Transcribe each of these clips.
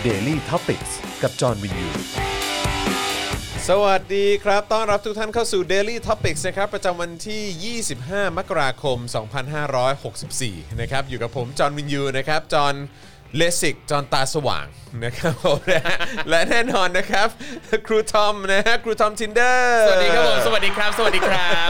Daily Topics กับจอห์นวินยูสวัสดีครับต้อนรับทุกท่านเข้าสู่ Daily Topics นะครับประจำวันที่ 25 มกราคม 2564 นะครับอยู่กับผมจอห์นวินยูนะครับจอห์นเลสิกจอห์นตาสว่างนะครับผมและแน่นอนนะครับครูทอมนะฮะครูทอม Tinder สวัสดีครับผมสวัสดีครับสวัสดีครับ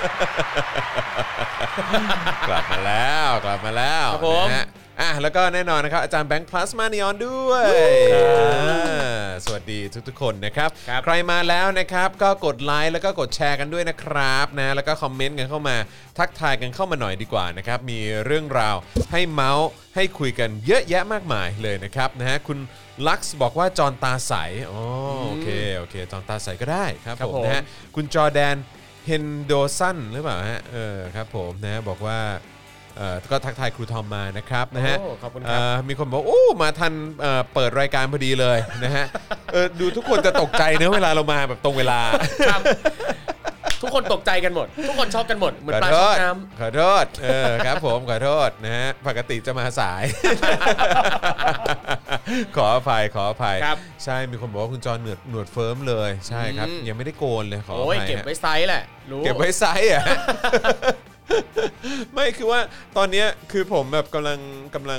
กลับมาแล้วครับผมนะฮะแล้วก็แน่นอนนะครับอาจารย์แบงค์พลาสมานีออนด้วยสวัสดีทุกๆคนนะครับใครมาแล้วนะครับก็กดไลค์แล้วก็กดแชร์กันด้วยนะครับนะแล้วก็คอมเมนต์กันเข้ามาทักทายกันเข้ามาหน่อยดีกว่านะครับมีเรื่องราวให้เมาส์ให้คุยกันเยอะแยะมากมายเลยนะครับนะฮะคุณลักซ์บอกว่าจอห์นตาใสโอเคจอห์นตาใสก็ได้ครับผมนะฮะคุณจอร์แดนเฮนโดสันหรือเปล่าฮะครับผมนะบอกว่าก็ทักทายครูทอมมานะครับนะฮะขอบคุณครับมีคนบอกมาทันเปิดรายการพอดีเลยนะฮะดูทุกคนจะตกใจเนอะเวลาเรามาแบบตรงเวลาครับทุกคนตกใจกันหมดทุกคนช็อกกันหมดเหมือนปลาช็อกน้ำขอโทษครับผมขอโทษนะฮะปกติจะมาสาย ขออภัยใช่มีคนบอกว่าคุณจอห์นหนวดเฟิร์มเลยใช่ครับยังไม่ได้โกนเลยขออภัยเก็บไว้ไซส์แหละเก็บไว้ไซส์อ่ะไม่คือว่าตอนนี้คือผมแบบกำลัง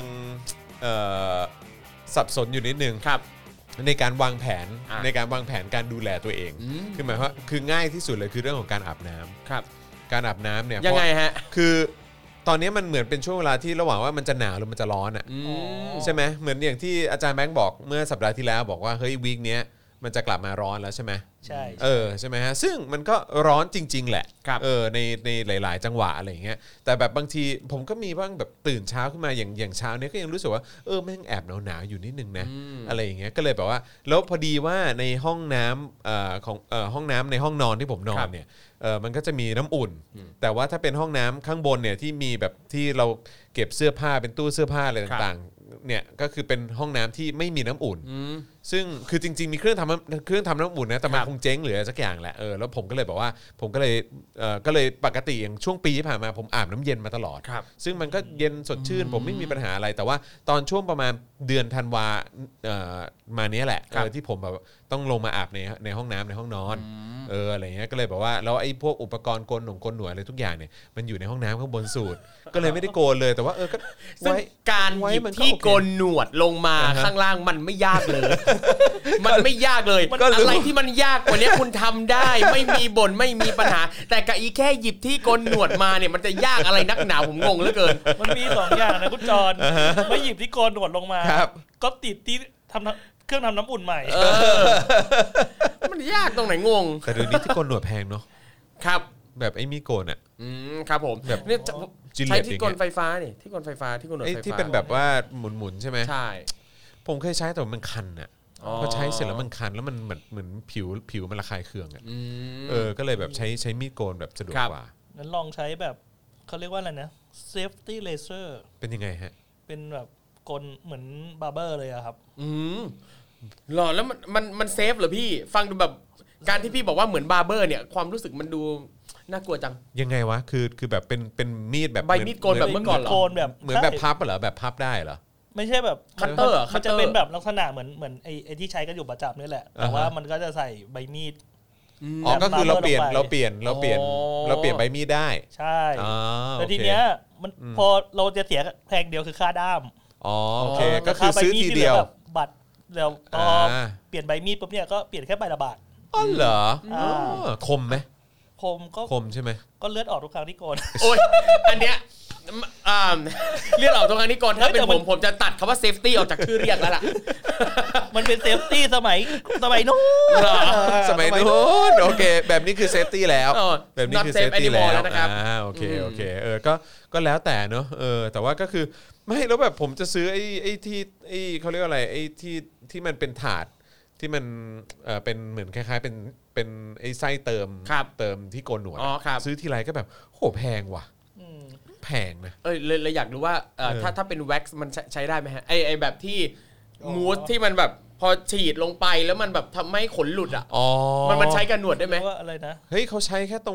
สับสนอยู่นิดนึงครับในการวางแผนการดูแลตัวเองคือหมายว่าคือง่ายที่สุดเลยคือเรื่องของการอาบน้ำครับการอาบน้ำเนี่ยยังไงฮะคือตอนนี้มันเหมือนเป็นช่วงเวลาที่ระหว่างว่ามันจะหนาวหรือมันจะร้อนอ่ะใช่ไหมเหมือนอย่างที่อาจารย์แบงค์บอกเมื่อสัปดาห์ที่แล้วบอกว่าเฮ้ยวีคนี้มันจะกลับมาร้อนแล้วใช่ไหมใช่ใช่ไหมฮะซึ่งมันก็ร้อนจริงๆแหละในหลายๆจังหวะอะไรอย่างเงี้ยแต่แบบบางทีผมก็มีบ้างแบบตื่นเช้าขึ้นมาอย่างเช้านี้ก็ยังรู้สึกว่าแม่งแอบหนาวๆอยู่นิดนึงนะอะไรอย่างเงี้ยก็เลยแบบว่าแล้วพอดีว่าในห้องน้ำของห้องน้ำในห้องนอนที่ผมนอนเนี่ยมันก็จะมีน้ำอุ่นแต่ว่าถ้าเป็นห้องน้ำข้างบนเนี่ยที่มีแบบที่เราเก็บเสื้อผ้าเป็นตู้เสื้อผ้าอะไรต่างๆเนี่ยก็คือเป็นห้องน้ำที่ไม่มีน้ำอุ่นซึ่งคือจริงๆมีเครื่องทำน้ำอุ่นนะแต่มันคงเจ๊งหรือสักอย่างแหละแล้วผมก็เลยบอกว่าผมก็เลยปกติอย่างช่วงปีที่ผ่านมาผมอาบน้ำเย็นมาตลอดซึ่งมันก็เย็นสดชื่นผมไม่มีปัญหาอะไรแต่ว่าตอนช่วงประมาณเดือนธันวามาเนี้ยแหละที่ผมแบบต้องลงมาอาบในห้องน้ำในห้องนอนอะไรเงี้ยก็เลยแบบว่าแล้วไอ้พวกอุปกรณ์โกนหนวดอะไรทุกอย่างเนี่ยมันอยู่ในห้องน้ำข้างบนสุดก็เลยไม่ได้โกนเลยแต่ว่าก็ไว้การหยิบที่โกนหนวดลงมาข้างล่างมันไม่ยากเลยมันไม่ยากเลยอะไรที่มันยากกว่านี้คุณทำได้ไม่มีบ่นไม่มีปัญหาแต่กะอีแค่หยิบที่โกนหนวดมาเนี่ยมันจะยากอะไรนักหนาผมงงเหลือเกินมันมี2อย่างนะคุณจรไม่หยิบที่โกนหนวดลงมาก็ติดที่ทำเครื่องทำน้ำอุ่นใหม่มันยากตรงไหนงงแต่เดี๋ยวนี้ที่โกนหนวดแพงเนาะครับแบบไอ้มีโกนอ่ะครับผมแบบเนี่ยใช้ที่โกนไฟฟ้านี่ที่โกนไฟฟ้าที่โกนหนวดไฟฟ้าที่เป็นแบบว่าหมุนใช่ไหมใช่ผมเคยใช้แต่มันคันอ่ะพอใช้เสร็จแล้วมันคันแล้วมันเหมือนผิวมันระคายเคืองอ่ะก็เลยแบบใช้มีดโกนแบบสะดวกกว่างั้นลองใช้แบบเขาเรียกว่าอะไรนะ safety laser เป็นยังไงฮะเป็นแบบโกนเหมือนบาร์เบอร์เลยอะครับหรอแล้วมันเซฟเหรอพี่ฟังดูแบบการที่พี่บอกว่าเหมือนบาร์เบอร์เนี่ยความรู้สึกมันดูน่ากลัวจังยังไงวะคือแบบเป็นมีดแบบใบมีดโกนแบบเมื่อก่อนเหรอเหมือนแบบพับเหรอแบบพับได้เหรอไม่ใช่แบบคัตเตอร์มันจะเป็นแบบลักษณะเหมือนไอ้ที่ใช้กันอยู่ประจำนี่แหละแต่ว่ามันก็จะใส่ใบมีดก็คือเราเปลี่ยนใบมีดได้ใช่แต่ทีเนี้ยมันพอเราจะเสียแพงเดียวคือค่าด้ามโอเคก็คือซื้อทีเดียวบัตรแล้วพอเปลี่ยนใบมีดปุ๊บเนี่ยก็เปลี่ยนแค่ใบละบาทอ๋อเหรอคมไหมคมใช่ไหมก็เลือดออกทุกครั้งที่โกนโอ้ยอันเนี้ยเรียกออกตรงนี้ก่อนถ้าเป็นผมจะตัดคำว่าเซฟตี้ออกจากชื่อเรียกแล้วล่ะมันเป็นเซฟตี้สมัยนู้นโอเคแบบนี้คือเซฟตี้แล้วแบบนี้คือเซฟตี้แล้วนะครับโอเคก็แล้วแต่เนอะแต่ว่าก็คือไม่แล้วแบบผมจะซื้อไอ้ที่เขาเรียกอะไรไอ้ที่มันเป็นถาดที่มันเป็นเหมือนคล้ายๆเป็นไอ้ไส้เติมที่โกนหนวดซื้อทีไรก็แบบโหแพงว่ะแพงนะเลยอยากรู้ว่าถ้าเป็นแว็กซ์มันใช้ได้ไหมฮะไอแบบที่มูสที่มันแบบพอฉีดลงไปแล้วมันแบบทำให้ขนหลุดอ่ะมันใช้กันหนวดได้ไหมว่าอะไรนะเฮ้ยเขาใช้แค่ตรงแบบ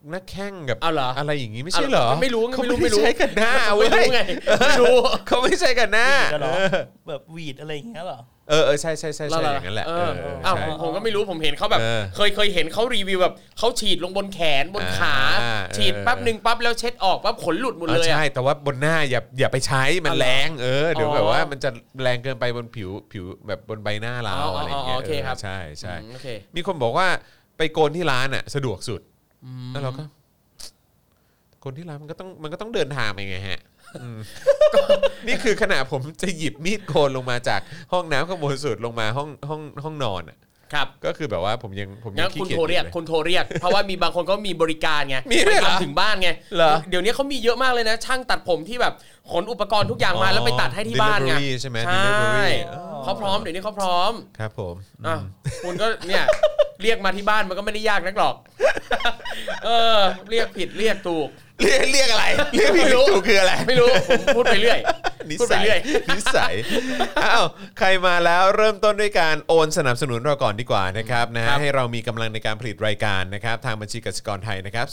นักแข่งกับเอาเหรออะไรอย่างงี้ไม่ใช่เหรอไม่รู้เขาไม่ใช่กันหน้าไม่รู้ไงไม่รู้เขาไม่ใช่กันหน้าแบบวีดอะไรอย่างเงี้ยเหรอใช่อย่างนั้นแหละผมก็ไม่รู้ผมเห็นเขาแบบเคยเห็นเขารีวิวแบบเขาฉีดลงบนแขนบนขาฉีดแป๊บนึงปั๊บแล้วเช็ดออกปั๊บขนหลุดหมดเลยใช่แต่ว่าบนหน้าอย่าไปใช้มันแรงเดี๋ยวแบบว่ามันจะแรงเกินไปบนผิวแบบบนใบหน้าเราอะไรอย่างเงี้ยใช่มีคนบอกว่าไปโกนที่ร้านอ่ะสะดวกสุดแล้วเราก็โกนที่ร้านมันก็ต้องเดินทางไปไงฮะนี่คือขณะผมจะหยิบมีดโกนลงมาจากห้องน้ำข้างบนสุดลงมาห้องนอนอ่ะครับก็คือแบบว่าผมยังขี้เกียจคุณโทรเรียกเพราะว่ามีบางคนก็มีบริการไงมีด้วยเหรอถึงบ้านไงเดี๋ยวนี้เขามีเยอะมากเลยนะช่างตัดผมที่แบบขนอุปกรณ์ทุกอย่างมาแล้วไปตัดให้ที่บ้านไงใช่ไหมเขาพร้อมเดี๋ยวนี้เขาพร้อมครับผมคุณก็เนี่ยเรียกมาที่บ้านมันก็ไม่ได้ยากนักหรอกเรียกผิดเรียกถูกเรียกอะไรเรียกผิดถูกคืออะไรไม่รู้ผมพูดไปเรื่อยนิสัยอ้าวใครมาแล้วเริ่มต้นด้วยการโอนสนับสนุนเราก่อนดีกว่านะครับนะให้เรามีกำลังในการผลิตรายการนะครับทางบัญชีกสิกรไทยนะครับ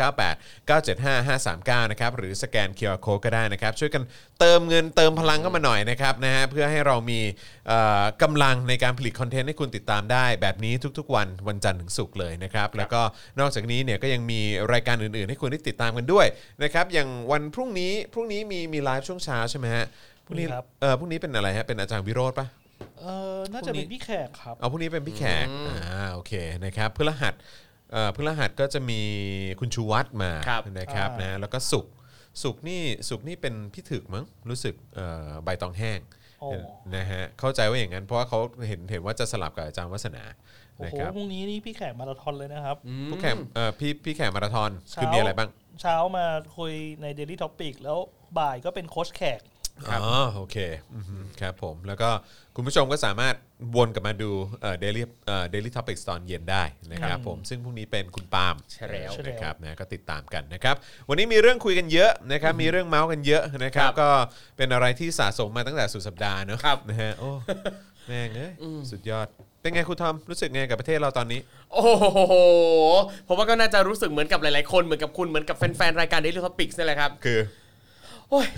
0698975539นะครับหรือสแกน QR Code ก็ได้นะครับช่วยกันเติมเงินเติมพลังเข้ามาหน่อยนะครับนะฮะเพื่อให้เรามีกำลังในการผลิตคอนเทนต์ให้คุณติดตามได้แบบนี้ทุกๆวันจันทร์ถึงศุกร์เลยนะครับแล้วก็นอกจากนี้เนี่ยก็ยังมีรายการอื่นๆให้คุณได้ติดตามกันด้วยนะครับอย่างวันพรุ่งนี้มีไลฟ์ช่วงเช้าใช่ไหมฮะพรุ่งนี้เป็นอะไรฮะเป็นอาจารย์วิโรจน์ป่ะน่าจะเป็นพี่แขกครับพรุ่งนี้เป็นพี่แขกโอเคนะครับพฤหัสก็จะมีคุณชูวัฒน์มานะครับนะแล้วก็ศุกร์นี่เป็นพี่ถึกมั้งรู้สึกใบตองแห้งนะฮะเข้าใจว่าอย่างนั้นเพราะว่าเขาเห็นว่าจะสลับกับอาจารย์วัฒนาโอ้โหพรุ่งนี้นี่พี่แขกมาราธอนเลยนะครับพี่แขกมาราธอนคือมีอะไรบ้างเช้ามาคุยใน Daily Topic แล้วบ่ายก็เป็นโค้ชแขกโอเคครับผมแล้วก็คุณผู้ชมก็สามารถวนกลับมาดูDaily Topics ตอนเย็นได้นะครับผมซึ่งพรุ่งนี้เป็นคุณปาล์มใช่แล้วนะครับนะก็ติดตามกันนะครับวันนี้มีเรื่องคุยกันเยอะนะครับมีเรื่องเมาส์กันเยอะนะครับก็เป็นอะไรที่สะสมมาตั้งแต่สุดสัปดาห์เนอะนะฮะโอ้แม่งเอ้ยสุดยอดเป็นไงคุณทอมรู้สึกไงกับประเทศเราตอนนี้โอ้โหผมว่าก็น่าจะรู้สึกเหมือนกับหลายๆคนเหมือนกับคุณเหมือนกับแฟนๆรายการ Daily Topics นี่แหละครับคือโอ้ย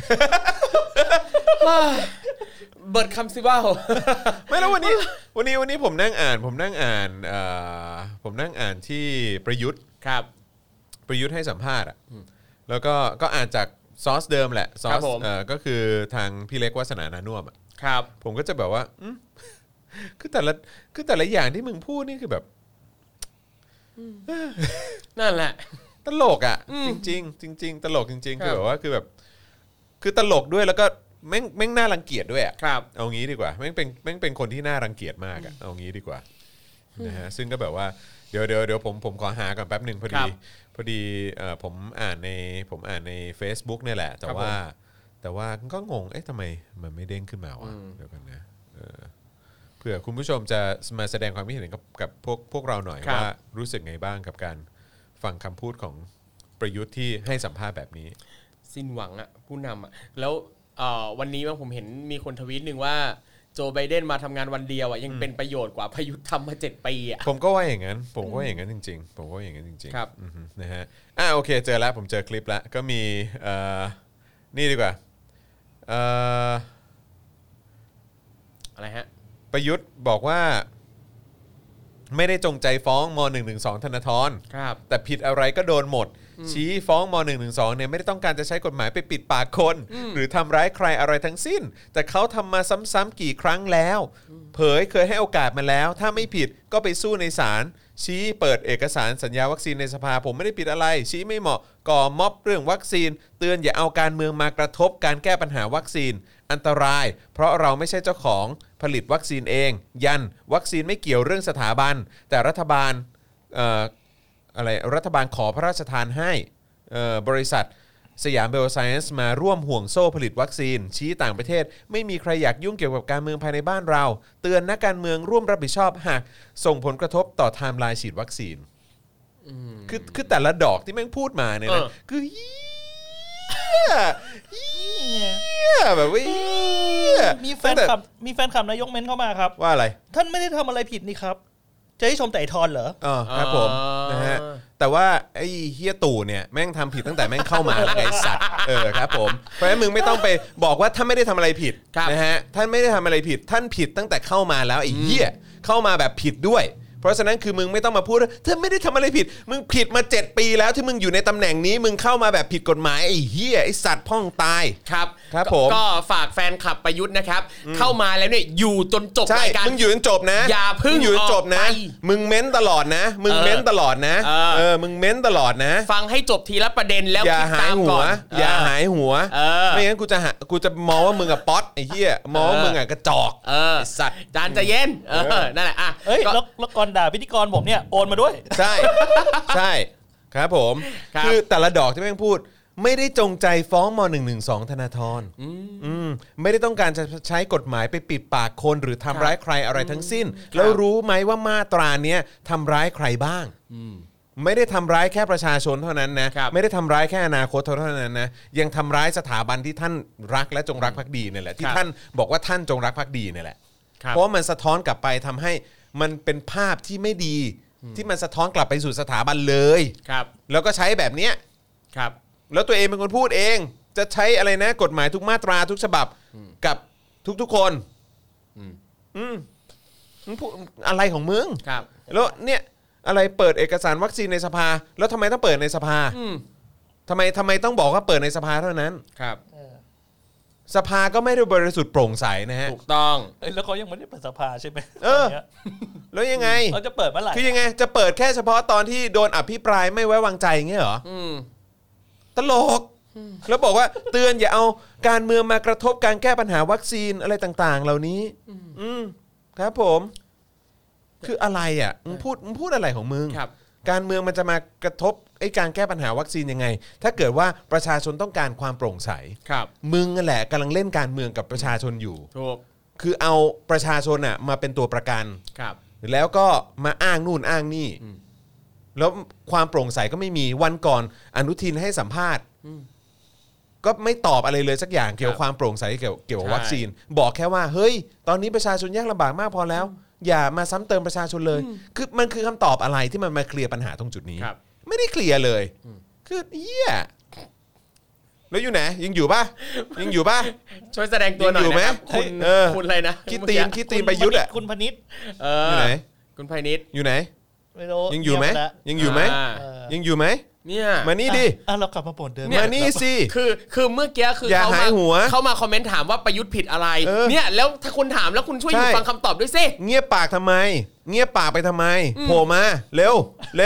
เบิร์ดคำสิว่าไม่แล้ววันนี้ผมนั่งอ่านที่ประยุทธ์ครับประยุทธ์ให้สัมภาษณ์อ่ะแล้วก็อ่านจากซอสเดิมแหละซอสก็คือทางพี่เล็กวาสนานานุ่มอ่ะครับผมก็จะแบบว่าคือแต่ละอย่างที่มึงพูดนี่คือแบบนั่นแหละตลกอ่ะจริงตลกจริงๆคือแบบว่าคือตลกด้วยแล้วก็แม่งน่ารังเกียจด้วยอ่ะเอางี้ดีกว่าแม่งเป็นคนที่น่ารังเกียจมากอ่ะเอางี้ดีกว่านะฮะซึ่งก็แบบว่าเดี๋ยวผมขอหาก่อนแป๊บนึงพอดีผมอ่านใน Facebook เนี่ยแหละแต่ว่าก็งงทำไมมันไม่เด้งขึ้นมาวะเดี๋ยวกันนะเผื่อคุณผู้ชมจะมาแสดงความคิดเห็นกับพวกเราหน่อยว่ารู้สึกไงบ้างกับการฟังคำพูดของประยุทธ์ที่ให้สัมภาษณ์แบบนี้สิ้นหวังอ่ะผู้นำอ่ะแล้ววันนี้ผมเห็นมีคนทวีตนึงว่าโจไบเดนมาทำงานวันเดียวอ่ะยังเป็นประโยชน์กว่าประยุทธ์ทำมา7 ปีอ่ะผมก็ว่าอย่างนั้นจริงๆครับนะฮะโอเคเจอแล้วผมเจอคลิปแล้วก็มีนี่ดีกว่าอะไรฮะประยุทธ์บอกว่าไม่ได้จงใจฟ้องม.112 ธนาธรแต่ผิดอะไรก็โดนหมดชี้ฟ้องม.112 เนี่ยไม่ได้ต้องการจะใช้กฎหมายไปปิดปากคนหรือทำร้ายใครอะไรทั้งสิ้นแต่เขาทำมาซ้ำๆกี่ครั้งแล้วเผยเคยให้โอกาสมาแล้วถ้าไม่ผิดก็ไปสู้ในศาลชี้เปิดเอกสารสัญญาวัคซีนในสภาผมไม่ได้ผิดอะไรชี้ไม่เหมาะก่อม็อบเรื่องวัคซีนเตือนอย่าเอาการเมืองมากระทบการแก้ปัญหาวัคซีนอันตรายเพราะเราไม่ใช่เจ้าของผลิตวัคซีนเองวัคซีนไม่เกี่ยวเรื่องสถาบันแต่รัฐบาลขอพระราชทานให้บริษัทสยามไบโอไซเอนซ์มาร่วมห่วงโซ่ผลิตวัคซีนชี้ต่างประเทศไม่มีใครอยากยุ่งเกี่ยวกับการเมืองภายในบ้านเราเตือนนักการเมืองร่วมรับผิดชอบหากส่งผลกระทบต่อไทม์ไลน์ฉีดวัคซีนคือแต่ละดอกที่แม่งพูดมาเนี่ยนะคือแบบว่ามีแฟนคลับนายกเม้นเข้ามาครับว่าอะไรท่านไม่ได้ทำอะไรผิดนี่ครับจะให้ชมแต่ไอ้ทอนเหรอครับผมนะฮะแต่ว่าไอ้เฮียตู่เนี่ยแม่งทำผิดตั้งแต่แม่งเข้ามาแล้วไอ้สัตว์ครับผมเพราะฉะนั้นมึงไม่ต้องไปบอกว่าท่านไม่ได้ทำอะไรผิดนะฮะท่านไม่ได้ทำอะไรผิดท่านผิดตั้งแต่เข้ามาแล้วไอ้เฮียเข้ามาแบบผิดด้วยเพราะฉะนั้นคือมึงไม่ต้องมาพูดว่าเธอไม่ได้ทำอะไรผิดมึงผิดมา7ปีแล้วที่มึงอยู่ในตำแหน่งนี้มึงเข้ามาแบบผิดกฎหมายไอ้เหี้ยไอ้สัตว์พ่องตายครับผมก็ฝากแฟนคลับประยุทธ์นะครับเข้ามาแล้วเนี่ยอยู่จนจบรายการมึงอยู่จนจบนะอย่าพึ่งอยู่จนจบนะมึงเม้นตลอดนะมึงเม้นตลอดนะมึงเม้นตลอดนะฟังให้จบทีละประเด็นแล้วคิดตามก่อนอย่าหายหัวไม่งั้นกูจะมองว่ามึงอะป๊อตไอ้เหี้ยมองว่ามึงอะกระจอกสัตว์จานใจเย็นนั่นแหละเอ้ยแล้วก่อนด่าพิธีกรผมเนี่ยโอนมาด้วยใช่ครับผมคือแต่ละดอกที่แม่งพูดไม่ได้จงใจฟ้องม.112 ธนาธรไม่ได้ต้องการจะใช้กฎหมายไปปิดปากคนหรือทำร้ายใครอะไรทั้งสิ้นแล้วรู้ไหมว่ามาตราเนี้ยทำร้ายใครบ้างไม่ได้ทำร้ายแค่ประชาชนเท่านั้นนะไม่ได้ทำร้ายแค่อนาคตเท่านั้นนะยังทำร้ายสถาบันที่ท่านรักและจงรักภักดีนี่แหละที่ท่านบอกว่าท่านจงรักภักดีนี่แหละเพราะมันสะท้อนกลับไปทำให้มันเป็นภาพที่ไม่ดีที่มันสะท้อนกลับไปสู่สถาบันเลยแล้วก็ใช้แบบเนี้ยแล้วตัวเองเป็นคนพูดเองจะใช้อะไรนะกฎหมายทุกมาตราทุกฉบับกับทุกๆคนมึงพูดอะไรของมึงแล้วเนี่ยอะไรเปิดเอกสารวัคซีนในสภาแล้วทำไมต้องเปิดในสภาทำไมต้องบอกว่าเปิดในสภาเท่านั้นสภาก็ไม่ได้บริสุทธิ์โปร่งใสนะฮะถูกต้องแล้วเขายังไม่ได้เปิดสภาใช่ไหมแล้วยังไงเขาจะเปิดเมื่อไหร่คือยังไงจะเปิดแค่เฉพาะตอนที่โดนอภิปรายไม่ไว้วางใจอย่างเงี้ยเหรอตลกแล้วบอกว่าเตือนอย่าเอาการเมืองมากระทบการแก้ปัญหาวัคซีนอะไรต่างๆเหล่านี้ครับผมคืออะไรอ่ะมึงพูดอะไรของมึงการเมืองมันจะมากระทบไอ้การแก้ปัญหาวัคซีนยังไงถ้าเกิดว่าประชาชนต้องการความโปร่งใสมึงนั่นแหละกำลังเล่นการเมืองกับประชาชนอยู่คือเอาประชาชนอ่ะมาเป็นตัวประกันแล้วก็มาอ้างนู่นอ้างนี่แล้วความโปร่งใสก็ไม่มีวันก่อนอนุทินให้สัมภาษณ์ก็ไม่ตอบอะไรเลยสักอย่างเกี่ยวกับความโปร่งใสเกี่ยวกับวัคซีนบอกแค่ว่าเฮ้ยตอนนี้ประชาชนยากลำบากมากพอแล้วอย่ามาซ้ำเติมประชาชนเลยคือมันคือคำตอบอะไรที่มันมาเคลียร์ปัญหาตรงจุดนี้ไม่ได้เคลียร์เลยคือเหี้ยแล้วอยู่ไหนยังอยู่ป่ะช่วยแสดงตัวหน่อยนะครับคุณอะไรนะคิดตีนประยุทธ์อ่ะคุณพนิษฐ์อยู่ไหนคุณพนิษฐ์อยู่ไหนยังอยู่ไหมเนี่ยมานี่ดิเรากลับมาปนเดิมมานี่สิคือเมื่อกี้คือเขามาคอมเมนต์ถามว่าประยุทธ์ผิดอะไรเนี่ยแล้วถ้าคุณถามแล้วคุณช่วยอยู่ฟังคำตอบด้วยสิเงียบปากทำไมเงียบปากไปทำไมโผล่มาเร็ว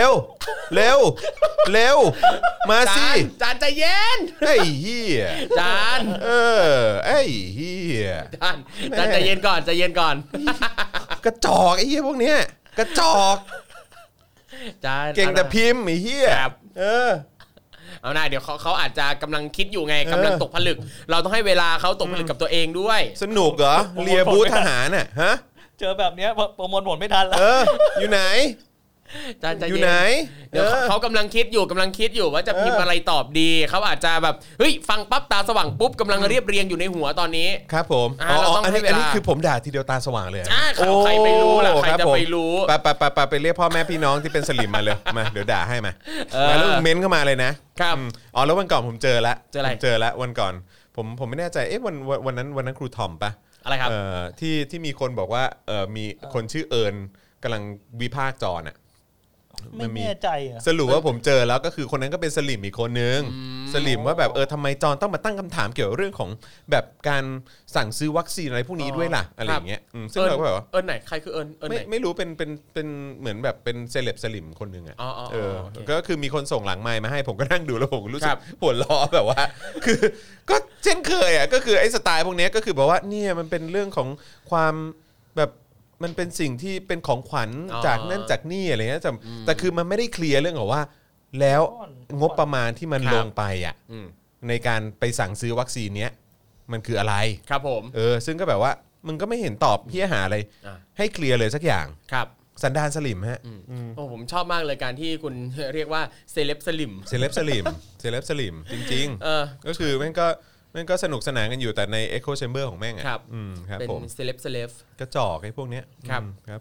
มาสิจานใจเย็นไอ้เหี้ยจานไอ้เหี้ยจานใจเย็นก่อนกระจอกไอ้เหี้ยพวกเนี้ยกระจอกเก่งแต่พิมพ์ไอ้เหี้ยเอาหน้าเดี๋ยวเขาอาจจะกำลังคิดอยู่ไงกำลังตกผลึกเราต้องให้เวลาเขาตกผลึกกับตัวเองด้วยสนุกเหรอเลียบูทหารน่ะฮะเจอแบบนี้โปรโมทหมดไม่ทันแล้วอยู่ไหนอยู่ไหนเดี๋ยวเขากำลังคิดอยู่ว่าจะพิมพ์อะไรตอบดีเขาอาจจะแบบเฮ้ยฟังปั๊บตาสว่างปุ๊บกำลังเรียบเรียงอยู่ในหัวตอนนี้ครับผมอันนี้คือผมด่าทีเดียวตาสว่างเลยใครไปรู้ล่ะใครจะไปรู้ไปเรียกพ่อแม่พี่น้องที่เป็นสลิมมาเลยมาเดี๋ยวด่าให้มาแล้วเม้นเข้ามาเลยนะครับแล้ววันก่อนผมเจอแล้ววันก่อนผมไม่แน่ใจวันนั้นครูทอมปะอะไรครับที่มีคนบอกว่ามีคนชื่อเอิญกำลังวิพากษ์จรอ่ะไม่แน่ใจสรุปว่าผมเจอแล้วก็คือคนนั้นก็เป็นสลิมอีกคนนึงสลิมว่าแบบทำไมจอนต้องมาตั้งคำถามเกี่ยวกับเรื่องของแบบการสั่งซื้อวัคซีนอะไรพวกนี้ด้วยล่ะอะไรอย่างเงี้ยซึ่งเราก็แบบว่าไหนใครคือไม่รู้เป็นเหมือนแบบเป็นเซเลบสลิมคนนึงอ่ะก็คือมีคนส่งหลังไมค์มาให้ผมก็นั่งดูแล้วผมรู้สึกหัวล้อแบบว่าคือก็เช่นเคยอ่ะก็คือไอ้สไตล์พวกนี้ก็คือแบบว่าเนี่ยมันเป็นเรื่องของความแบบมันเป็นสิ่งที่เป็นของขวัญจากนั่นจากนี่อะไรเงี้ยแต่คือมันไม่ได้เคลียร์เรื่องของว่าแล้วงบประมาณที่มันลงไปอ่ะในการไปสั่งซื้อวัคซีนเนี้ยมันคืออะไรครับผมซึ่งก็แบบว่ามึงก็ไม่เห็นตอบเพี้ยหาอะไรให้เคลียร์เลยสักอย่างครับสันดานสลิมฮะผมชอบมากเลยการที่คุณเรียกว่าเซเลบสลิมจริงๆก็คือมันก็สนุกสนานกันอยู่แต่ใน Echo Chamber ของแม่งอ่ะครับครับผมเป็นเซเลบกระจอกไอ้พวกเนี้ยครับผม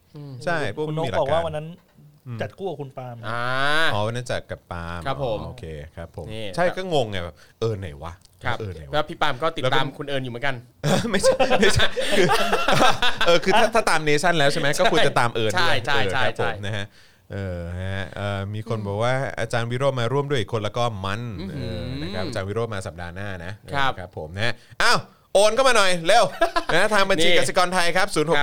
ใช่พวกคุณไม่นกมีหลับอกกกาว่าร วันนั้นจัดคู่กับคุณปาล์มวันนั้นจัดกับปาล์มครับผมโอเคครับผมนี่ใช่ก็งงไงแบบไหนวะครับไหนแล้วะพี่ปาล์มก็ติดตามคุณเอิญอยู่เหมือนกันไม่ใช่คือถ้าตามเนชั่นแล้วใช่ไหมก็ควรจะตามด้วยใช่ครับผมนะฮะมีคนบอกว่าอาจารย์วิโรจน์มาร่วมด้วยอีกคนแล้วก็มันนะครับอาจารย์วิโรจน์มาสัปดาห์หน้านะครับผมนะอ้าวโอนเข้ามาหน่อยเร็วนะทางบัญชีกสิกรไทยครับ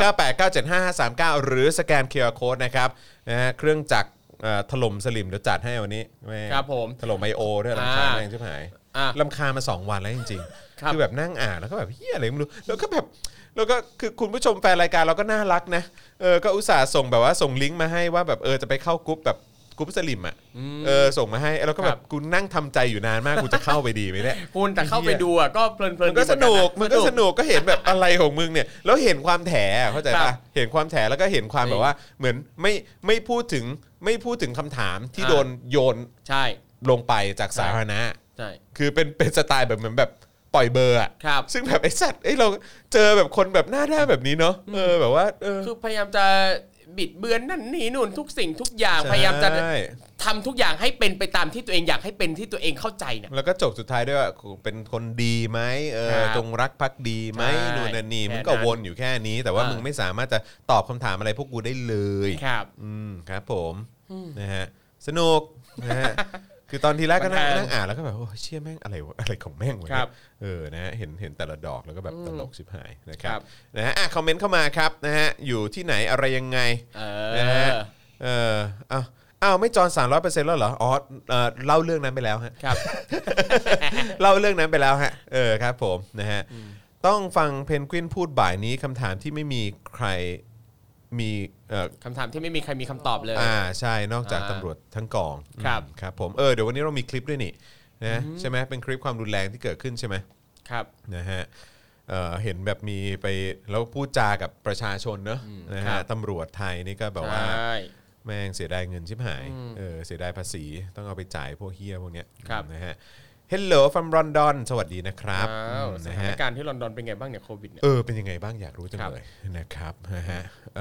0698975539หรือสแกน QR Code นะครับนะฮะเครื่องจักรถล่มสลิมเดี๋ยวจัดให้วันนี้ครับผมถล่ม IO ด้วยรำคาญแม่งชิบหายรำคาญมา2วันแล้วจริงๆคือแบบนั่งอ่านแล้วก็แบบเฮียอะไรไม่รู้แล้วก็แบบแล้วก็คือคุณผู้ชมแฟนรายการเราก็น่ารักนะก็อุตส่าห์ส่งแบบว่าส่งลิงก์มาให้ว่าแบบจะไปเข้ากรุ๊ปแบบกรุ๊ปสลิมอ่ะส่งมาให้แล้วก็แบบกูนั่งทำใจอยู่นานมากกูจะเข้าไปดีไหมเนี่ยคุณแต่เข้าไปดูอ่ะก็เพลินๆมันก็สนุกก็เห็นแบบอะไรของมึงเนี่ยแล้วเห็นความแถเข้าใจป่ะเห็นความแถแล้วก็เห็นความแบบว่าเหมือนไม่พูดถึงคำถามที่โดนโยนใช่ลงไปจากสาธารณะใช่คือเป็นสไตล์แบบเหมือนแบบปล่อยเบอร์อ่ะซึ่งแบบไอ้สัตว์เราเจอแบบคนแบบหน้าด้านแบบนี้เนาะแบบว่าคือพยายามจะบิดเบือนนั่นนี่นู่นทุกสิ่งทุกอย่างพยายามจะทำทุกอย่างให้เป็นไปตามที่ตัวเองอยากให้เป็นที่ตัวเองเข้าใจเนี่ยแล้วก็จบสุดท้ายด้วยว่าเป็นคนดีไหมจงรักภักดีไหมนู่นนี่มึงก็วนอยู่แค่นี้แต่ว่ามึงไม่สามารถจะตอบคำถามอะไรพวกกูได้เลยครับผมนะฮะสนุกนะฮะคือตอนทีแรกก็นั่งอ่านแล้วก็แบบโอ้เชี่ยแม่งอะไรของแม่งวะนะฮะเห็นแต่ละดอกแล้วก็แบบตลกชิบหายนะครับนะฮะคอมเมนต์เข้ามาครับนะฮะอยู่ที่ไหนอะไรยังไงนะฮะอ้าวไม่จอน 300% แล้วเหรออ๋อเล่าเรื่องนั้นไปแล้วฮะครับเล่าเรื่องนั้นไปแล้วฮะครับผมนะฮะต้องฟังเพนกวินพูดบ่ายนี้คำถามที่ไม่มีใครมีคำถามที่ไม่มีใครมีคำตอบเลยใช่นอกจากตำรวจทั้งกองครับผมเดี๋ยววันนี้เรามีคลิปด้วยนี่นะใช่ไหมเป็นคลิปความรุนแรงที่เกิดขึ้นใช่ไหมครับนะฮะเห็นแบบมีไปแล้วพูดจากับประชาชนเนอะนะฮะตำรวจไทยนี่ก็แบบว่าแม่งเสียดายเงินชิบหายเสียดายภาษีต้องเอาไปจ่ายพวกเฮียพวกเนี้ยนะฮะHello from London สวัสดีนะครับสถานการณ์ที่ลอนดอนเป็นไงบ้างเนี่ยโควิดเนี่ยเป็นยังไงบ้างอยากรู้จังเลยนะครับนะฮะ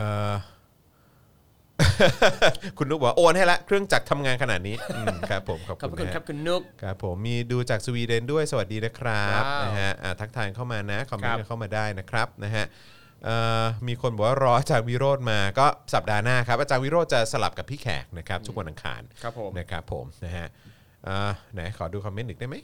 คุณนุกบอกโอนให้ละเครื่องจักรทำงานขนาดนี้ครับผมขอบคุณครับคุณนุกครับผมมีดูจากสวีเดนด้วยสวัสดีนะครับนะฮะทักทายเข้ามานะคอมเมนต์เข้ามาได้นะครับนะฮะมีคนบอกว่ารออาจารย์วิโรจน์มาก็สัปดาห์หน้าครับอาจารย์วิโรจน์จะสลับกับพี่แขกนะครับทุกวันอังคารนะครับผมนะฮะไหนขอดูคอมเมนต์อีกได้ไหม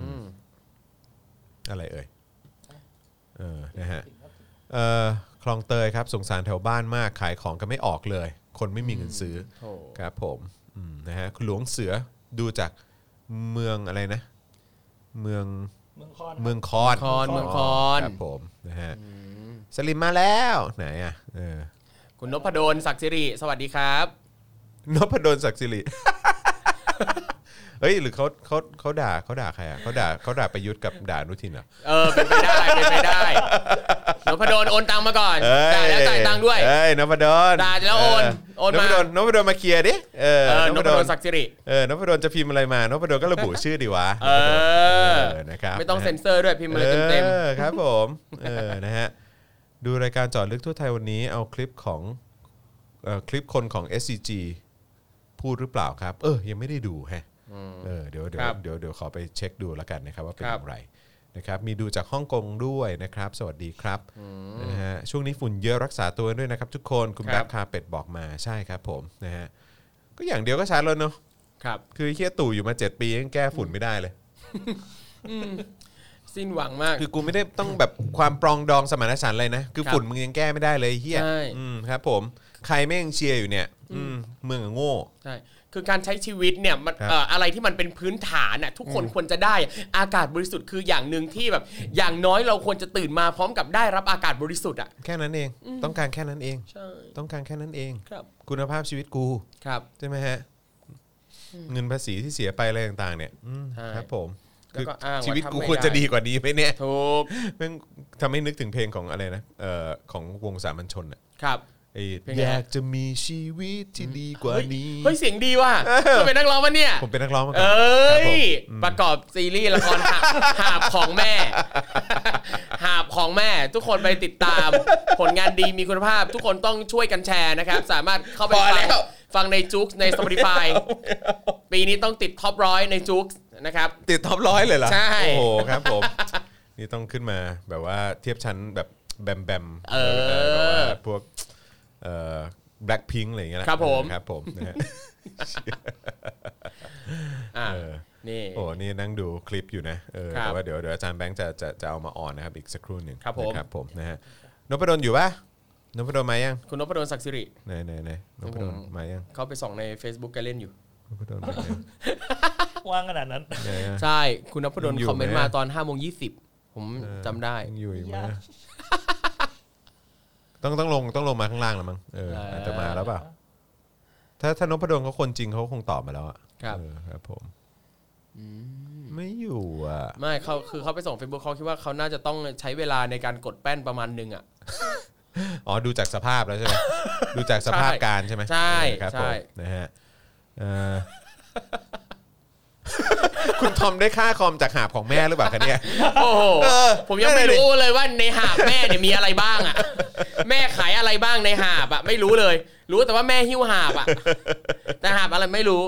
อะไรเอ่ยนะฮะคลองเตยครับสงสารแถวบ้านมากขายของกันไม่ออกเลยคนไม่มีเงินซื้อครับผมนะฮะคุณหลวงเสือดูจากเมืองอะไรนะเมืองคอนครับผมนะฮะสลิมมาแล้วไหนอ่ะคุณนพดลศักดิ์สิริสวัสดีครับนพดลศักดิ์สิริเฮ้ยหรือเขาด่าใครอ่ะเขาด่าประยุทธ์กับด่าอนุทินเหรอเป็นไปได้นพดลโอนตังมาก่อนด่าแล้วจ่ายตังด้วยนพดลด่าแล้วโอนมานพดลมาเคลียร์ดินพดลศักดิ์สิรินพดลจะพิมพ์อะไรมานพดลก็ระบุชื่อดีวะนะครับไม่ต้องเซ็นเซอร์ด้วยพิมพ์เลยเต็มๆครับผมนะฮะดูรายการเจาะลึกทั่วไทยวันนี้เอาคลิปคนของ SCG พูดหรือเปล่าครับยังไม่ได้ดูฮะเดี๋ยวขอไปเช็คดูแล้วกันนะครับว่าเป็นอย่างไรนะครับมีดูจากฮ่องกงด้วยนะครับสวัสดีครับนะฮะช่วงนี้ฝุ่นเยอะรักษาตัวด้วยนะครับทุกคนคุณแบ็คคาเป็ดบอกมาใช่ครับผมนะฮะก็อย่างเดียวก็ชัดแล้วเนาะครับคือเหี้ยตู่อยู่มา7ปียังแก้ฝุ่นไม่ได้เลยสิ้นหวังมากคือกูไม่ได้ต้องแบบความปรองดองสมานฉันท์เลยนะคือฝุ่นมึงยังแก้ไม่ได้เลยเหี้ยครับผมใครไม่ยังเชียร์อยู่เนี่ยเมืองโง่ใช่คือการใช้ชีวิตเนี่ยมันอะไรที่มันเป็นพื้นฐานน่ะทุกคนควรจะได้อากาศบริสุทธิ์คืออย่างนึงที่แบบอย่างน้อยเราควรจะตื่นมาพร้อมกับได้รับอากาศบริสุทธิ์อ่ะแค่นั้นเองต้องการแค่นั้นเองต้องการแค่นั้นเองคุณภาพชีวิตกูใช่ไหมฮะเงินภาษีที่เสียไปอะไรต่างๆเนี่ยครับผมคือชีวิตกูควรจะดีกว่านี้ไหมเนี่ยถูกทำให้นึกถึงเพลงของอะไรนะของวงสามัญชนอ่ะครับอยากจะมีชีวิตที่ดีกว่านี้เฮ้ยเสียงดีว่ะคุณเป็นนักร้องปะเนี่ยผมเป็นนักร้องมาก่อนประกอบซีรีส์ละครหาบของแม่หาบของแม่ทุกคนไปติดตามผลงานดีมีคุณภาพทุกคนต้องช่วยกันแชร์นะครับสามารถเข้าไปฟังในจุ๊กใน Spotify ปีนี้ต้องติดท็อป100ในจุ๊กนะครับติดท็อป100เลยเหรอใช่โอ้โหครับผมนี่ต้องขึ้นมาแบบว่าเทียบชั้นแบบแบมพวกBlackpink อะไรอย่างเงี้ยครับผมนะฮะนี่โอ้นี่นั่งดูคลิปอยู่นะแต่ว่าเดี๋ยวอาจารย์แบงค์จะเอามาออนนะครับอีกสักครู่หนึ่งครับผมนะฮะนพดลอยู่ป่ะนพดลมายังคุณนพดลศักดิ์สิริไหนนพดลมายังเขาไปส่องใน Facebook แกเล่นอยู่นพดลว่างขนาดนั้นใช่คุณนพดลคอมเมนต์มาตอน 5:20 ผมจำได้อยู่อีกมั้ยต้องลงมาข้างล่างแล้วมั้งจะมาแล้วเปล่าถ้านพดลเขาคนจริงเขาคงตอบมาแล้วอ่ะครับผมไม่อยู่อ่ะไม่เขาคือเขาไปส่ง Facebook เขาคิดว่าเขาน่าจะต้องใช้เวลาในการกดแป้นประมาณนึงอ่ะอ๋อดูจากสภาพแล้วใช่ไหมดูจากสภาพการใช่ไหมใช่ครับผมนะฮะคุณทอมได้ค่าคอมจากหาบของแม่หรือเปล่าคะเนี่ยโอ้โหผมยังไม่รู้เลยว่าในหาบแม่เนี่ยมีอะไรบ้างอ่ะแม่ขายอะไรบ้างในหาบอ่ะไม่รู้เลยรู้แต่ว่าแม่หิ้วหาบอ่ะแต่หาบอะไรไม่รู้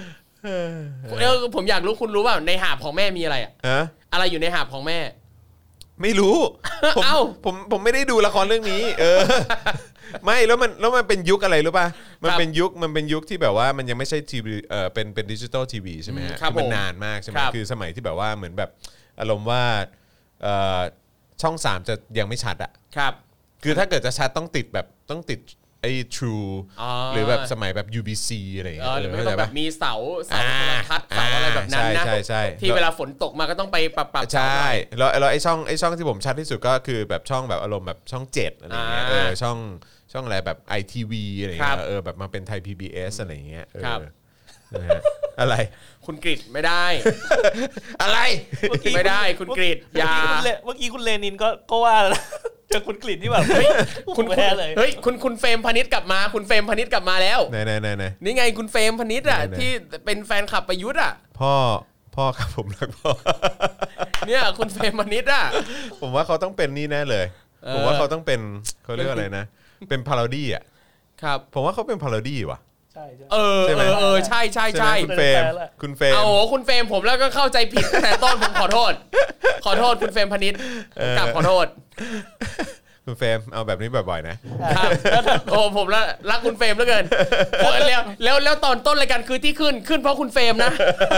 ผมอยากรู้คุณรู้เปล่าในหาบของแม่มีอะไรอ่ะอะไรอยู่ในหาบของแม่ไม่รู้ผมไม่ได้ดูละครเรื่องนี้ไม่แล้วมันเป็นยุคอะไรรู้ป่ะมันเป็นยุคที่แบบว่ามันยังไม่ใช่ทีวีเป็นดิจิตอลทีวีใช่ไหมฮะมันนานมากใช่ไหมคือสมัยที่แบบว่าเหมือนแบบอารมณ์ว่าช่อง3จะยังไม่ชัดอ่ะครับคือถ้าเกิดจะชัดต้องติดไอ้ True หรือแบบสมัยแบบ UBC อะไรอย่างเงี้ยหรือไม่แบบมีเสาโทรทัศน์เสาอะไรแบบนั้นนะใช่ที่เวลาฝนตกมาก็ต้องไปปรับใช่แล้วไอ้ช่องที่ผมชัดที่สุดก็คือแบบช่องแบบอารมณ์แบบช่อง7อะไรอย่างเงี้ยช่องอะไรแบบ ITV อะไรอย่างเงี้ยแบบมาเป็นไทย PBS อะไรอย่างเงี้ยอะไรคุณกฤษไม่ได้อะไรไม่ได้คุณกฤษอย่าเมื่อกี้คุณเลนินก็ว่าเจอคุณกฤษที่แบบคุณแพ้เลยเฮ้ยคุณเฟรมพนิชกลับมาคุณเฟรมพนิชกลับมาแล้วไหนนี่ไงคุณเฟรมพนิชอ่ะที่เป็นแฟนคลับประยุทธ์อ่ะพ่อครับผมรักพ่อเนี่ยคุณเฟรมพนิชอ่ะผมว่าเขาต้องเป็นนี่แน่เลยผมว่าเขาต้องเป็นเขาเรียกอะไรนะเป็นพาโรดี้อ่ะครับผมว่าเขาเป็นพาโรดี้ว่ะใช่ใช่ไหมใช่คุณเฟรมโอ้โหคุณเฟรมผมแล้วก็เข้าใจผิดตั้งแต่ต้นผมขอโทษคุณเฟรมพนิชกลับขอโทษคุณเฟรมเอาแบบนี้บ่อยๆนะครับโอ้ผมรักคุณเฟรมเหลือเกินแล้วตอนต้นรายการคือที่ขึ้นเพราะคุณเฟรมนะ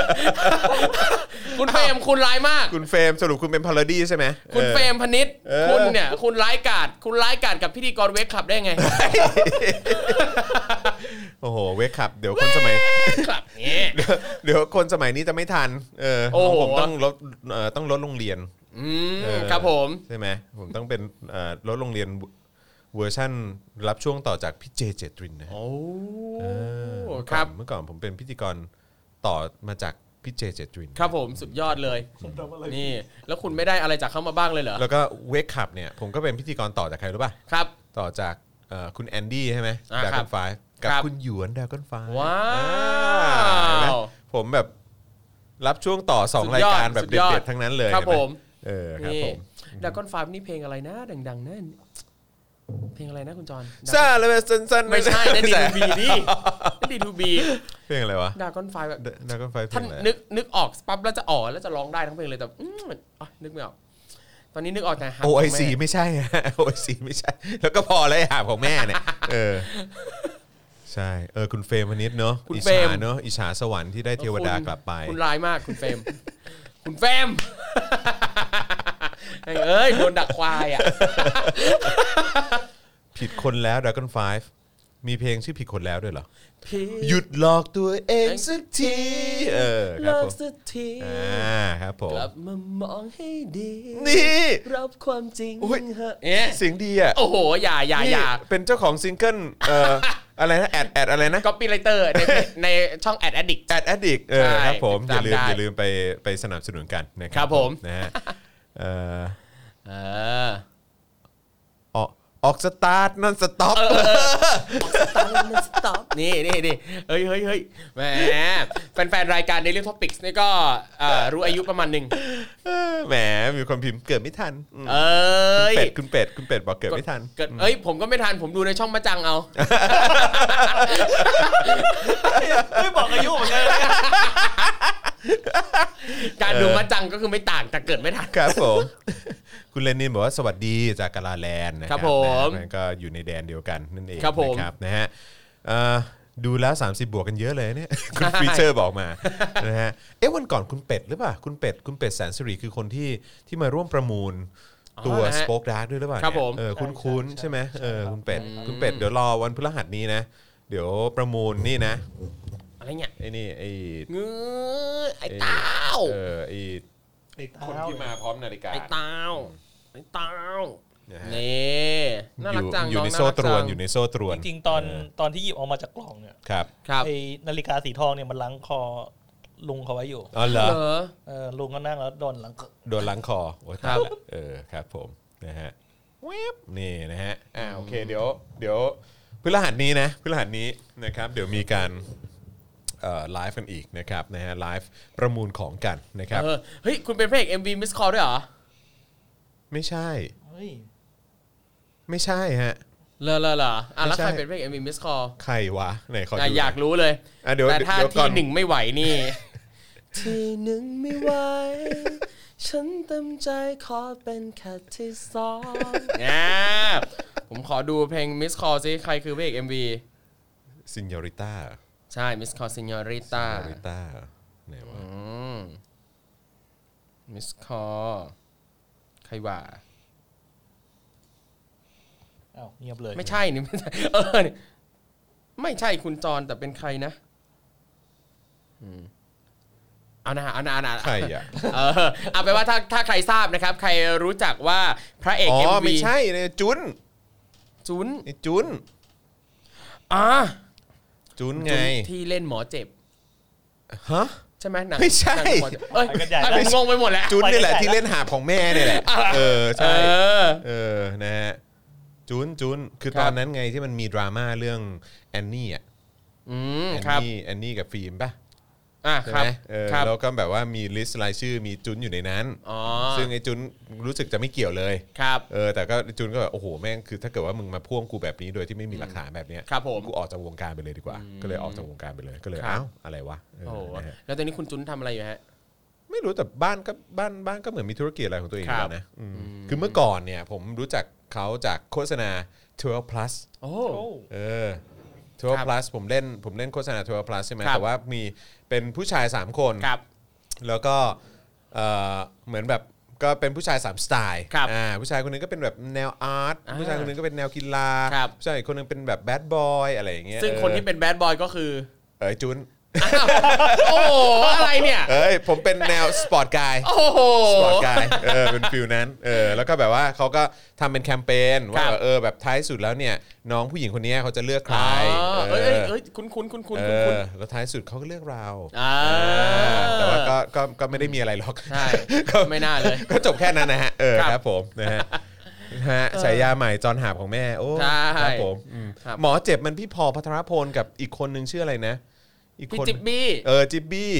คุณเฟรมคุณร้ายมากคุณเฟรมสรุปคุณเป็นพาโรดี้ใช่ไหมคุณเฟรมพนิชคุณเนี่ยคุณร้ายกาจกับพิธีกรเวคคลับได้ไงโอ้โหเวคคลับเดี๋ยวคนสมัยครับนี่เดี๋ยวคนสมัยนี้จะไม่ทันผมต้องลดโรงเรียนครับผมใช่ไหมผมต้องเป็นรถโรงเรียนเวอร์ชั่นรับช่วงต่อจากพี่เจเจตรินนะโอ้ครับเมื่อก่อนผมเป็นพิธีกรต่อมาจากพี่เจเจตรินครับผมสุดยอดเลยนี่แล้วคุณไม่ได้อะไรจากเขามาบ้างเลยเหรอแล้วก็เวคคัพเนี่ยผมก็เป็นพิธีกรต่อจากใครรู้ป่ะครับต่อจากคุณแอนดี้ใช่ไหมดราก้อนไฟกับคุณหยวนดราก้อนไฟว้าวผมแบบรับช่วงต่อ2รายการแบบเด็ดๆทั้งนั้นเลยครับผมครับผมดราก้อนไฟนี่เพลงอะไรนะดังๆนั่นเพลงอะไรนะคุณจอนซาเลยสั้นๆไม่ใช่นั่นD2Bนี่D2B เพลงอะไรวะดราก้อนไฟแบบดราก้อนไฟท่านนึกออกปั๊บแล้วจะแล้วจะร้องได้ทั้งเพลงเลยแต่นึกไม่ออกตอนนี้นึกออกแต่ OIC ไม่ใช่ OIC ไม่ใช่แล้วก็พอแล้วหาของแม่เนี่ยใช่คุณเฟรมพนิชเนาะอิจฉาเนาะอิจฉาสวรรค์ที่ได้เทวดากลับไปคุณร้ายมากคุณเฟรมโดนดักควายอ่ะผิดคนแล้ว Dragon 5มีเพลงชื่อผิดคนแล้วด้วยเหรอหยุดหลอกตัวเองสักทีเลิกสักทีครับผมกลับมามองให้ดีนี่รับความจริงเสียงดีอ่ะโอ้โหอย่าเป็นเจ้าของซิงเกิลอะไรนะแอดอะไรนะ Copywriter ในช่อง Ad Addict ครับผมอย่าลืมไปสนับสนุนกันนะครับผมนะฮะออกสตาร์ทนั่นสต็อปนี่เฮ้ยแหมแฟนๆรายการ Daily Topics นี่ก็รู้อายุประมาณนึงแหมมีคนพิมพ์เกิดไม่ทันยคุณเป็ดบอกเกิดไม่ทันผมก็ไม่ทันผมดูในช่องมาจังเอาไม่บอกอายุเหมือนกันการดูมาจังก็คือไม่ต่างแต่เกิดไม่ทันครับผมคุณเลนินบอกว่าสวัสดีจากกาลาแลนด์นะครับผมก็อยู่ในแดนเดียวกันนั่นเองนะครับนะฮะดูแล้ว30บวกกันเยอะเลยเนี่ยคุณฟีเจอร์บอกมานะฮะวันก่อนคุณเป็ดหรือเปล่าคุณเป็ดแสนสิริคือคนที่มาร่วมประมูลตัว Spoke Dark ด้วยหรือเปล่าคุ้นๆใช่ไหมคุณเป็ดเดี๋ยวรอวันพฤหัสนี้นะเดี๋ยวประมูลนี่นะอะไรเนี่ยไอ้นี่ไอ้เต้าไอ้คนที่มาพร้อมนาฬิกาไอ้เต้านี่น่ารักจังอยู่ในโซ่ตรวนอยู่ในโซ่ตรวนจริงๆตอนที่หยิบออกมาจากกล่องเนี่ยครับไอ้นาฬิกาสีทองเนี่ยมันล้างคอลุงเขาไว้อยู่อ๋อเหรอลุงก็นั่งแล้วโดนล้างคอโอ้ครับครับผมนะฮะเว็บนี่นะฮะโอเคเดี๋ยวพฤหัสนี้นะครับเดี๋ยวมีการไลฟ์กันอีกนะครับนะฮะไลฟ์ประมูลของกันนะครับเฮ้ยคุณเป็นพระเอก MV Miss Call ด้วยเหรอไม่ใช่ไม่ใช่ฮะแล้วใครเป็นพระเอก MV Miss Call ใครวะไหนขอดูอยากรู้เลยแต่ถ้าที่หนึ่งไม่ไหวนี่ที่หนึ่งไม่ไหวฉันเต็มใจขอเป็นแค่ที่สองผมขอดูเพลง Miss Call ซิใครคือพระเอก MV Signorita ใช่ Miss Call Signorita ไหนวะ Miss Call ใครว่าเงียบเลยไม่ใช่นี่ไม่ใช่ไม่ใช่คุณจรแต่เป็นใครนะเอาใครอ่ะเอาไปว่าถ้าใครทราบนะครับใครรู้จักว่าพระเอก MV ไม่ใช่เนี่ยจุนจุนจุนไงที่เล่นหมอเจ็บฮะใช่ไหมหนังไม่ใช่ผมงงไปหมดแล้วจุนนี่แหละที่เล่นหาบของแม่เนี่ยแหละใช่นะฮะจุนคือตอนนั้นไงที่มันมีดราม่าเรื่องแอนนี่แอนนี่กับฟิล์มป่ะใช่ไหมแล้วก็แบบว่ามีลิสต์รายชื่อมีจุนอยู่ในนั้นซึ่งไอ้จุนรู้สึกจะไม่เกี่ยวเลยแต่ก็จุนก็แบบโอ้โหแม่งคือถ้าเกิดว่ามึงมาพ่วงกูแบบนี้โดยที่ไม่มีหลักฐานแบบนี้กูออกจากวงการไปเลยดีกว่าก็เลยออกจากวงการไปเลยก็เลยอะไรวะแล้วตอนนี้คุณจุนทำอะไรอยู่ฮะไม่รู้แต่บ้านก็เหมือนมีธุรกิจอะไรของตัวเองแล้วนะคือเมื่อก่อนเนี่ยผมรู้จักเขาจากโฆษณา12 plus 12 plus ผมเล่นโฆษณา12 plus ใช่ไหมแต่ว่ามีเป็นผู้ชาย3คนแล้วก็เหมือนแบบก็เป็นผู้ชาย3สไตล์ผู้ชายคนนึงก็เป็นแบบแนวอาร์ตผู้ชายคนนึงก็เป็นแนวกีฬาผู้ชายอีกคนนึงเป็นแบบแบดบอยอะไรอย่างเงี้ยซึ่งคนที่เป็นแบดบอยก็คือจุนโอ้โหอะไรเนี่ยผมเป็นแนวสปอร์ตกายสปอร์ตกายเป็นฟิลนั้นแล้วก็แบบว่าเขาก็ทำเป็นแคมเปญว่าแบบท้ายสุดแล้วเนี่ยน้องผู้หญิงคนนี้เขาจะเลือกใครคุ้นแล้วท้ายสุดเขาก็เลือกเราแต่ว่าก็ไม่ได้มีอะไรหรอกใช่ไม่น่าเลยก็จบแค่นั้นนะฮะครับผมนะฮะฉายาใหม่จอนหาบของแม่โอ้ครับผมหมอเจ็บมันพี่พอพัทรพลกับอีกคนนึงชื่ออะไรนะพี่จิ๊บบี้จิ๊บบี้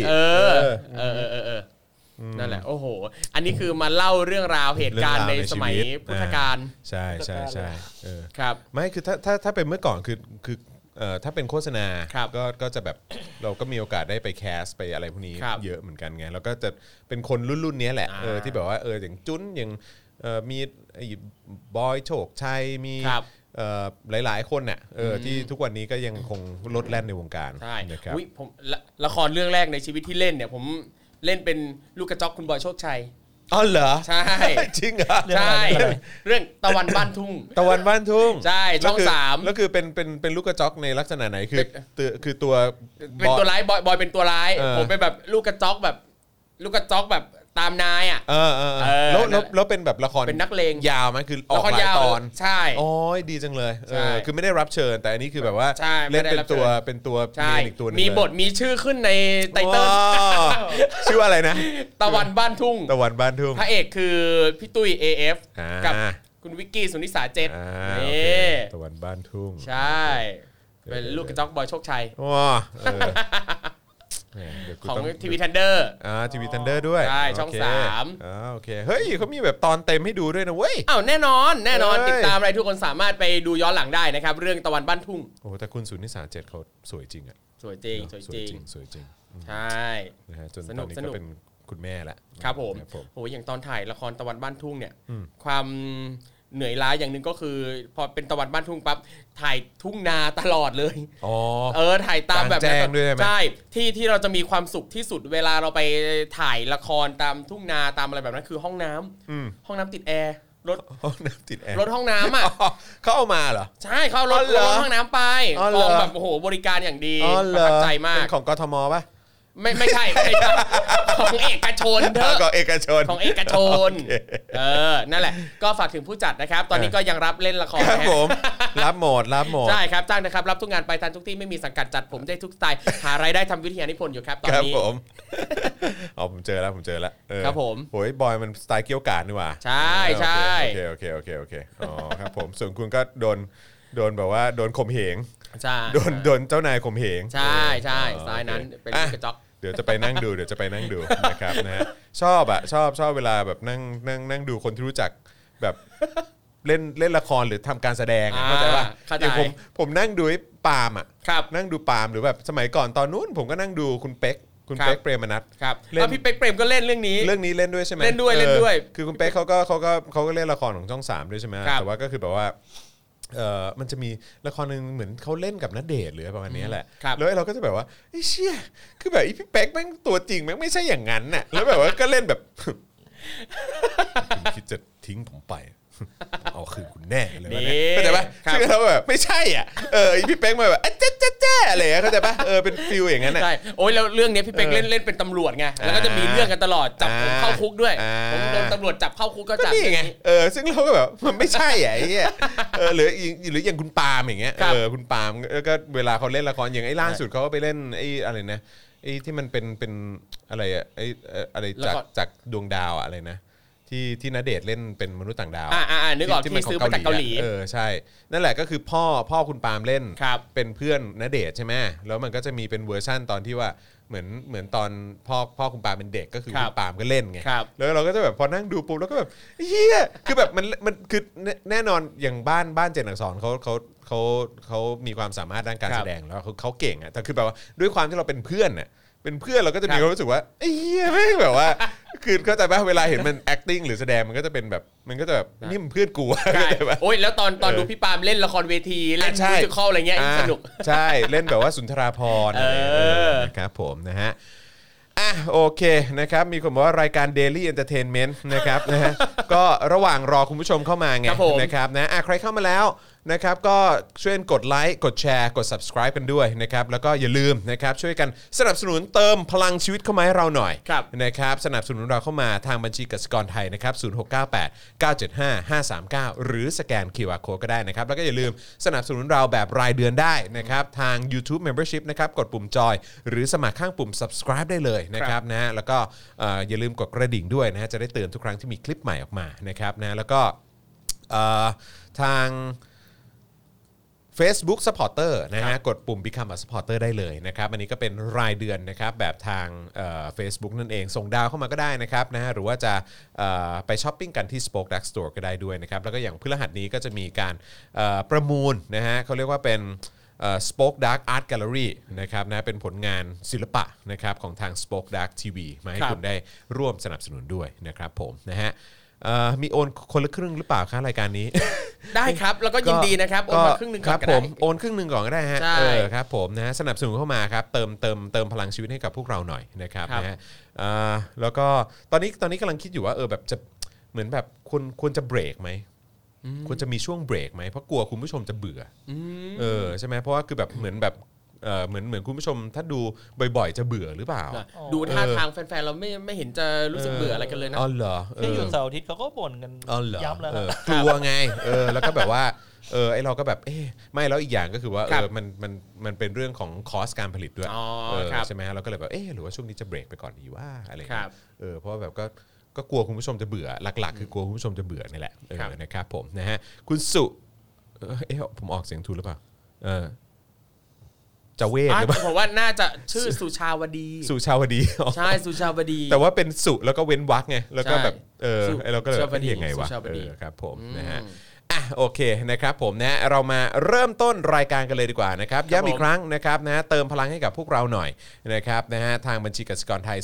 นั่นแหละโอ้โหอันนี้คือมาเล่าเรื่องราวเหตุการณ์ในสมัยพุทธกาลใช่ครับไม่คือถ้าเป็นเมื่อก่อนคือถ้าเป็นโฆษณาก็จะแบบเราก็มีโอกาสได้ไปแคสไปอะไรพวกนี้เยอะเหมือนกันไงแล้วก็จะเป็นคนรุ่นนี้แหละที่แบบว่าอย่างจุ้นอย่างมีไอ้บอยโชคชัยมีหลายๆคนเนี่ยที่ทุกวันนี้ก็ยังคงลดแล่นในวงการใช่นะครับผมละครเรื่องแรกในชีวิตที่เล่นเนี่ยผมเล่นเป็นลูกกระจอกคุณบอยโชคชัยอ๋อเหรอใช่จริงเหรอใช่เรื่องตะวันบ้านทุ่งตะวันบ้านทุ่งใช่ช่อง3 แล้วคือเป็นลูกกระจอกในลักษณะไหนคือตัวเป็นตัวร้ายบอยเป็นตัวร้ายผมเป็นแบบลูกกระจอกแบบลูกกระจอกแบบตามนายอ่ะแล้วเป็นแบบละครเป็นนักเลงยาวมั้ยคือออกหลายตอนใช่โอ้ยดีจังเลยคือไม่ได้รับเชิญแต่อันนี้คือแบบว่าเล่นเป็นตัวเมนอีกตัวนึงมีบทมีชื่อขึ้นในไตเติ้ลชื่ออะไรนะตะวันบ้านทุ่งพระเอกคือพี่ตุ้ย AF กับคุณวิกกี้สุนิสาเจ็ดนี่ตะวันบ้านทุ่งใช่เป็นลูกกระจอกบอยโชคชัยว้าของทีวีทันเดอร์ทีวีทันเดอร์ด้วยใช่ช่อง3 โอเคเฮ้ยเขามีแบบตอนเต็มให้ดูด้วยนะเว้ยแน่นอนติดตามอะไรทุกคนสามารถไปดูย้อนหลังได้นะครับเรื่องตะวันบ้านทุ่งโอ้แต่คุณสุนิสา7เขาสวยจริงอ่ะสวยจริงใช่นะฮะจนตอนนี้ก็เป็นคุณแม่แล้วครับผมโหอย่างตอนถ่ายละครตะวันบ้านทุ่งเนี่ยความเหนื่อยล้าอย่างนึงก็คือพอเป็นตะวันบ้านทุ่งปั๊บถ่ายทุ่งนาตลอดเลยถ่ายตามแบบใช่ที่เราจะมีความสุขที่สุดเวลาเราไปถ่ายละครตามทุ่งนาตามอะไรแบบนั้นคือห้องน้ำติดแอร์รถห้องน้ำติดแอร์รถห้องน้ำอ่ะเขาเอามาเหรอใช่เขารถห้องน้ำไปกองแบบโอ้โหบริการอย่างดีประทับใจมากเป็นของกทมป่ะไม่ใช่ของเอกชนเถอะของเอกชนนั่นแหละก็ฝากถึงผู้จัดนะครับตอนนี้ก็ยังรับเล่นละครครับผมรับหมดใช่ครับจ้างนะครับรับทุกงานไปทันทุกที่ไม่มีสังกัดจัดผมได้ทุกสไตล์หารายได้ทำวิทยานิพนธ์อยู่ครับตอนนี้ครับผมผมเจอแล้วครับผมโอ้ยบอยมันสไตล์เกี้ยวกาดนี่หว่าใช่โอเคอ๋อครับผมส่วนคุณก็โดนแบบว่าโดนข่มเหงใช่โดนเจ้านายข่มเหงใช่สายนั้นเป็นกระจอกเดี๋ยวจะไปนั่งดูนะครับนะฮะชอบเวลาแบบนั่งดูคนที่รู้จักแบบเล่นละครหรือทำการแสดงเข้าใจป่ะอย่างผมนั่งดูปาล์มอ่ะนั่งดูปาล์มหรือแบบสมัยก่อนตอนนู้นผมก็นั่งดูคุณเป๊กเปรมนัสครับแล้วพี่เป๊กเปรมก็เล่นเรื่องนี้เล่นด้วยใช่ไหมเล่นด้วยคือคุณเป๊กเขาก็เล่นละครของช่อง3ด้วยใช่ไหมแต่ว่าก็คือแบบว่ามันจะมีละครนึงเหมือนเขาเล่นกับณเดชน์หรือประมาณนี้แหละแล้วเราก็จะแบบว่าไอ้เชี่ยคือแบบไอ้พี่เป๊กแม่งตัวจริงแม่งไม่ใช่อย่างนั้นน่ะแล้วแบบว่าก็เล่นแบบคุณคิดจะทิ้งผมไปเอาคืนคุณแน่เลยเข้าใจป่ะซึ่งเราแบบไม่ใช่อ่ะพี่เป๊กมาแบบแจ๊อะไรเข้าใจป่ะเป็นฟิลอย่างนั้นน่ะใช่โอ้ยแล้วเรื่องนี้พี่เป๊กเล่นเป็นตำรวจไงแล้วก็จะมีเรื่องกันตลอดจับผมเข้าคุกด้วยผมโดนตำรวจจับเข้าคุกก็จับนี่ไงซึ่งเราก็แบบมันไม่ใช่อ่ะไอ้เหี้ยหรืออย่างคุณปาล์มอย่างเงี้ยคุณปาล์มก็เวลาเขาเล่นละครอย่างไอ้ล่าสุดเขาก็ไปเล่นไอ้อะไรนะไอ้ที่มันเป็นอะไรอ่ะไอ้อะไรจากดวงดาวอะไรนะที่ณเดชน์เล่นเป็นมนุษย์ต่างดาวนึกออกที่ซื้อมาจากเกาหลีใช่นั่นแหละก็คือพ่อคุณปาล์มเล่นเป็นเพื่อนณเดชน์ใช่ไหมแล้วมันก็จะมีเป็นเวอร์ชั่นตอนที่ว่าเหมือนตอนพ่อคุณปาล์มเป็นเด็กก็คือคุณปาล์มก็เล่นไงแล้วเราก็จะแบบพอนั่งดูปุ๊บแล้วก็แบบเฮียคือแบบมันคือแน่นอนอย่างบ้านเจนอักษรเขามีความสามารถด้านการแสดงแล้วเขาเก่งอ่ะแต่คือแบบว่าด้วยความที่เราเป็นเพื่อนน่ะเราก็จะมีความรู้สึกว่าไอ้เหี้ยไม่แบบว่าคือเข้าใจป่ะเวลาเห็นมัน acting หรือแสดงมันก็จะเป็นแบบนี่มันเพื่อนกูโอ้ยแล้วตอนดูพี่ปาล์มเล่นละครเวทีเล่นมิวสิคัลอะไรเงี้ยสนุกใช่เล่นแบบว่าสุนทราภรณ์นะครับผมนะฮะโอเคนะครับมีคนบอกว่ารายการ Daily Entertainment นะครับนะฮะก็ระหว่างรอคุณผู้ชมเข้ามาไงนะครับนะใครเข้ามาแล้วนะครับก็ช่วยกดไลค์กดแชร์กด subscribe กันด้วยนะครับแล้วก็อย่าลืมนะครับช่วยกันสนับสนุนเติมพลังชีวิตเข้ามาให้เราหน่อยนะครับสนับสนุนเราเข้ามาทางบัญชีกสิกรไทยนะครับ0698975539หรือสแกน QR Code ก็ได้นะครับแล้วก็อย่าลืมสนับสนุนเราแบบรายเดือนได้นะครับทาง YouTube Membership นะครับกดปุ่มจอยหรือสมัครข้างปุ่ม subscribe ได้เลยนะครับนะแล้วก็อย่าลืมกดกระดิ่งด้วยนะจะได้เตือนทุกครั้งที่มีคลิปใหม่ออกมานะครับนะแล้วก็ทางFacebook Supporter นะฮะกดปุ่ม Become a Supporter ได้เลยนะครับอันนี้ก็เป็นรายเดือนนะครับแบบทาง Facebook นั่นเองส่งดาวเข้ามาก็ได้นะครับนะฮะหรือว่าจะไปช้อปปิ้งกันที่ Spoke Dark Store ก็ได้ด้วยนะครับแล้วก็อย่างพฤหัสนี้ก็จะมีการประมูลนะฮะเขาเรียกว่าเป็นSpoke Dark Art Gallery นะครับนะเป็นผลงานศิลปะนะครับของทาง Spoke Dark TV มาให้คุณได้ร่วมสนับสนุนด้วยนะครับผมนะฮะมีโอนคนละครึ่งหรือเปล่าคะรายการนี้ได้ครับแล้วก็ยินดีนะครับโอนมาครึ่งนึงก่อนก็ได้โอนครึ่งนึงก่อนก็ได้ฮะครับผมนะสนับสนุนเข้ามาครับเติมพลังชีวิตให้กับพวกเราหน่อยนะครับนะฮะแล้วก็ตอนนี้กำลังคิดอยู่ว่าแบบจะเหมือนแบบควรจะเบรกไหมควรจะมีช่วงเบรกไหมเพราะกลัวคุณผู้ชมจะเบื่อใช่ไหมเพราะว่าคือแบบเหมือนแบบเหมือนคุณผู้ชมถ้าดูบ่อยๆจะเบื่อหรือเปล่าดูท่าทางแฟนๆเราไม่เห็นจะรู้สึกเบื่ออะไรกันเลยนะอ๋อเหรอแค่หยุดเสาร์อาทิตย์เขาก็บ่นกันยับแล้วกลัวไงแล้วก็แบบว่าไอเราก็แบบไม่แล้วอีกอย่างก็คือว่ามันเป็นเรื่องของคอสการผลิตด้วยใช่ไหมเราก็เลยแบบหรือว่าช่วงนี้จะเบรกไปก่อนดีว่าอะไรเพราะแบบก็กลัวคุณผู้ชมจะเบื่อหลักๆคือกลัวคุณผู้ชมจะเบื่อนี่แหละนะครับผมนะฮะคุณสุผมออกเสียงถูกหรือเปล่าจะเวทหรือเปล่าผมว่าน่าจะชื่อสุชาวดีใช่สุชาวดีแต่ว่าเป็นสุแล้วก็เว้นวรรคไงแล้วก็แบบเราก็เลยยังไงวะครับผมนะฮะโอเคนะครับผมนะเรามาเริ่มต้นรายการกันเลยดีกว่านะครับย้ำอีกครั้งนะครับนะเติมพลังให้กับพวกเราหน่อยนะครับนะฮะทางบัญชีกสิกรไทย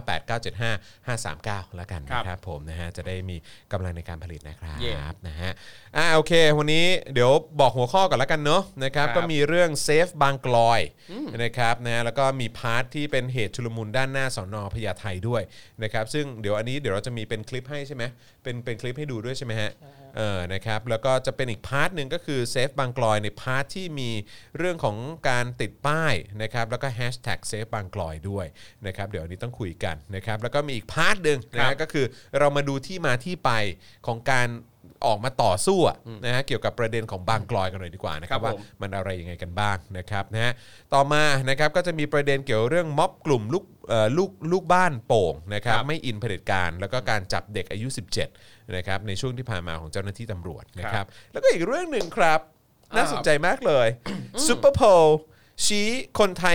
0698975539แล้วกันนะครับผมนะฮะจะได้มีกำลังในการผลิตนะครับนะฮะโอเควันนี้เดี๋ยวบอกหัวข้อก่อนแล้วกันเนาะนะครับก็มีเรื่องเซฟบางกลอยนะครับนะแล้วก็มีพาร์ทที่เป็นเหตุชุลมุนด้านหน้าสน.พญาไทด้วยนะครับซึ่งเดี๋ยวเราจะมีเป็นคลิปให้ใช่ไหมเป็นคลิปให้ดูด้วยใช่ไหมฮะนะครับแล้วก็จะเป็นอีกพาร์ทหนึ่งก็คือเซฟบางกลอยในพาร์ทที่มีเรื่องของการติดป้ายนะครับแล้วก็แฮชแท็กเซฟบางกลอยด้วยนะครับเดี๋ยวอันนี้ต้องคุยกันนะครับแล้วก็มีอีกพาร์ทหนึ่งนะก็คือเรามาดูที่มาที่ไปของการออกมาต่อสู้นะฮะเกี่ยวกับประเด็นของบางกลอยกันหน่อยดีกว่านะครับว่ามันอะไรยังไงกันบ้างนะครับนะฮะต่อมานะครับก็จะมีประเด็นเกี่ยวเรื่องม็อบกลุ่มลูกบ้านโป่งนะครับไม่อินเผด็จการแล้วก็การจับเด็กอายุ17นะครับในช่วงที่ผ่านมาของเจ้าหน้าที่ตำรวจนะครับแล้วก็อีกเรื่องหนึ่งครับน่าสนใจมากเลยซุปเปอร์โพลชี้คนไทย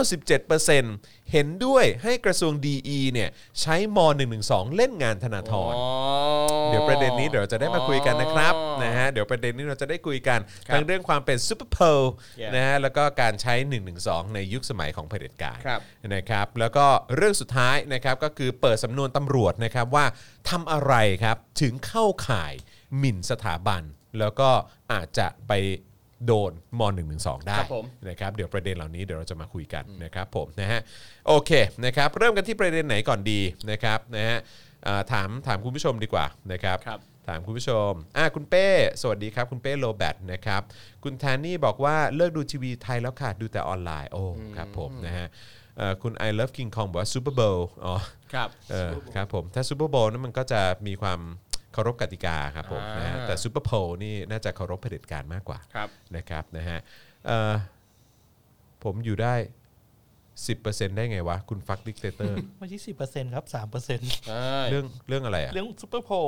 97% เห็นด้วยให้กระทรวงดีเนี่ยใช้ม.112 เล่นงานธนาธรเดี๋ยวประเด็นนี้เดี๋ยวจะได้มาคุยกันนะครับนะฮะเดี๋ยวประเด็นนี้เราจะได้คุยกันทั้งเรื่องความเป็นซุปเปอร์โพลนะฮะแล้วก็การใช้112ในยุคสมัยของเผด็จการนะครับแล้วก็เรื่องสุดท้ายนะครับก็คือเปิดสำนวนตำรวจนะครับว่าทำอะไรครับถึงเข้าข่ายหมิ่นสถาบันแล้วก็อาจจะไปโดนม.112 ได้นะครับเดี๋ยวประเด็นเหล่านี้เดี๋ยวเราจะมาคุยกันนะครับผมนะฮะโอเคนะครับเริ่มกันที่ประเด็นไหนก่อนดีนะครับนะฮะถามคุณผู้ชมดีกว่านะครับถามคุณผู้ชมคุณเป้สวัสดีครับคุณเป้โรแบทนะครับคุณแทนนี่บอกว่าเลิกดูทีวีไทยแล้วค่ะดูแต่ออนไลน์โอ้ครับผมนะฮะคุณ I Love King Kong บอกว่าซูเปอร์โบว์ครับผมถ้าซูเปอร์โบว์นั้นมันก็จะมีความเคารพกติกาครับผมนะแต่ซูเปอร์โพลนี่น่าจะเคารพเผด็จการมากกว่านะครับนะฮะผมอยู่ได้ 10% ได้ไงวะคุณฟักดิกเตเตอร์ไม่ใช่ 10% ครับ 3% เรื่องอะไรอ่ะเรื่องซูเปอร์โพล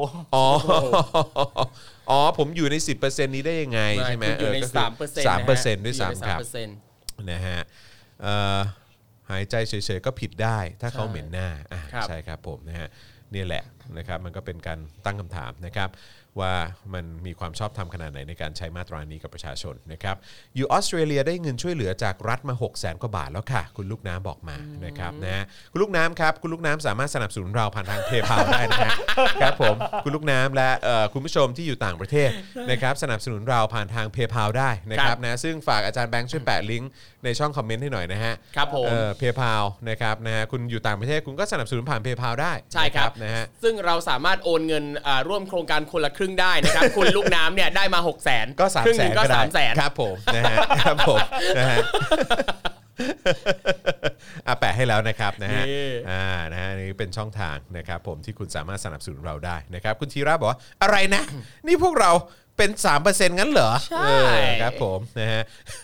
อ๋อผมอยู่ใน 10% นี้ได้ยังไงใช่ไหมอยู่ใน 3% ด้วยซ้ำครับนะฮะหายใจเฉยๆก็ผิดได้ถ้าเขาเหม็นหน้าใช่ครับผมนะฮะนี่แหละนะครับมันก็เป็นการตั้งคำถามนะครับว่ามันมีความชอบธรรมขนาดไหนในการใช้มาตรานี้กับประชาชนนะครับอยู่ออสเตรเลียได้เงินช่วยเหลือจากรัฐมา 600,000 กว่าบาทแล้วค่ะคุณลูกน้ำบอกมานะครับนะคุณลูกน้ำครับคุณลูกน้ำสามารถสนับสนุนเราผ่านทาง PayPal ได้นะฮะครับผมคุณลูกน้ำและคุณผู้ชมที่อยู่ต่างประเทศนะครับสนับสนุนเราผ่านทาง PayPal ได้นะครับนะซึ่งฝากอาจารย์แบงค์ช่วยแปะลิงก์ในช่องคอมเมนต์ให้หน่อยนะฮะครับผม PayPal นะครับนะฮะคุณอยู่ต่างประเทศคุณก็สนับสนุนผ่าน PayPal ได้ใช่ครับนะฮะซึ่งเราสามารถโอนเงินร่วมโครงการคนละครึ่งได้นะครับ คุณลูกน้ำเนี่ยได้มา 600,000 ก็ 300,000 ครึ่งนึงก็ 300,000 ครับผมนะฮะครับผมนะฮะแปะให้แล้วนะครับนะฮะนะฮะนี่เป็นช่องทางนะครับผมที่คุณสามารถสนับสนุนเราได้นะครับคุณธีระบอกว่าอะไรนะนี่พวกเราเป็น 3% งั้นเหรอใช่ครับผมนะฮะ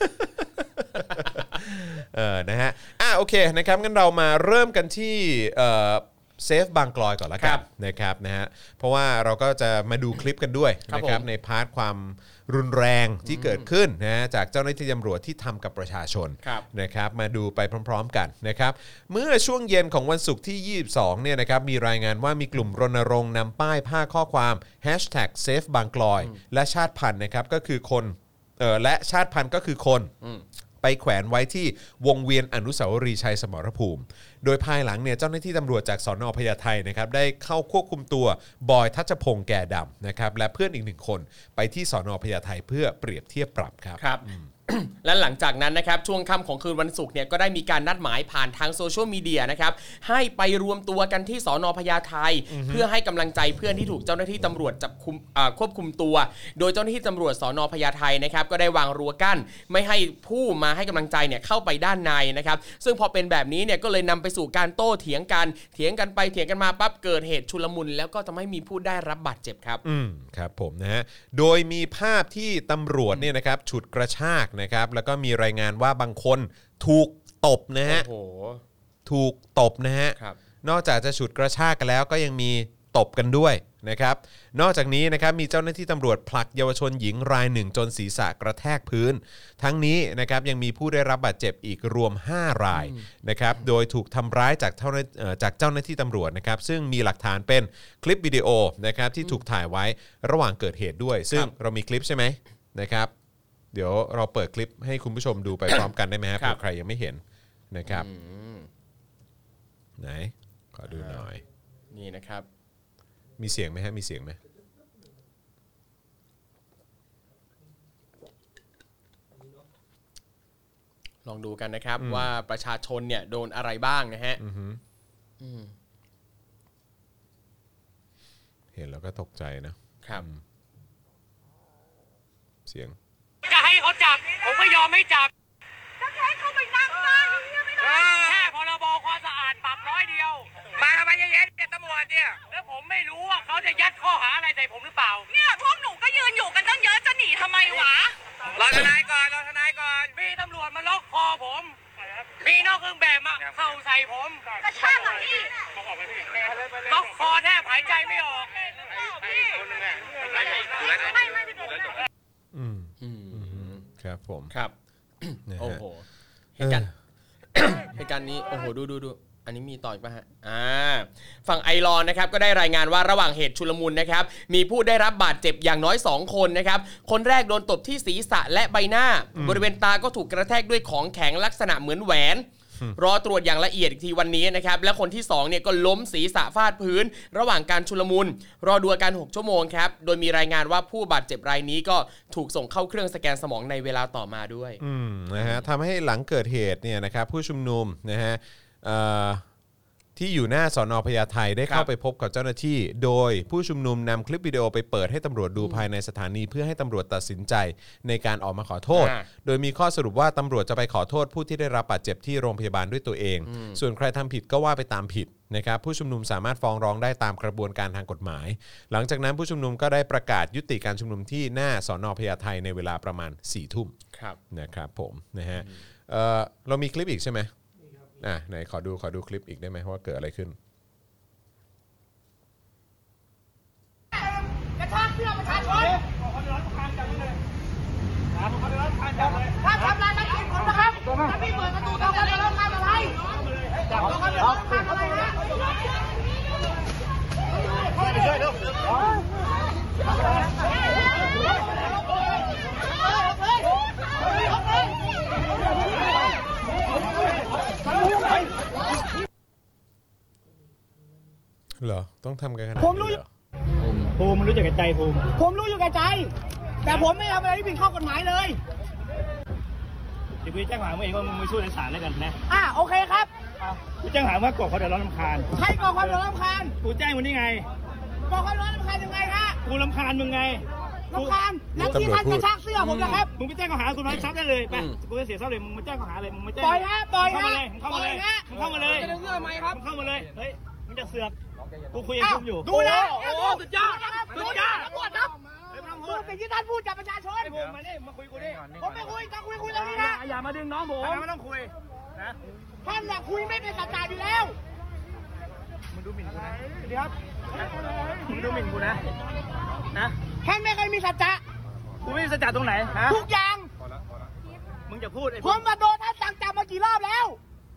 นะฮะโอเคนะครับงั้นเรามาเริ่มกันที่เซฟบางกลอยก่อนละกันนะครับนะฮะเพราะว่าเราก็จะมาดูคลิปกันด้วยนะครับในพาร์ทความรุนแรงที่เกิดขึ้นนะจากเจ้าหน้าที่ตำรวจที่ทำกับประชาชนนะครับมาดูไปพร้อมๆกันนะครับเมื่อช่วงเย็นของวันศุกร์ที่22เนี่ยนะครับมีรายงานว่ามีกลุ่มรณรงค์นำป้ายผ้าข้อความ #Save บางกลอยและชาติพันธุ์นะครับก็คือคนและชาติพันธุ์ก็คือคนไปแขวนไว้ที่วงเวียนอนุสาวรีย์ชัยสมรภูมิโดยภายหลังเนี่ยเจ้าหน้าที่ตำรวจจากสน.พญาไทนะครับได้เข้าควบคุมตัวบอยทัชพงษ์แก่ดำนะครับและเพื่อนอีก1คนไปที่สน.พญาไทเพื่อเปรียบเทียบปรับครับและหลังจากนั้นนะครับช่วงค่ำของคืนวันศุกร์เนี่ยก็ได้มีการนัดหมายผ่านทางโซเชียลมีเดียนะครับให้ไปรวมตัวกันที่สน.พญาไทเพื่อให้กำลังใจเพื่อนที่ถูกเจ้าหน้าที่ตำรวจจับควบคุมตัวโดยเจ้าหน้าที่ตำรวจสน.พญาไทนะครับก็ได้วางรั้วกั้นไม่ให้ผู้มาให้กำลังใจเนี่ยเข้าไปด้านในนะครับซึ่งพอเป็นแบบนี้เนี่ยก็เลยนำไปสู่การโต้เถียงกันไปเถียงกันมาปั๊บเกิดเหตุชุลมุนแล้วก็ทำให้มีผู้ได้รับบาดเจ็บครับครับผมนะฮะโดยมีภาพที่ตำรวจเนี่ยนะครับฉุดกระชากนะครับแล้วก็มีรายงานว่าบางคนถูกตบนะฮะถูกตบนะฮะนอกจากจะฉุดกระชากกันแล้วก็ยังมีตบกันด้วยนะครับนอกจากนี้นะครับมีเจ้าหน้าที่ตำรวจผลักเยาวชนหญิงรายหนึ่งจนศีรษะกระแทกพื้นทั้งนี้นะครับยังมีผู้ได้รับบาดเจ็บอีกรวม5รายนะครับโดยถูกทำร้ายจากเจ้าหน้าที่ตำรวจนะครับซึ่งมีหลักฐานเป็นคลิปวิดีโอนะครับที่ถูกถ่ายไว้ระหว่างเกิดเหตุด้วยซึ่งเรามีคลิปใช่ไหมนะครับเดี๋ยวเราเปิดคลิปให้คุณผู้ชมดูไปพร้อมกันได้ไหมครับเผื่อใครยังไม่เห็นนะครับไหนขอดูหน่อยนี่นะครับมีเสียงไหมฮะมีเสียงไหมลองดูกันนะครับว่าประชาชนเนี่ยโดนอะไรบ้างนะฮะเห็นแล้วก็ตกใจนะครับเสียงจะให้เขาจับผมก็ยอมไม่จับจะให้เขาไปนั่งมาแค่พรบความสะอาดปรับ100 เดียวมาทำไมเยอะแยะเนี่ยตำรวจเนี่ยแล้วผมไม่รู้ว่าเขาจะยัดข้อหาอะไรใส่ผมหรือเปล่าเนี่ยพวกหนูก็ยืนอยู่กันตั้งเยอะจะหนีทำไมวะรอทนายก่อนมีตำรวจมาล็อกคอผมมีนอกเครื่องแบบมาเข้าใส่ผมกระชากพี่ล็อกคอแทบหายใจไม่ออกครับผมครับโอ้โหเหตุการณ์นี้โอ้โหดูอันนี้มีต่ออีกป่ะฮะฝั่งไอรอนนะครับก็ได้รายงานว่าระหว่างเหตุชุลมุนนะครับมีผู้ได้รับบาดเจ็บอย่างน้อย2คนนะครับคนแรกโดนตบที่ศีรษะและใบหน้าบริเวณตาก็ถูกกระแทกด้วยของแข็งลักษณะเหมือนแหวนรอตรวจอย่างละเอียดอีกทีวันนี้นะครับและคนที่2เนี่ยก็ล้มศีรษะฟาดพื้นระหว่างการชุลมุนรอดูอาการ6ชั่วโมงครับโดยมีรายงานว่าผู้บาดเจ็บรายนี้ก็ถูกส่งเข้าเครื่องสแกนสมองในเวลาต่อมาด้วยนะฮะทำให้หลังเกิดเหตุเนี่ยนะครับผู้ชุมนุมนะฮะที่อยู่หน้าสน.พญาไทได้เข้าไปพบกับเจ้าหน้าที่โดยผู้ชุมนุมนำคลิปวิดีโอไปเปิดให้ตำรวจดูภายในสถานีเพื่อให้ตำรวจตัดสินใจในการออกมาขอโทษโดยมีข้อสรุปว่าตำรวจจะไปขอโทษผู้ที่ได้รับบาดเจ็บที่โรงพยาบาลด้วยตัวเองส่วนใครทำผิดก็ว่าไปตามผิดนะครับผู้ชุมนุมสามารถฟ้องร้องได้ตามกระบวนการทางกฎหมายหลังจากนั้นผู้ชุมนุมก็ได้ประกาศยุติการชุมนุมที่หน้าสน.พญาไทในเวลาประมาณ 4 ทุ่มนะครับผมนะฮะเรามีคลิปอีกใช่ไหมไหนขอดูคลิปอีกได้ไหมว่าเกิดอะไรขึ้นกระชากเสื้อประชาชนถ้าทำลายทรัพย์สินผมนะครับถ้าพี่เปิดประตูต้องการจะรับงานอะไรต้องการจะรับงานอะไรนะเหรอต้องทำกันขนาดนี้เหรอภูมิรู้อยู่แก่ใจผมรู้อยู่แก่ใจแต่ผมไม่ทำอะไรที่ผิดข้อกฎหมายเลยเดี๋ยวกูแจ้งหามึงเองว่ามึงไม่สู้ในศาลแล้วกันนะโอเคครับกูแจ้งหาว่าก่อความเดือดร้อนรำคาญใครก่อความเดือดร้อนรำคาญกูแจ้งมึงนี่ไงก่อความเดือดร้อนรำคาญยังไงฮะกูรำคาญมึงไงรำคาญแล้วที่ท่านกระชากเสื้อผมนะครับมึงไปแจ้งข้อหาคุณน้อยซับได้เลยไปกูจะเสียทรัพย์เลยมึงมาแจ้งข้อหาเลยมึงมาแจ้งปล่อยฮะเข้ามาเลยจะเสื้อไหมครับเข้ามาเลยเฮ้ยมึงจะเสือกกูคุยกับคุณอยู่ดูแลสุดยอดครับพูดสิ่งที่ท่านพูดกับประชาชนมาดิมาคุยกูดิผมไม่คุยต้องคุยเรื่องนี้นะอย่ามาดึงน้องผมไม่ต้องคุยนะท่านน่ะคุยไม่เป็นสัจจะอยู่แล้วมึงดูหมิ่นกูนะเดี๋ยวมึงดูหมิ่นกูนะท่านไม่เคยมีสัจจะกูไม่มีสัจจะตรงไหนทุกอย่างมึงจะพูดผมมาโดนท่านสั่งจับมากี่รอบแล้ว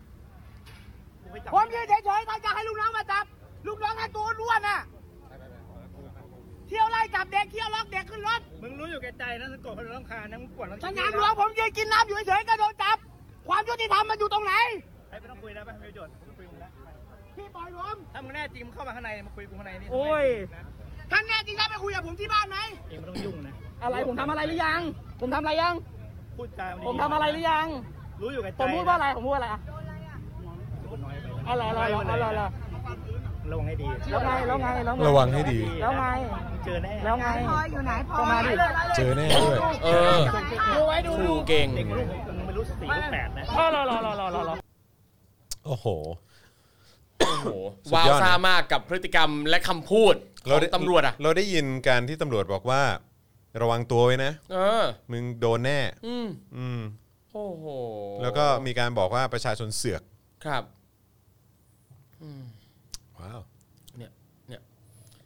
ผมยืนเฉยๆท่านจะให้ลูกน้องมาจับลูกน้องให้ตัวล้วนน่ะเที่ยวไล่จับเด็กเที่ยวล็อกเด็กขึ้นรถมึงรู้อยู่แก่ใจนะสะกดเขาต้องคานนะมึงกวดสนามหลวงผมยืนกินน้ำอยู่เฉยๆก็โดนจับความยุติธรรมมันอยู่ตรงไหนไม่ต้องคุยแล้วไม่ประโยชน์คุยมึงแล้วพี่ปล่อยผมถ้ามึงแน่จริงมึงเข้ามาข้างในมาคุยกูข้างในนี่โอ้ยท่านแน่จริงแล้วไปคุยกับผมที่บ้านไหมเองไม่ต้องยุ่งนะอะไรผมทำอะไรหรือยังผมทำอะไรยังพูดจาผมทำอะไรหรือยังรู้อยู่แก่ใจผมพูดว่าอะไรอะไรระวังให้ดีแล้วไงระวังให้ดีแล้วไงเจอแน่แล้วไงพออยู่ไหนพอมาดิเจอแน่ด้วยดูไว้ดูเก่งมึงไม่รู้สติรู้แปดนะรอโอ้โหว้าวซ่ามากกับพฤติกรรมและคำพูดของตำรวจเราได้ยินการที่ตำรวจบอกว่าระวังตัวไว้นะมึงโดนแน่โอ้โหแล้วก็มีการบอกว่าประชาชนเสือกครับว้าว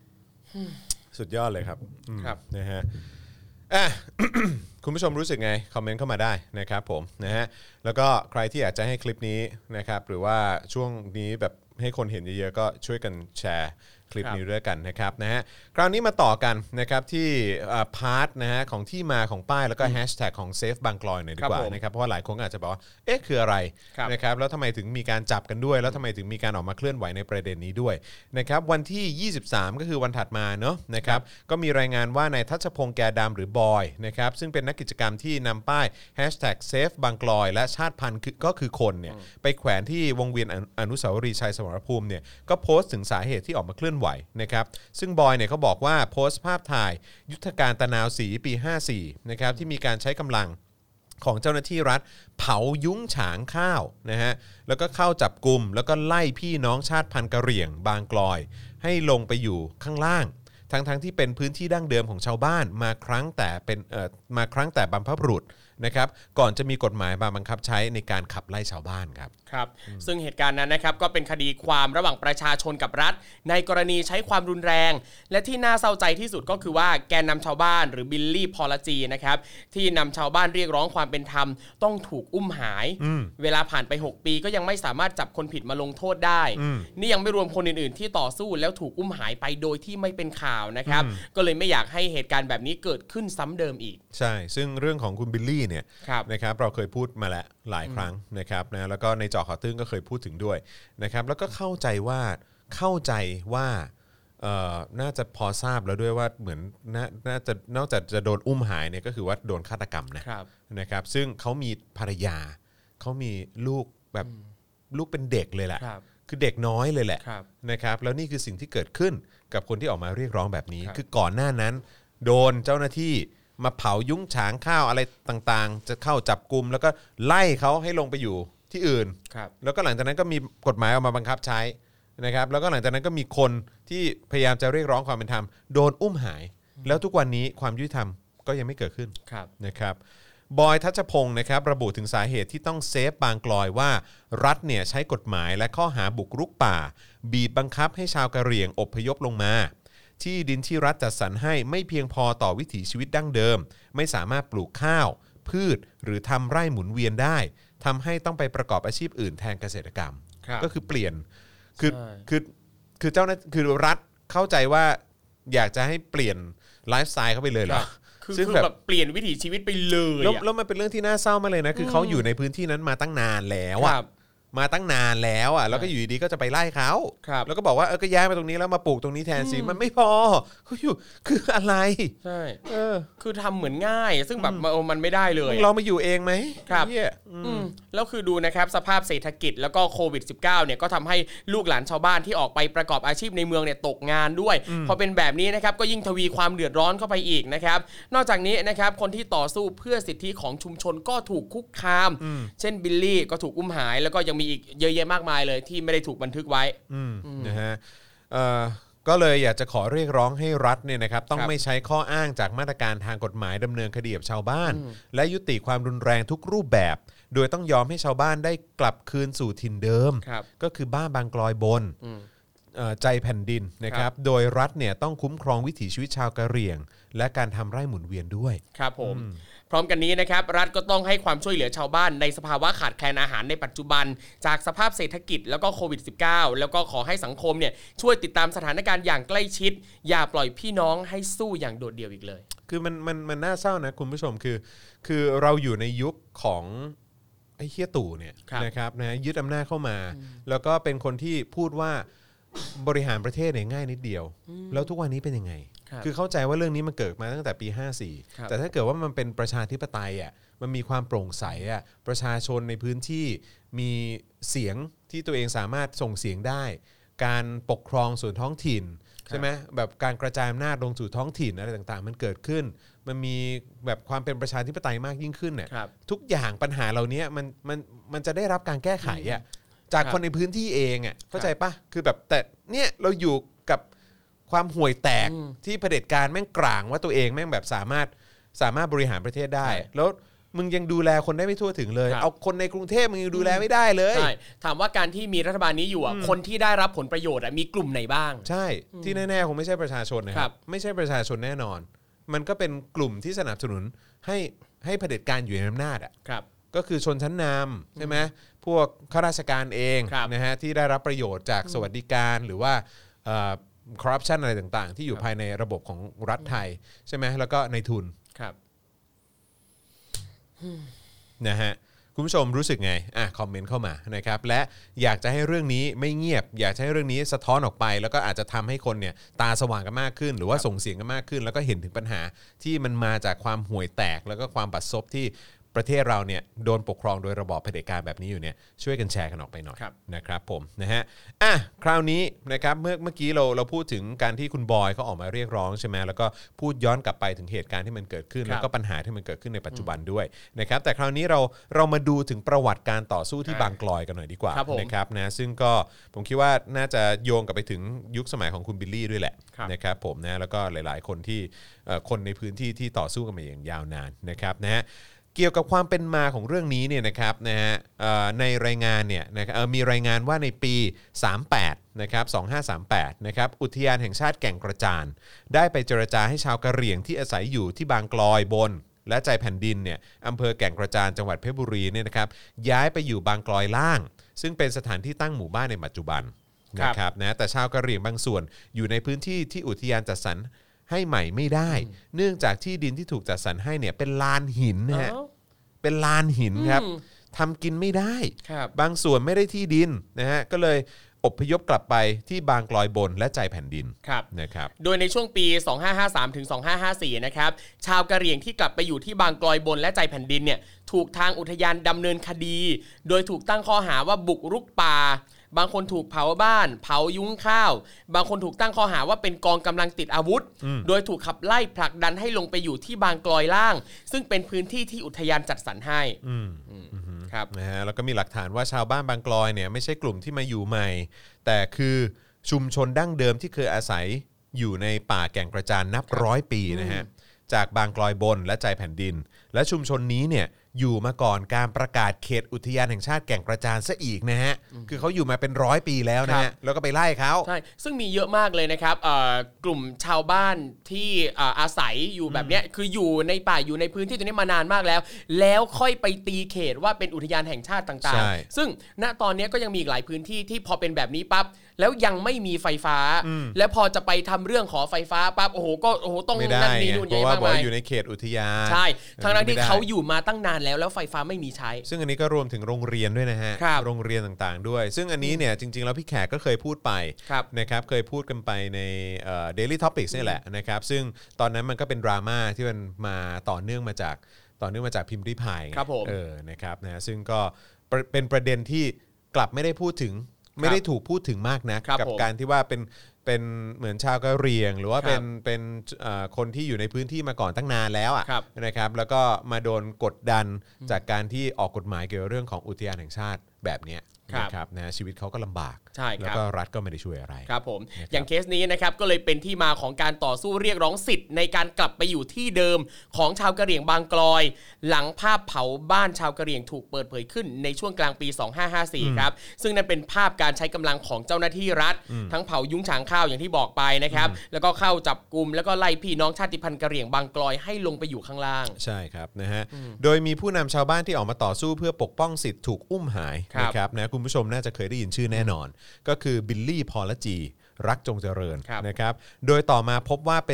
สุดยอดเลยครับครับนะฮะ คุณผู้ชมรู้สึกไงคอมเมนต์เข้ามาได้นะครับผมนะฮะแล้วก็ใครที่อยากจะให้คลิปนี้นะครับหรือว่าช่วงนี้แบบให้คนเห็นเยอะๆก็ช่วยกันแชร์คลิปนี้ด้วยกันนะครับนะฮะคราวนี้มาต่อกันนะครับที่พาร์ทนะฮะของที่มาของป้ายแล้วก็แฮชแท็กของเซฟบางกลอยหน่อยดีกว่านะครับเพราะว่าหลายคนอาจจะบอกว่าเอ๊ะคืออะไรนะครับแล้วทำไมถึงมีการจับกันด้วยแล้วทำไมถึงมีการออกมาเคลื่อนไหวในประเด็นนี้ด้วยนะครับวันที่23ก็คือวันถัดมาเนาะนะครับก็มีรายงานว่านายทัชพงษ์แกดำหรือบอยนะครับซึ่งเป็นนักกิจกรรมที่นำป้ายแฮชแท็กเซฟบางกลอยและชาติพันธุ์ก็คือคนเนี่ยไปแขวนที่วงเวียนอนุสาวรีย์ชัยสมรภูมิเนี่ยก็โพสต์ถึงสาเหตุที่ออกมาเคลื่อนไหวนะครับซึ่งบอยเนี่ยเขาบอกว่าโพสต์ภาพถ่ายยุทธการตะนาวศรีปี54นะครับที่มีการใช้กำลังของเจ้าหน้าที่รัฐเผายุ้งฉางข้าวนะฮะแล้วก็เข้าจับกุมแล้วก็ไล่พี่น้องชาติพันธุ์กะเหรี่ยงบางกลอยให้ลงไปอยู่ข้างล่างทั้งที่เป็นพื้นที่ดั้งเดิมของชาวบ้านมาครั้งแต่บรรพบุรุษนะครับก่อนจะมีกฎหมายมาบังคับใช้ในการขับไล่ชาวบ้านครับครับซึ่งเหตุการณ์นั้นนะครับก็เป็นคดีความระหว่างประชาชนกับรัฐในกรณีใช้ความรุนแรงและที่น่าเศร้าใจที่สุดก็คือว่าแกนนำชาวบ้านหรือบิลลี่พอลจีนะครับที่นำชาวบ้านเรียกร้องความเป็นธรรมต้องถูกอุ้มหายเวลาผ่านไป6ปีก็ยังไม่สามารถจับคนผิดมาลงโทษได้นี่ยังไม่รวมคนอื่นๆที่ต่อสู้แล้วถูกอุ้มหายไปโดยที่ไม่เป็นข่าวนะครับก็เลยไม่อยากให้เหตุการณ์แบบนี้เกิดขึ้นซ้ำเดิมอีกใช่ซึ่งเรื่องของคุณบิลลี่เนี่ยนะครับเราเคยพูดมาแล้วหลายครั้งนะครับนะแล้วก็ในเจาะข่าวตื้นก็เคยพูดถึงด้วยนะครับแล้วก็เข้าใจว่าน่าจะพอทราบแล้วด้วยว่าเหมือนน่าจะนอกจากจะโดนอุ้มหายเนี่ยก็คือว่าโดนฆาตกรรมนะครับซึ่งเขามีภรรยาเขามีลูกแบบลูกเป็นเด็กเลยแหละคือเด็กน้อยเลยแหละนะครับแล้วนี่คือสิ่งที่เกิดขึ้นกับคนที่ออกมาเรียกร้องแบบนี้คือก่อนหน้านั้นโดนเจ้าหน้าที่มาเผายุ้งฉางข้าวอะไรต่างๆจะเข้าจับกุมแล้วก็ไล่เขาให้ลงไปอยู่ที่อื่นแล้วก็หลังจากนั้นก็มีกฎหมายออกมาบังคับใช้นะครับแล้วก็หลังจากนั้นก็มีคนที่พยายามจะเรียกร้องความเป็นธรรมโดนอุ้มหายแล้วทุกวันนี้ความยุติธรรมก็ยังไม่เกิดขึ้นนะครับบอยทัชพงศ์นะครับระบุถึงสาเหตุที่ต้องเซฟบางกลอยว่ารัฐเนี่ยใช้กฎหมายและข้อหาบุกรุกป่าบีบบังคับให้ชาวกะเหรี่ยงอพยพลงมาที่ดินที่รัฐจัดสรรให้ไม่เพียงพอต่อวิถีชีวิตดั้งเดิมไม่สามารถปลูกข้าวพืชหรือทำไร่หมุนเวียนได้ทำให้ต้องไปประกอบอาชีพอื่นแทนเกษตรกรรมก็คือเปลี่ยนคือเจ้าหน้าคือรัฐเข้าใจว่าอยากจะให้เปลี่ยนไลฟ์สไตล์เข้าไปเลยเหรอคือแบบเปลี่ยนวิถีชีวิตไปเลยแล้วมันเป็นเรื่องที่น่าเศร้ามากเลยนะคือเขาอยู่ในพื้นที่นั้นมาตั้งนานแล้วอ่ะแล้วก็อยู่ดีๆก็จะไปไล่เขาแล้วก็บอกว่าก็ย้ายมาตรงนี้แล้วมาปลูกตรงนี้แทนสิมันไม่พอเขาอยู่คืออะไรใช่คือทำเหมือนง่ายซึ่งแบบมันไม่ได้เลยเรามาอยู่เองไหมครับแล้วคือดูนะครับสภาพเศรษฐกิจแล้วก็โควิด -19 เนี่ยก็ทำให้ลูกหลานชาวบ้านที่ออกไปประกอบอาชีพในเมืองเนี่ยตกงานด้วยพอเป็นแบบนี้นะครับก็ยิ่งทวีความเดือดร้อนเข้าไปอีกนะครับนอกจากนี้นะครับคนที่ต่อสู้เพื่อสิทธิของชุมชนก็ถูกคุกคามเช่นบิลลี่ก็ถูกอุ้มหายแล้วก็ยังมีอีกเยอะแยะมากมายเลยที่ไม่ได้ถูกบันทึกไว้นะฮะก็เลยอยากจะขอเรียกร้องให้รัฐเนี่ยนะครับต้องไม่ใช้ข้ออ้างจากมาตรการทางกฎหมายดำเนินคดีกับชาวบ้านและยุติความรุนแรงทุกรูปแบบโดยต้องยอมให้ชาวบ้านได้กลับคืนสู่ถิ่นเดิมก็คือบ้านบางกลอยบนใจแผ่นดินนะครับโดยรัฐเนี่ยต้องคุ้มครองวิถีชีวิตชาวกะเหรี่ยงและการทำไร่หมุนเวียนด้วยครับผมพร้อมกันนี้นะครับรัฐก็ต้องให้ความช่วยเหลือชาวบ้านในสภาวะขาดแคลนอาหารในปัจจุบันจากสภาพเศรษฐกิจแล้วก็โควิด -19 แล้วก็ขอให้สังคมเนี่ยช่วยติดตามสถานการณ์อย่างใกล้ชิดอย่าปล่อยพี่น้องให้สู้อย่างโดดเดี่ยวอีกเลยคือมันน่าเศร้านะคุณผู้ชมคือเราอยู่ในยุคของไอ้เหี้ยตู่เนี่ยนะครับนะยึดอำนาจเข้ามาแล้วก็เป็นคนที่พูดว่าบริหารประเทศเนี่ยง่ายนิดเดียวแล้วทุกวันนี้เป็นยังไงคือเข้าใจว่าเรื่องนี้มันเกิดมาตั้งแต่ปี54แต่ถ้าเกิดว่ามันเป็นประชาธิปไตยอ่ะมันมีความโปร่งใสอ่ะประชาชนในพื้นที่มีเสียงที่ตัวเองสามารถส่งเสียงได้การปกครองส่วนท้องถิ่นใช่ไหมแบบการกระจายอำนาจลงสู่ท้องถิ่นอะไรต่างๆมันเกิดขึ้นมันมีแบบความเป็นประชาธิปไตยมากยิ่งขึ้นเนี่ยทุกอย่างปัญหาเหล่านี้มันจะได้รับการแก้ไขอ่ะจากคนในพื้นที่เองอ่ะเข้าใจปะคือแบบแต่เนี่ยเราอยู่กับความห่วยแตกที่เผด็จการแม่งกลางว่าตัวเองแม่งแบบสามารถบริหารประเทศได้แล้วมึงยังดูแลคนได้ไม่ทั่วถึงเลยเอาคนในกรุงเทพมึงยังดูแลไม่ได้เลยใช่ถามว่าการที่มีรัฐบาลนี้อยู่คนที่ได้รับผลประโยชน์มีกลุ่มไหนบ้างใช่ที่แน่ๆคงไม่ใช่ประชาชนนะครับไม่ใช่ประชาชนแน่นอนมันก็เป็นกลุ่มที่สนับสนุนให้เผด็จการอยู่ในอำนาจอ่ะก็คือชนชั้นนำใช่ไหมพวกข้าราชการเองนะฮะที่ได้รับประโยชน์จากสวัสดิการหรือว่าคอร์รัปชันอะไรต่างๆที่อยู่ภายในระบบของรัฐไทยใช่ไหมแล้วก็ในทุนนะฮะคุณผู้ชมรู้สึกไงคอมเมนต์เข้ามานะครับและอยากจะให้เรื่องนี้ไม่เงียบอยากให้เรื่องนี้สะท้อนออกไปแล้วก็อาจจะทำให้คนเนี่ยตาสว่างกันมากขึ้นหรือว่าส่งเสียงกันมากขึ้นแล้วก็เห็นถึงปัญหาที่มันมาจากความห่วยแตกแล้วก็ความบัดซบที่ประเทศเราเนี่ยโดนปกครองโดยระบอบเผด็จการแบบนี้อยู่เนี่ยช่วยกันแชร์กันออกไปหน่อยนะครับผมนะฮะคราวนี้นะครับเมื่อกี้เราพูดถึงการที่คุณบอยเขาออกมาเรียกร้องใช่ไหมแล้วก็พูดย้อนกลับไปถึงเหตุการณ์ที่มันเกิดขึ้นแล้วก็ปัญหาที่มันเกิดขึ้นในปัจจุบันด้วยนะครับแต่คราวนี้เรามาดูถึงประวัติการต่อสู้ที่บางกลอยกันหน่อยดีกว่านะครับนะซึ่งก็ผมคิดว่าน่าจะโยงกลับไปถึงยุคสมัยของคุณบิลลี่ด้วยแหละนะครับผมนะแล้วก็หลายๆคนที่คนในพื้นที่ที่ต่อสู้กันมาอย่างยาวนานนะครับนะฮะเกี่ยวกับความเป็นมาของเรื่องนี้เนี่ยนะครับนะฮะในรายงานเนี่ยนะครับมีรายงานว่าในปี38นะครับ2538นะครับอุทยานแห่งชาติแก่งกระจานได้ไปเจรจาให้ชาวกะเหรี่ยงที่อาศัยอยู่ที่บางกลอยบนและใจแผ่นดินเนี่ยอำเภอแก่งกระจานจังหวัดเพชรบุรีเนี่ยนะครับย้ายไปอยู่บางกลอยล่างซึ่งเป็นสถานที่ตั้งหมู่บ้านในปัจจุบันนะครับนะแต่ชาวกะเหรี่ยงบางส่วนอยู่ในพื้นที่ที่อุทยานจัดสรรให้ใหม่ไม่ได้เนื่องจากที่ดินที่ถูกจัดสรรให้เนี่ยเป็นลานหินนะฮะเป็นลานหินครับทำกินไม่ได้บางส่วนไม่ได้ที่ดินนะฮะก็เลยอพยพกลับไปที่บางกลอยบนและใจแผ่นดินนะครับโดยในช่วงปี2553ถึง2554นะครับชาวกะเหรี่ยงที่กลับไปอยู่ที่บางกลอยบนและใจแผ่นดินเนี่ยถูกทางอุทยานดำเนินคดีโดยถูกตั้งข้อหาว่าบุกรุกป่าบางคนถูกเผาบ้านเผายุ้งข้าวบางคนถูกตั้งข้อหาว่าเป็นกองกำลังติดอาวุธโดยถูกขับไล่ผลักดันให้ลงไปอยู่ที่บางกลอยล่างซึ่งเป็นพื้นที่ที่อุทยานจัดสรรให้ครับนะฮะแล้วก็มีหลักฐานว่าชาวบ้านบางกลอยเนี่ยไม่ใช่กลุ่มที่มาอยู่ใหม่แต่คือชุมชนดั้งเดิมที่เคยอาศัยอยู่ในป่าแก่งกระจานนับร้อยปีนะฮะจากบางกลอยบนและใจแผ่นดินและชุมชนนี้เนี่ยอยู่มาก่อนการประกาศเขตอุทยานแห่งชาติแก่งกระจานซะอีกนะฮะคือเขาอยู่มาเป็น100 ปีแล้วนะฮะแล้วก็ไปไล่เขาใช่ซึ่งมีเยอะมากเลยนะครับกลุ่มชาวบ้านที่อาศัยอยู่แบบนี้คืออยู่ในป่าอยู่ในพื้นที่ตรงนี้มานานมากแล้วค่อยไปตีเขตว่าเป็นอุทยานแห่งชาติต่างๆซึ่งณตอนนี้ก็ยังมีอีกหลายพื้นที่ที่พอเป็นแบบนี้ปั๊บแล้วยังไม่มีไฟฟ้าแล้วพอจะไปทำเรื่องขอไฟฟ้าปั๊บโอ้โหต้องนั่นนี่นู่นเยอะมากมายอยู่ในเขตอุทยานใช่ทั้งที่เขาอยู่มาตั้งนานแล้วไฟฟ้าไม่มีใช้ซึ่งอันนี้ก็รวมถึงโรงเรียนด้วยนะฮะโรงเรียนต่างๆด้วยซึ่งอันนี้เนี่ยจริงๆแล้วพี่แขกก็เคยพูดไปนะครับเคยพูดกันไปในDaily Topics นี่แหละนะครับซึ่งตอนนั้นมันก็เป็นดราม่าที่มันมาต่อเนื่องมาจากพิมพ์ริพายนะครับนะซึ่งก็เป็นประเด็นที่กลับไม่ได้พูดถึงไม่ได้ถูกพูดถึงมากนะกับการที่ว่าเป็นเหมือนชาวกะเหรี่ยงหรือว่าเป็นคนที่อยู่ในพื้นที่มาก่อนตั้งนานแล้วนะครับแล้วก็มาโดนกดดันจากการที่ออกกฎหมายเกี่ยวกับเรื่องของอุทยานแห่งชาติแบบนี้นะครับนะชีวิตเขาก็ลำบากแล้วก็รัฐก็ไม่ได้ช่วยอะไรครับผมอย่างเคสนี้นะครับก็เลยเป็นที่มาของการต่อสู้เรียกร้องสิทธิ์ในการกลับไปอยู่ที่เดิมของชาวกะเหรี่ยงบางกลอยหลังภาพเผาบ้านชาวกะเหรี่ยงถูกเปิดเผยขึ้นในช่วงกลางปี2554ครับซึ่งนั่นเป็นภาพการใช้กำลังของเจ้าหน้าที่รัฐทั้งเผายุ้งฉางข้าวอย่างที่บอกไปนะครับแล้วก็เข้าจับกุมแล้วก็ไล่พี่น้องชาติพันธุ์กะเหรี่ยงบางกลอยให้ลงไปอยู่ข้างล่างใช่ครับนะฮะโดยมีผู้นำชาวบ้านที่ออกมาต่อสู้เพื่อปกป้องสิทธิ์ถูกอุ้มหายนะครับนะคุณผู้ชมน่าจะเคยได้ยินชื่อแน่นอนก็คือบิลลี่พอลจีรักจงเจริญนะครับโดยต่อมาพบว่า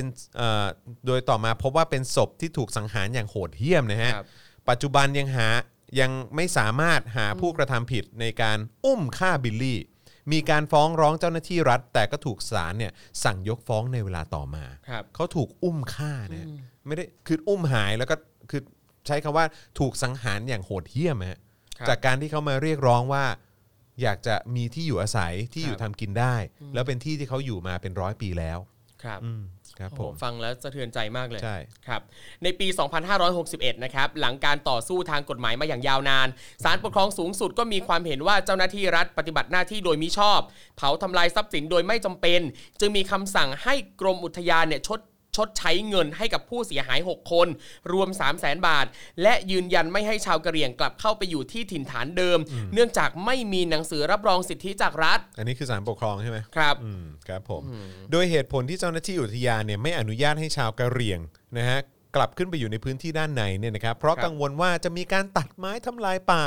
เป็นศพที่ถูกสังหารอย่างโหดเหี้ยมนะฮะปัจจุบันยังไม่สามารถหาผู้กระทำผิดในการอุ้มฆ่าบิลลี่มีการฟ้องร้องเจ้าหน้าที่รัฐแต่ก็ถูกศาลเนี่ยสั่งยกฟ้องในเวลาต่อมาเขาถูกอุ้มฆ่าเนี่ยไม่ได้คืออุ้มหายแล้วก็คือใช้คำว่าถูกสังหารอย่างโหดเหี้ยมฮะจากการที่เขามาเรียกร้องว่าอยากจะมีที่อยู่อาศัยที่อยู่ทำกินได้แล้วเป็นที่ที่เขาอยู่มาเป็น100 ปีแล้วครับผมฟังแล้วสะเทือนใจมากเลยใช่ครับในปี 2561 นะครับหลังการต่อสู้ทางกฎหมายมาอย่างยาวนานศาลปกครองสูงสุดก็มีความเห็นว่าเจ้าหน้าที่รัฐปฏิบัติหน้าที่โดยมิชอบเผาทำลายทรัพย์สินโดยไม่จำเป็นจึงมีคำสั่งให้กรมอุทยานเนี่ยชชดใช้เงินให้กับผู้เสียหาย6คนรวม 300,000 บาทและยืนยันไม่ให้ชาวกะเหรี่ยงกลับเข้าไปอยู่ที่ถิ่นฐานเดิมเนื่องจากไม่มีหนังสือรับรองสิทธิจากรัฐอันนี้คือศาลปกครองใช่ไหมครับครับผมโดยเหตุผลที่เจ้าหน้าที่อุทยานเนี่ยไม่อนุญาตให้ชาวกะเหรี่ยงนะฮะกลับขึ้นไปอยู่ในพื้นที่ด้านในเนี่ยนะครับเพราะกังวลว่าจะมีการตัดไม้ทำลายป่า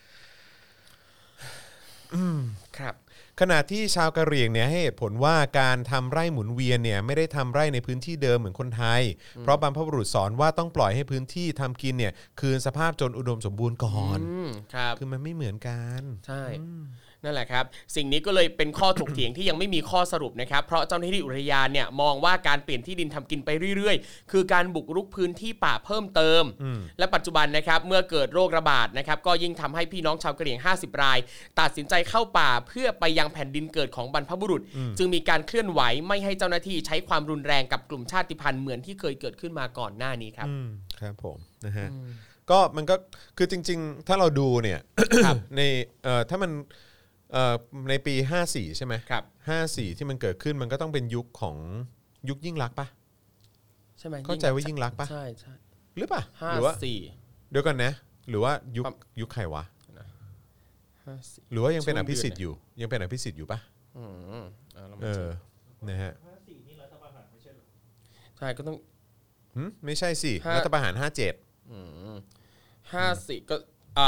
ครับขณะที่ชาวกะเหรี่ยงเนี่ยให้เหตุผลว่าการทำไร่หมุนเวียนเนี่ยไม่ได้ทำไร่ในพื้นที่เดิมเหมือนคนไทยเพราะบรรพบุรุษสอนว่าต้องปล่อยให้พื้นที่ทำกินเนี่ยคืนสภาพจนอุดมสมบูรณ์ก่อนคือมันไม่เหมือนกันใช่นั่นแหละครับสิ่งนี้ก็เลยเป็นข้อถกเถียงที่ยังไม่มีข้อสรุปนะครับเพราะเจ้าหน้าที่อุทยานเนี่ยมองว่าการเปลี่ยนที่ดินทำกินไปเรื่อยๆคือการบุกรุกพื้นที่ป่าเพิ่มเติมและปัจจุบันนะครับเมื่อเกิดโรคระบาดนะครับก็ยิ่งทำให้พี่น้องชาวกะเหรี่ยง50 รายตัดสินใจเข้าป่าเพื่อไปยังแผ่นดินเกิดของบรรพบุรุษจึงมีการเคลื่อนไหวไม่ให้เจ้าหน้าที่ใช้ความรุนแรงกับกลุ่มชาติพันธุ์เหมือนที่เคยเกิดขึ้นมาก่อนหน้านี้ครับครับผมนะฮะก็มันก็คือจริงๆถ้าเราดูเนี่ย ในถ้ามันในปี54ใช่ไหมครับ 54ที่มันเกิดขึ้นมันก็ต้องเป็นยุคของยุคยิ่งลักษณ์ป่ะใช่ไหมเข้าใจว่ายิ่งลักษณ์ป่ะใช่ใช่หรือป่ะหรือว่าเดี๋ยวก่อนนะหรือว่ายุคใครวะหรือว่ายังเป็นอภิสิทธิ์อยู่ยังเป็นอภิสิทธิ์อยู่ป่ะนะฮะใช่ก็ต้องไม่ใช่สิรัฐประหาร57 54ก็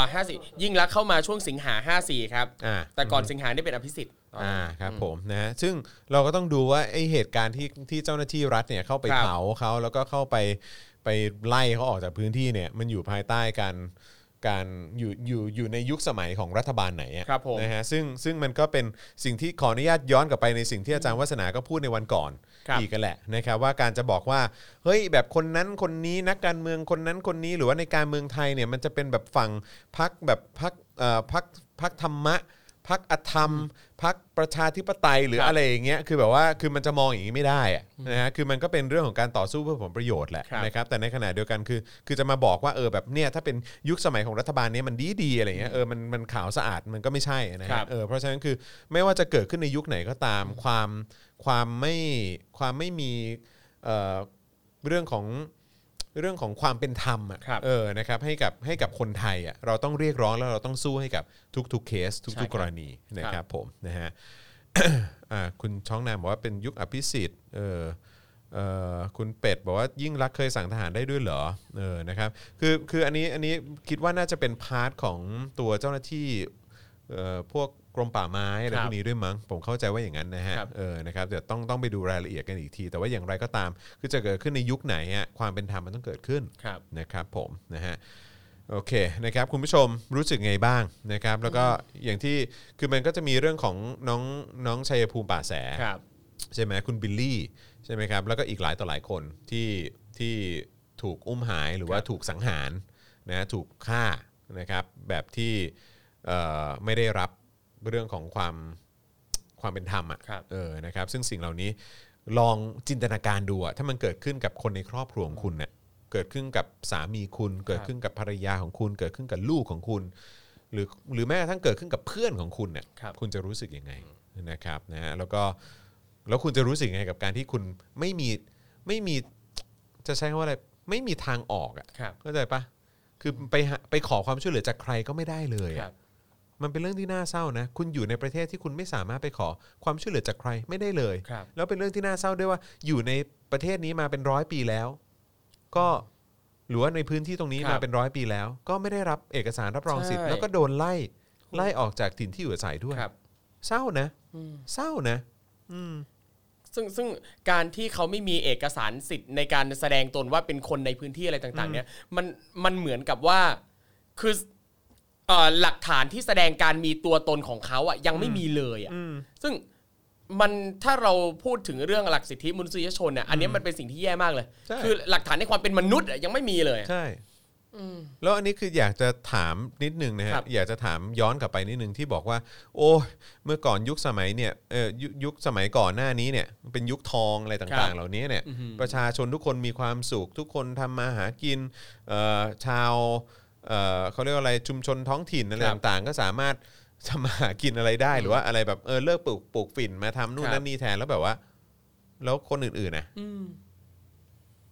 54ยิ่งลักษณ์เข้ามาช่วงสิงหา54ครับแต่ก่อนสิงหาได้เป็นอภิสิทธิ์ครับผมนะฮะซึ่งเราก็ต้องดูว่าไอ้เหตุการณ์ที่เจ้าหน้าที่รัฐเนี่ยเข้าไปเผาเขาแล้วก็เข้าไปไล่เขาออกจากพื้นที่เนี่ยมันอยู่ภายใต้การอยู่ในยุคสมัยของรัฐบาลไหนนะฮะซึ่งมันก็เป็นสิ่งที่ขออนุญาตย้อนกลับไปในสิ่งที่อาจารย์วัฒนาก็พูดในวันก่อนอีกกันแหละนะครับว่าการจะบอกว่าเฮ้ยแบบคนนั้นคนนี้นักการเมืองคนนั้นคนนี้หรือว่าในการเมืองไทยเนี่ยมันจะเป็นแบบฝั่งพรรคแบบพรรคธรรมะพรรคอธรรมพรรคประชาธิปไตยหรืออะไรอย่างเงี้ยคือแบบว่าคือมันจะมองอย่างนี้ไม่ได้นะฮะคือมันก็เป็นเรื่องของการต่อสู้เพื่อผลประโยชน์แหละนะครับแต่ในขณะเดียวกันคือจะมาบอกว่าแบบเนี่ยถ้าเป็นยุคสมัยของรัฐบาลนี้มันดีอะไรเงี้ยมันขาวสะอาดมันก็ไม่ใช่นะฮะเพราะฉะนั้นคือไม่ว่าจะเกิดขึ้นในยุคไหนก็ตามความไม่มีเรื่องของความเป็นธรรมนะครับให้กับคนไทยเราต้องเรียกร้องแล้วเราต้องสู้ให้กับทุกๆเคสทุกๆกรณีนะครับผมนะฮะ คุณช่องนามบอกว่าเป็นยุคอภิสิทธิ์คุณเป็ดบอกว่ายิ่งรักเคยสั่งทหารได้ด้วยเหรอนะครับคืออันนี้คิดว่าน่าจะเป็นพาร์ทของตัวเจ้าหน้าที่พวกกรมป่าไม้อะไรพวกนี้ด้วยมั้งผมเข้าใจว่าอย่างนั้นนะฮะนะครับเดี๋ยวต้องไปดูรายละเอียดกันอีกทีแต่ว่าอย่างไรก็ตามคือจะเกิดขึ้นในยุคไหนความเป็นธรรมมันต้องเกิดขึ้นนะครับผมนะฮะโอเคนะครับคุณผู้ชมรู้สึกไงบ้างนะครับแล้วก็อย่างที่คือมันก็จะมีเรื่องของน้องชัยภูมิป่าแสใช่ไหมคุณบิลลี่ใช่ไหมครับแล้วก็อีกหลายต่อหลายคนที่ถูกอุ้มหายหรือว่าถูกสังหารนะถูกฆ่านะครับแบบที่ไม่ได้รับเรื่องของความเป็นธรรมนะครับซึ่งสิ่งเหล่านี้ลองจินตนาการดูถ้ามันเกิดขึ้นกับคนในครอบครัวของคุณเนี่ยเกิดขึ้นกับสามีคุณเกิดขึ้นกับภรรยาของคุณเกิดขึ้นกับลูกของคุณหรือแม้กระทั่งเกิดขึ้นกับเพื่อนของคุณเนี่ยคุณจะรู้สึกยังไงนะครับนะฮะแล้วคุณจะรู้สึกยังไงกับการที่คุณไม่มีจะใช้คำว่าอะไรไม่มีทางออกเข้าใจปะคือไปขอความช่วยเหลือจากใครก็ไม่ได้เลยมันเป็นเรื่องที่น่าเศร้านะคุณอยู่ในประเทศที่คุณไม่สามารถไปขอความช่วยเหลือจากใครไม่ได้เลยแล้วเป็นเรื่องที่น่าเศร้าด้วยว่าอยู่ในประเทศนี้มาเป็น100 ปีแล้วก็หรือว่าในพื้นที่ตรงนี้มาเป็น100 ปีแล้วก็ไม่ได้รับเอกสารรับรองสิทธิ์แล้วก็โดนไล่ออกจากถิ่นที่อยู่อาศัยด้วยเศร้านะเศร้านะซึ่งการที่เขาไม่มีเอกสารสิทธิ์ในการแสดงตนว่าเป็นคนในพื้นที่อะไรต่างๆเนี่ยมันเหมือนกับว่าคือหลักฐานที่แสดงการมีตัวตนของเขายังไม่มีเลยซึ่งมันถ้าเราพูดถึงเรื่องหลักสิทธิมนุษยชนอันนี้มันเป็นสิ่งที่แย่มากเลยคือหลักฐานในความเป็นมนุษย์ยังไม่มีเลยใช่แล้วอันนี้คืออยากจะถามนิดนึงนะฮะอยากจะถามย้อนกลับไปนิดนึงที่บอกว่าโอ้เมื่อก่อนยุคสมัยเนี่ยยุคสมัยก่อนหน้านี้เนี่ยเป็นยุคทองอะไรต่างๆเหล่านี้เนี่ยประชาชนทุกคนมีความสุขทุกคนทำมาหากินชาวเขาเรียกว่าอะไรชุมชนท้องถิ่นอะไรต่างๆก็สามารถทำมาหากินอะไรได้หรือว่าอะไรแบบเลิกปลูกฝิ่นมาทำนู่นนั่นนี่แทนแล้วแบบว่าแล้วคนอื่นๆนะ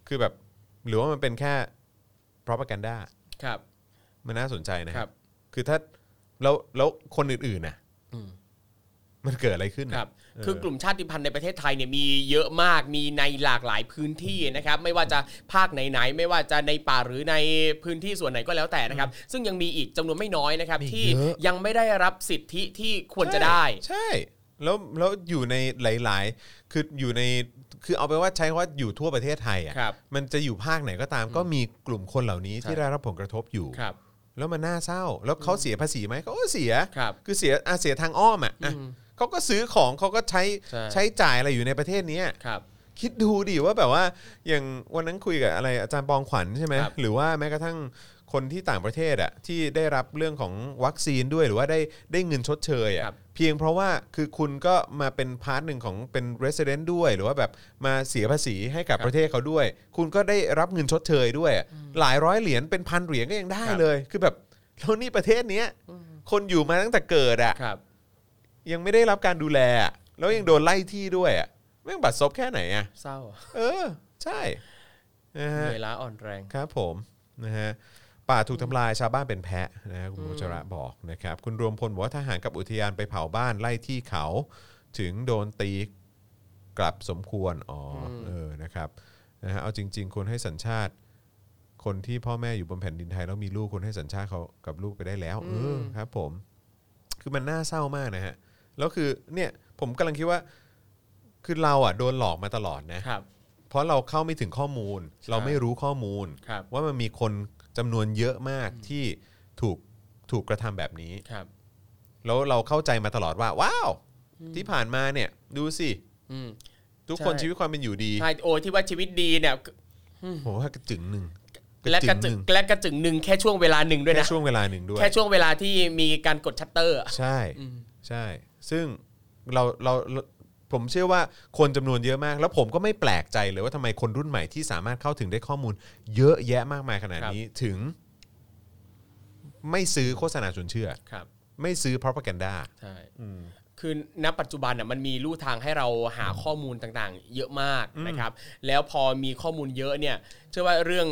คือแบบหรือว่ามันเป็นแค่ propaganda ครับมันน่าสนใจนะครับคือถ้าแล้วคนอื่นๆน่ะมันเกิดอะไรขึ้นครับคือกลุ่มชาติพันธุ์ในประเทศไทยเนี่ยมีเยอะมากมีในหลากหลายพื้นที่นะครับไม่ว่าจะภาคไหนๆไม่ว่าจะในป่าหรือในพื้นที่ส่วนไหนก็แล้วแต่นะครับซึ่งยังมีอีกจำนวนไม่น้อยนะครับที่ยังไม่ได้รับสิทธิที่ควรจะได้ใช่แล้วอยู่ในหลายๆคืออยู่ในคือเอาไปว่าใช้ว่าอยู่ทั่วประเทศไทยอ่ะมันจะอยู่ภาคไหนก็ตามก็มีกลุ่มคนเหล่านี้ที่ได้รับผลกระทบอยู่แล้วมันน่าเศร้าแล้วเขาเสียภาษีไหมเขาก็เสียคือเสียทางอ้อมอ่ะเขาก็ซื้อของเขาก็ใช้จ่ายอะไรอยู่ในประเทศนี้คิดดูดิว่าแบบว่าอย่างวันนั้นคุยกับอะไรอาจารย์ปองขวัญใช่ไหมหรือว่าแม้กระทั่งคนที่ต่างประเทศอ่ะที่ได้รับเรื่องของวัคซีนด้วยหรือว่าได้เงินชดเชยอ่ะเพียงเพราะว่าคือคุณก็มาเป็นพาร์ทหนึ่งของเป็น resident ด้วยหรือว่าแบบมาเสียภาษีให้กับประเทศเขาด้วยคุณก็ได้รับเงินชดเชยด้วยหลายร้อยเหรียญเป็นพันเหรียญก็ยังได้เลยคือแบบแล้วนี่ประเทศนี้คนอยู่มาตั้งแต่เกิดอ่ะยังไม่ได้รับการดูแลแล้วยังโดนไล่ที่ด้วยอ่ะแม่งบัดซบแค่ไหนอ่ะเศร้าใช่นะฮะเวลาอ่อนแรงครับผมนะฮะป่าถูกทำลายชาวบ้านเป็นแพะนะคุณวัชระบอกนะครับคุณรวมพลบอกว่าทหารกับอุทยานไปเผาบ้านไล่ที่เขาถึงโดนตีกลับสมควรนะครับนะฮะเอาจริงๆควรให้สัญชาติคนที่พ่อแม่อยู่บนแผ่นดินไทยแล้วมีลูกควรให้สัญชาติเขากับลูกไปได้แล้วครับผมคือมันน่าเศร้ามากนะฮะแล้วคือเนี่ยผมกำลังคิดว่าคือเราโดนหลอกมาตลอดนะเพราะเราเข้าไม่ถึงข้อมูลเราไม่รู้ข้อมูลว่ามันมีคนจำนวนเยอะมากที่ถูกกระทำแบบนี้แล้วเราเข้าใจมาตลอดว่าว้าวที่ผ่านมาเนี่ยดูสิทุกคนชีวิตความเป็นอยู่ดีใช่โอ้ที่ว่าชีวิตดีเนี่ยโหกระจึงหนึ่งและกระจึงหนึ่งแค่ช่วงเวลาหนึ่งด้วยนะแค่ช่วงเวลาหนึ่งด้วยแค่ช่วงเวลาที่มีการกดชัตเตอร์ใช่ซึ่งเราผมเชื่อว่าคนจำนวนเยอะมากแล้วผมก็ไม่แปลกใจเลยว่าทำไมคนรุ่นใหม่ที่สามารถเข้าถึงได้ข้อมูลเยอะแยะมากมายขนาดนี้ถึงไม่ซื้อโฆษณาชวนเชื่อไม่ซื้อ propaganda ใช่คือณปัจจุบันมันมีลู่ทางให้เราหาข้อมูลต่างๆเยอะมากนะครับแล้วพอมีข้อมูลเยอะเนี่ยเชื่อว่าเรื่อง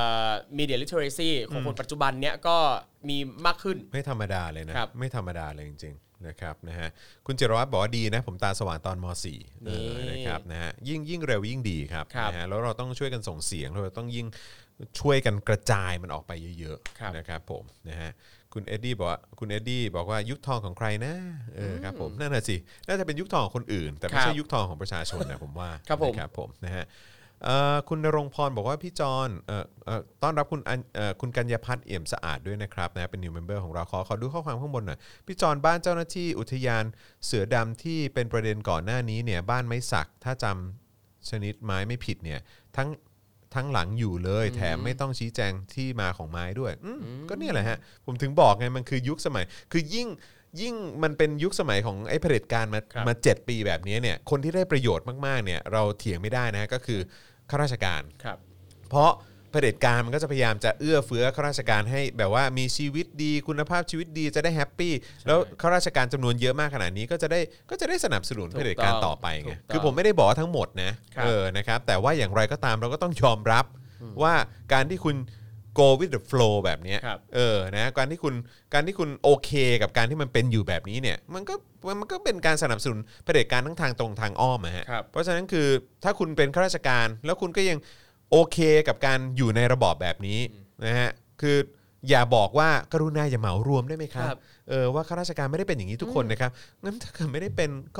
media literacy ของคนปัจจุบันเนี่ยก็มีมากขึ้นไม่ธรรมดาเลยนะไม่ธรรมดาเลยจริงๆนะครับนะฮะคุณจิรวัตรบอกว่าดีนะผมตาสว่างตอนม.4 นะครับนะฮะยิ่งเร็วยิ่งดีครับนะฮะแล้วเราต้องช่วยกันส่งเสียงเราต้องยิ่งช่วยกันกระจายมันออกไปเยอะๆนะครับผมนะฮะคุณเอ็ดดี้บอกว่ายุคทองของใครนะครับผมนั่นน่ะสิน่าจะเป็นยุคทองของคนอื่นแต่ไม่ใช่ยุคทองของประชาชนนะผมว่าครับผมนะฮะคุณณรงค์พรบอกว่าพี่จอนต้อนรับคุณกัญญาพัฒน์เอี่ยมสะอาดด้วยนะครับนะเป็น new member ของเราขอดูข้อความข้างบนหน่อยพี่จอนบ้านเจ้าหน้าที่อุทยานเสือดำที่เป็นประเด็นก่อนหน้านี้เนี่ยบ้านไม้สักถ้าจำชนิดไม้ไม่ผิดเนี่ยทั้งหลังอยู่เลยแถมไม่ต้องชี้แจงที่มาของไม้ด้วยก็เนี่ยแหละฮะผมถึงบอกไงมันคือยุคสมัยคือยิ่งมันเป็นยุคสมัยของไอ้เผด็จการมา7 ปีแบบนี้เนี่ยคนที่ได้ประโยชน์มากๆเนี่ยเราเถียงไม่ได้นะก็คือข้าราชการเพราะเผด็จการมันก็จะพยายามจะเอื้อเฟื้อข้าราชการให้แบบว่ามีชีวิตดีคุณภาพชีวิตดีจะได้แฮปปี้แล้วข้าราชการจำนวนเยอะมากขนาดนี้ก็จะได้สนับสนุนเผด็จการต่อไปไงคือผมไม่ได้บอกทั้งหมดนะนะครับแต่ว่าอย่างไรก็ตามเราก็ต้องยอมรับว่าการที่คุณ go with the flow แบบนี้นะการที่คุณโอเคกับการที่มันเป็นอยู่แบบนี้เนี่ยมันก็เป็นการสนับสนุนเผด็จการทั้งทางตรงทางอ้อมฮะเพราะฉะนั้นคือถ้าคุณเป็นข้าราชการแล้วคุณก็ยังโอเคกับการอยู่ในระบอบแบบนี้นะฮะคืออย่าบอกว่ากรุณาอย่าเหมารวมได้ไหมครับว่าข้าราชการไม่ได้เป็นอย่างนี้ทุกคนนะครับงั้นถ้าเกิดไม่ได้เป็นก็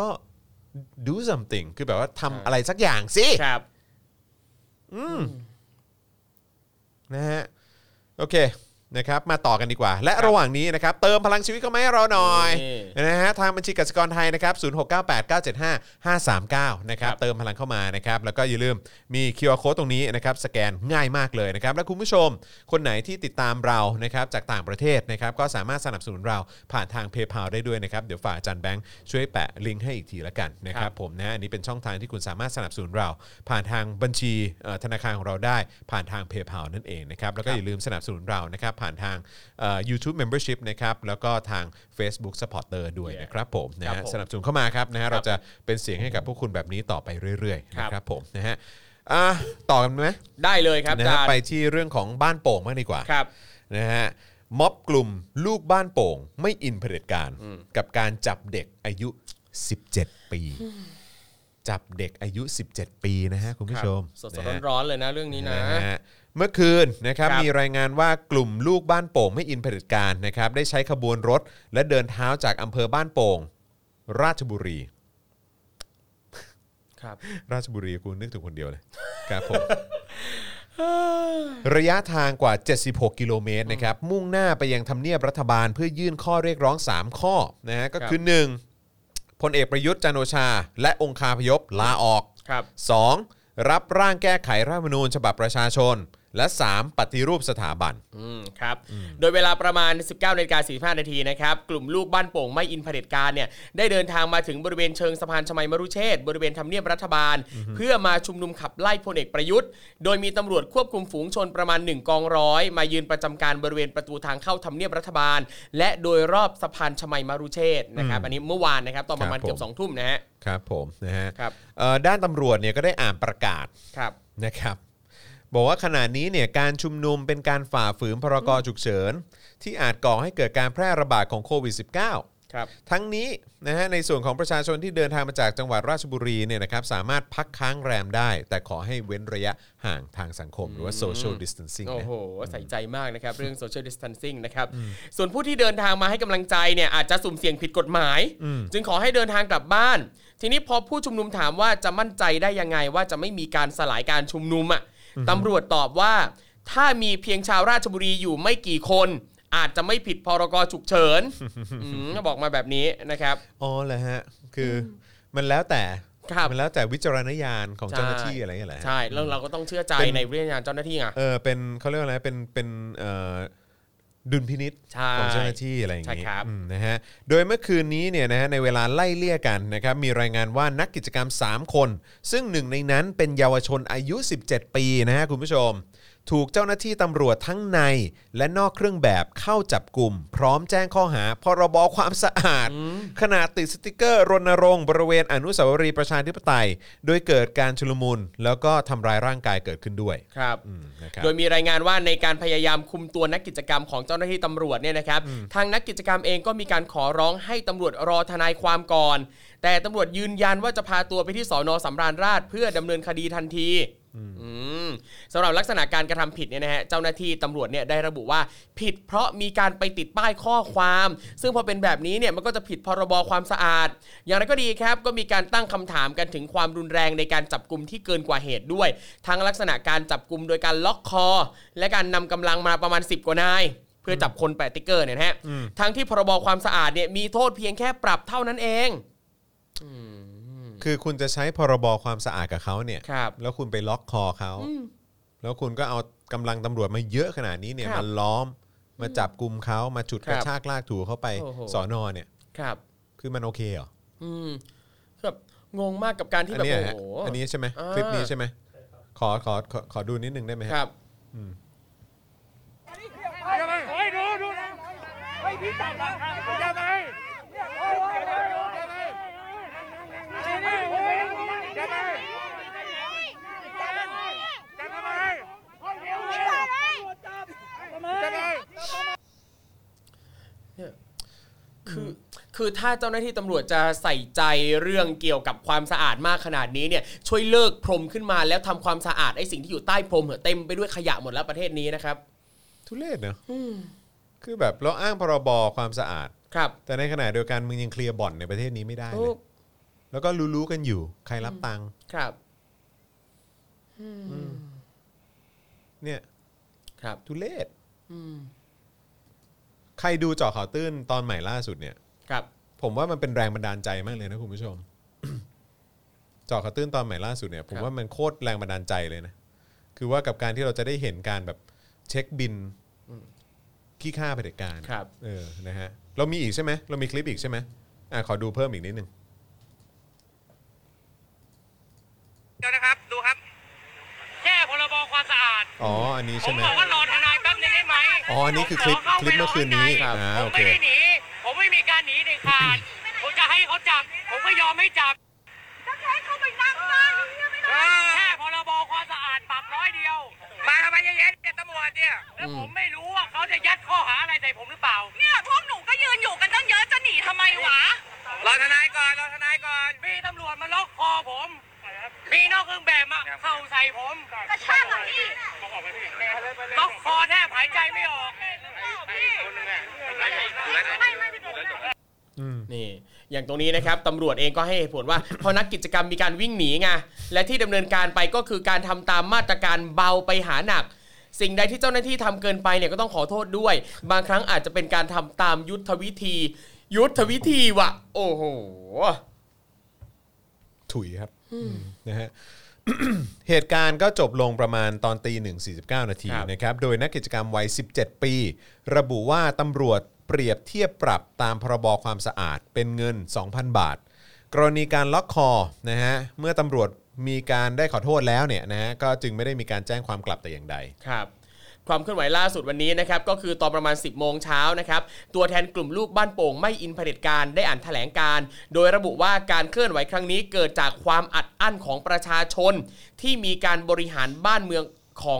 do something คือแบบว่าทำอะไรสักอย่างสินะฮะโอเคนะครับมาต่อกันดีกว่าและระหว่างนี้นะครับเติมพลังชีวิตเข้ามาให้เราหน่อยนะฮะทางบัญชีกสิกรไทยนะครับ0698975539นะครับเติมพลังเข้ามานะครับแล้วก็อย่าลืมมี QR Code ตรงนี้นะครับสแกนง่ายมากเลยนะครับและคุณผู้ชมคนไหนที่ติดตามเรานะครับจากต่างประเทศนะครับก็สามารถสนับสนุนเราผ่านทาง PayPal ได้ด้วยนะครับเดี๋ยวฝากอาจารย์แบงค์ช่วยแปะลิงก์ให้อีกทีละกันนะครับผมนะอันนี้เป็นช่องทางที่คุณสามารถสนับสนุนเราผ่านทางบัญชีธนาคารของเราได้ผ่านทาง PayPal นั่นเองนะครับแล้วก็อย่าลืมสนับสนุนเรานะครับผ่านทาง YouTube Membership นะครับแล้วก็ทาง Facebook Supporter ด้วยนะครับผมนะฮะสนับสนุนเข้ามาครับนะฮะเราจะเป็นเสียงให้กับพวกคุณแบบนี้ต่อไปเรื่อยๆนะครับผมนะฮะต่อกันไหมได้เลยครับนะอาจารย์ไปที่เรื่องของบ้านโป่งมากดีกว่าครับนะฮะม็อบกลุ่มลูกบ้านโป่งไม่อินเผด็จการกับการจับเด็กอายุ17 ปีจับเด็กอายุ17 ปีนะฮะคุณผู้ชมสดๆร้อนๆเลยนะเรื่องนี้นะฮะเมื่อคืนนะครับครับมีรายงานว่ากลุ่มลูกบ้านโป่งไม่อินเผด็จการนะครับได้ใช้ขบวนรถและเดินเท้าจากอำเภอบ้านโป่งราชบุรีครับราชบุรีกูนึกถึงคนเดียวเลยครับผม ระยะทางกว่า76กิโลเมตรนะครับมุ่งหน้าไปยังทำเนียบรัฐบาลเพื่อยื่นข้อเรียกร้อง3ข้อนะฮะก็คือ 1. พลเอกประยุทธ์จันทร์โอชาและองคาพยพลาออกครับ 2. รับร่างแก้ไขรัฐธรรมนูญฉบับประชาชนและ 3. ปฏิรูปสถาบันครับ โดยเวลาประมาณ 19:45 นาทีนะครับกลุ่มลูกบ้านโป่งไม่อินเผด็จการเนี่ยได้เดินทางมาถึงบริเวณเชิงสะพานชมัยมรุเชษฐ์บริเวณทำเนียบรัฐบาล เพื่อมาชุมนุมขับไล่พลเอกประยุทธ์โดยมีตำรวจควบคุมฝูงชนประมาณ1กองร้อยมายืนประจำการบริเวณประตูทางเข้าทำเนียบรัฐบาล และโดยรอบสะพานชมัยมรุเชษฐ์นะครับอันนี้เมื่อวานนะครับตอนประมาณครับผมเกือบ 2 ทุ่มนะฮะครับผมนะฮะครับด้านตำรวจเนี่ยก็ได้อ่านประกาศครับนะครับบอกว่าขณะนี้เนี่ยการชุมนุมเป็นการฝ่าฝืนพรกฉุกเฉินที่อาจก่อให้เกิดการแพร่ระบาดของโควิด -19 ครับทั้งนี้นะฮะในส่วนของประชาชนที่เดินทางมาจากจังหวัดราชบุรีเนี่ยนะครับสามารถพักค้างแรมได้ แต่ขอให้เว้นระยะห่างทางสังคมหรือว่า social distancing โอ้นะโหใส่ใจมากนะครับเรื่อง social distancing นะครับส่วนผู้ที่เดินทางมาให้กำลังใจเนี่ยอาจจะสุ่มเสี่ยงผิดกฎหมาย จึงขอให้เดินทางกลับบ้าน ทีนี้พอผู้ชุมนุมถามว่าจะมั่นใจได้ยังไงว่าจะไม่มีการสลายการชุมนุมอ่ะตำรวจตอบว่าถ้ามีเพียงชาวราชบุรีอยู่ไม่กี่คนอาจจะไม่ผิดพรกฉุกเฉินบอกมาแบบนี้นะครับอ๋อเหรอฮะคือมันแล้วแต่ครับมันแล้วแต่วิจารณญาณของเจ้าหน้าที่อะไรอย่างเงี้ยแหละใช่แล้วเราก็ต้องเชื่อใจเป็นในวิทยาเจ้าหน้าที่ไงเป็นเขาเรียกว่าอะไรเป็นดุลพินิษใช่ของเจ้าหน้าที่อะไรอย่างใช่งี้ครับนะฮะโดยเมื่อคืนนี้เนี่ยนะฮะในเวลาไล่เลี่ยกันนะครับมีรายงานว่านักกิจกรรม3คนซึ่งหนึ่งในนั้นเป็นเยาวชนอายุ 17 ปีนะฮะคุณผู้ชมถูกเจ้าหน้าที่ตำรวจทั้งในและนอกเครื่องแบบเข้าจับกลุ่มพร้อมแจ้งข้อหาพรบความสะอาดขณะติดสติกเกอร์รณรงค์บริเวณอนุสาวรีย์ประชาธิปไตยโดยเกิดการชุลมุนแล้วก็ทำร้ายร่างกายเกิดขึ้นด้วยครับนะครับโดยมีรายงานว่าในการพยายามคุมตัวนักกิจกรรมของเจ้าหน้าที่ตำรวจเนี่ยนะครับทางนักกิจกรรมเองก็มีการขอร้องให้ตำรวจรอทนายความก่อนแต่ตำรวจยืนยันว่าจะพาตัวไปที่สน.สำราญราษฎร์เพื่อดำเนินคดีทันทีสำหรับลักษณะการกระทำผิดเนี่ยนะฮะเจ้าหน้าที่ตำรวจเนี่ยได้ระบุว่าผิดเพราะมีการไปติดป้ายข้อความ ซึ่งพอเป็นแบบนี้เนี่ยมันก็จะผิดพรบความสะอาดอย่างไรก็ดีครับก็มีการตั้งคำถามกันถึงความรุนแรงในการจับกุมที่เกินกว่าเหตุด้วยทั้งลักษณะการจับกุมโดยการล็อกคอและการนำกำลังมาประมาณ10กว่านายเพื่อจับคนแปะติ๊กเกอร์เนี่ยนะฮะทั้งที่พรบความสะอาดเนี่ยมีโทษเพียงแค่ปรับเท่านั้นเองคือคุณจะใช้พรบความสะอาดกับเขาเนี่ยครับแล้วคุณไปล็อกคอเขาแล้วคุณก็เอากำลังตำรวจมาเยอะขนาดนี้เนี่ยครับมาล้อมมาจับกุมเขามาฉุดครับกระชากลากถูเขาไปโอ้โหสอนอเนี่ยครับคือมันโอเคเหรอแบบงงมากกับการที่อัแบบเนี้ยโอ้ฮะโหอันนี้ใช่ไหมอ่าคลิปนี้ใช่ไหมขอดูนิดนึงได้ไหมฮะครับเฮ้ยดูนะเฮ้ยพี่จับนะจับไหมคือถ้าเจ้าหน้าที่ตำรวจจะใส่ใจเรื่องเกี่ยวกับความสะอาดมากขนาดนี้เนี่ยช่วยเลิกพรมขึ้นมาแล้วทำความสะอาดไอ้สิ่งที่อยู่ใต้พรมเหอะเต็มไปด้วยขยะหมดแล้วประเทศนี้นะครับทุเรศเนอะคือแบบเราอ้างพรบความสะอาดครับแต่ในขณะเดียวกันมึงยังเคลียร์บ่อนในประเทศนี้ไม่ได้เลยแล้วก็รู้ๆกันอยู่ใครรับตังค์ครับเนี่ยครับทุเรศใครดูเจาะข่าวตื้นตอนใหม่ล่าสุดเนี่ยครับผมว่ามันเป็นแรงบันดาลใจมากเลยนะคุณผู้ชม เจาะข่าวตื้นตอนใหม่ล่าสุดเนี่ยผมว่ามันโคตรแรงบันดาลใจเลยนะคือว่ากับการที่เราจะได้เห็นการแบบเช็คบินขี้ข้าเผด็จการครับนะฮะเรามีอีกใช่ไหมเรามีคลิปอีกใช่ไหมขอดูเพิ่มอีกนิดนึงเดี๋ยวนะครับดูครับแก้พรบความสะอาดอ๋ออันนี้ผใช่มไหมบอกว่ารอทนายแป๊บนึงได้ไหมอ๋ออันนี้คือคลิปเมื่อคืนนี้ผมโอเคไม่ได้หนีผมไม่มีการหนีเด็ดขาดผมจะให้เขาจับผมก็ยอมให้จับจะให้เขาไปนั่งได้ยังไม่ได้แค่พรบความแล้วผมไม่รู้ว่าเขาจะยัดข้อหาอะไรใส่ผมหรือเปล่าเนี่ยพวกหนูก็ยืนอยู่กันตั้งเยอะจะหนีทำไมวะรอทนายก่อนมีตำรวจมาล็อกคอผมมีนอกเครื่องแบบมาเข้าใส่ผมกระชากแบบนี้ล็อกคอแทบหายใจไม่ออกนี่อย่างตรงนี้นะครับตำรวจเองก็ให้เหตุผลว่าพอนักกิจกรรมมีการวิ่งหนีไงและที่ดำเนินการไปก็คือการทำตามมาตรการเบาไปหาหนักสิ่งใดที่เจ้าหน้าที่ทำเกินไปเนี่ยก็ต้องขอโทษด้วยบางครั้งอาจจะเป็นการทำตามยุทธวิธีว่ะโอ้โหถุยครับนะฮะ เหตุการณ์ก็จบลงประมาณตอน 1:49 นาทีนะครับโดยนักกิจกรรมวัย17 ปีระบุว่าตำรวจเปรียบเทียบปรับตามพรบความสะอาดเป็นเงิน 2,000 บาทกรณีการล็อกคอนะฮะเมื่อตำรวจมีการได้ขอโทษแล้วเนี่ยนะฮะก็จึงไม่ได้มีการแจ้งความกลับแต่อย่างใดครับความเคลื่อนไหวล่าสุดวันนี้นะครับก็คือตอนประมาณ 10 โมงเช้านะครับตัวแทนกลุ่มลูกบ้านโป่งไม่อินเผด็จการได้อ่านแถลงการโดยระบุว่าการเคลื่อนไหวครั้งนี้เกิดจากความอัดอั้นของประชาชนที่มีการบริหารบ้านเมืองของ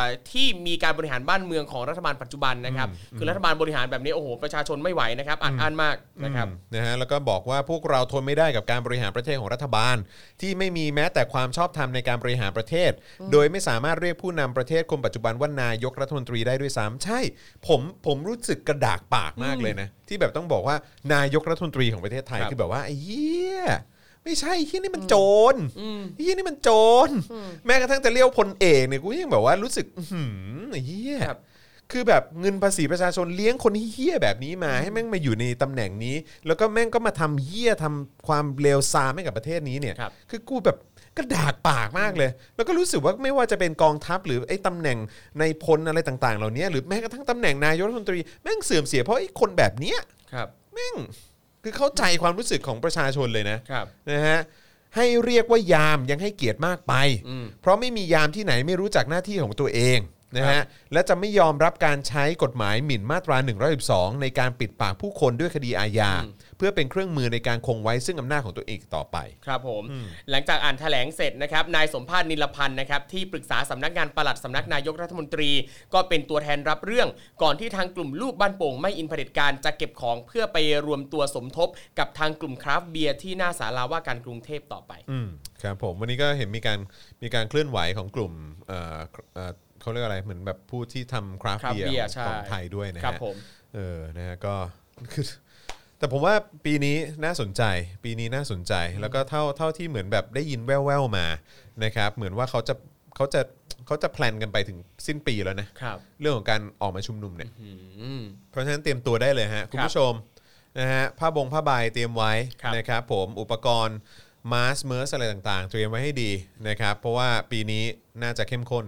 ของรัฐบาลปัจจุบันนะครับคือรัฐบาลบริหารแบบนี้โอ้โหประชาชนไม่ไหวนะครับอัดอั้นมากนะครับนะฮะแล้วก็บอกว่าพวกเราทนไม่ได้กับการบริหารประเทศของรัฐบาลที่ไม่มีแม้แต่ความชอบธรรมในการบริหารประเทศโดยไม่สามารถเรียกผู้นำประเทศคนปัจจุบันว่านายกรัฐมนตรีได้ด้วยซ้ำใช่ผมรู้สึกกระดากปากมากเลยนะที่แบบต้องบอกว่านายกรัฐมนตรีของประเทศไทยคือแบบว่าไอ้เหี้ยไม่ใช่เฮียนี่มันโจรเฮียนี่มันโจรแม้กระทั่งจะเรียกพลเอกเนี่ยกูยังแบบว่ารู้สึกเฮียคือแบบเงินภาษีประชาชนเลี้ยงคนเฮียแบบนี้มาให้แม่งมาอยู่ในตำแหน่งนี้แล้วก็แม่งก็มาทำเฮียทำความเลวทรามให้กับประเทศนี้เนี่ยคือกูแบบกระดากปากมากเลยแล้วก็รู้สึกว่าไม่ว่าจะเป็นกองทัพหรือไอ้ตำแหน่งในพลอะไรต่างๆเหล่านี้หรือแม้กระทั่งตำแหน่งนายกรัฐมนตรีแม่งเสื่อมเสียเพราะไอ้คนแบบเนี้ยแม่งคือเข้าใจความรู้สึกของประชาชนเลยนะฮะให้เรียกว่ายามยังให้เกียรติมากไปเพราะไม่มียามที่ไหนไม่รู้จักหน้าที่ของตัวเองนะฮะและจะไม่ยอมรับการใช้กฎหมายหมิ่นมาตรา112ในการปิดปากผู้คนด้วยคดีอาญาเพื่อเป็นเครื่องมือในการคงไว้ซึ่งอำนาจของตัวเองต่อไปครับผมหลังจากอ่านแถลงเสร็จนะครับนายสมภาสนิลพันธ์นะครับที่ปรึกษาสำนักงานปลัดสำนักนายกรัฐมนตรีก็เป็นตัวแทนรับเรื่องก่อนที่ทางกลุ่มลูกบ้านโป่งไม่อินเผด็จการจะเก็บของเพื่อไปรวมตัวสมทบกับทางกลุ่มคราฟต์เบียร์ที่หน้าศาลาว่าการกรุงเทพต่อไปครับผมวันนี้ก็เห็นมีการเคลื่อนไหวของกลุ่มเขาเรียกอะไรเหมือนแบบผู้ที่ทำคราฟต์เบียร์ของไทยด้วยนะฮะนะฮะก็คือแต่ผมว่าปีนี้น่าสนใจแล้วก็เท่าที่เหมือนแบบได้ยินแว่วๆมานะครับเหมือนว่าเขาจะแพลนกันไปถึงสิ้นปีแล้วนะเรื่องของการออกมาชุมนุมเนี่ยเพราะฉะนั้นเตรียมตัวได้เลยฮะคุณผู้ชมนะฮะผ้าใบเตรียมไว้นะครับผมอุปกรณ์มาสเมอร์สอะไรต่างๆเตรียมไว้ให้ดีนะครับเพราะว่าปีนี้น่าจะเข้มข้น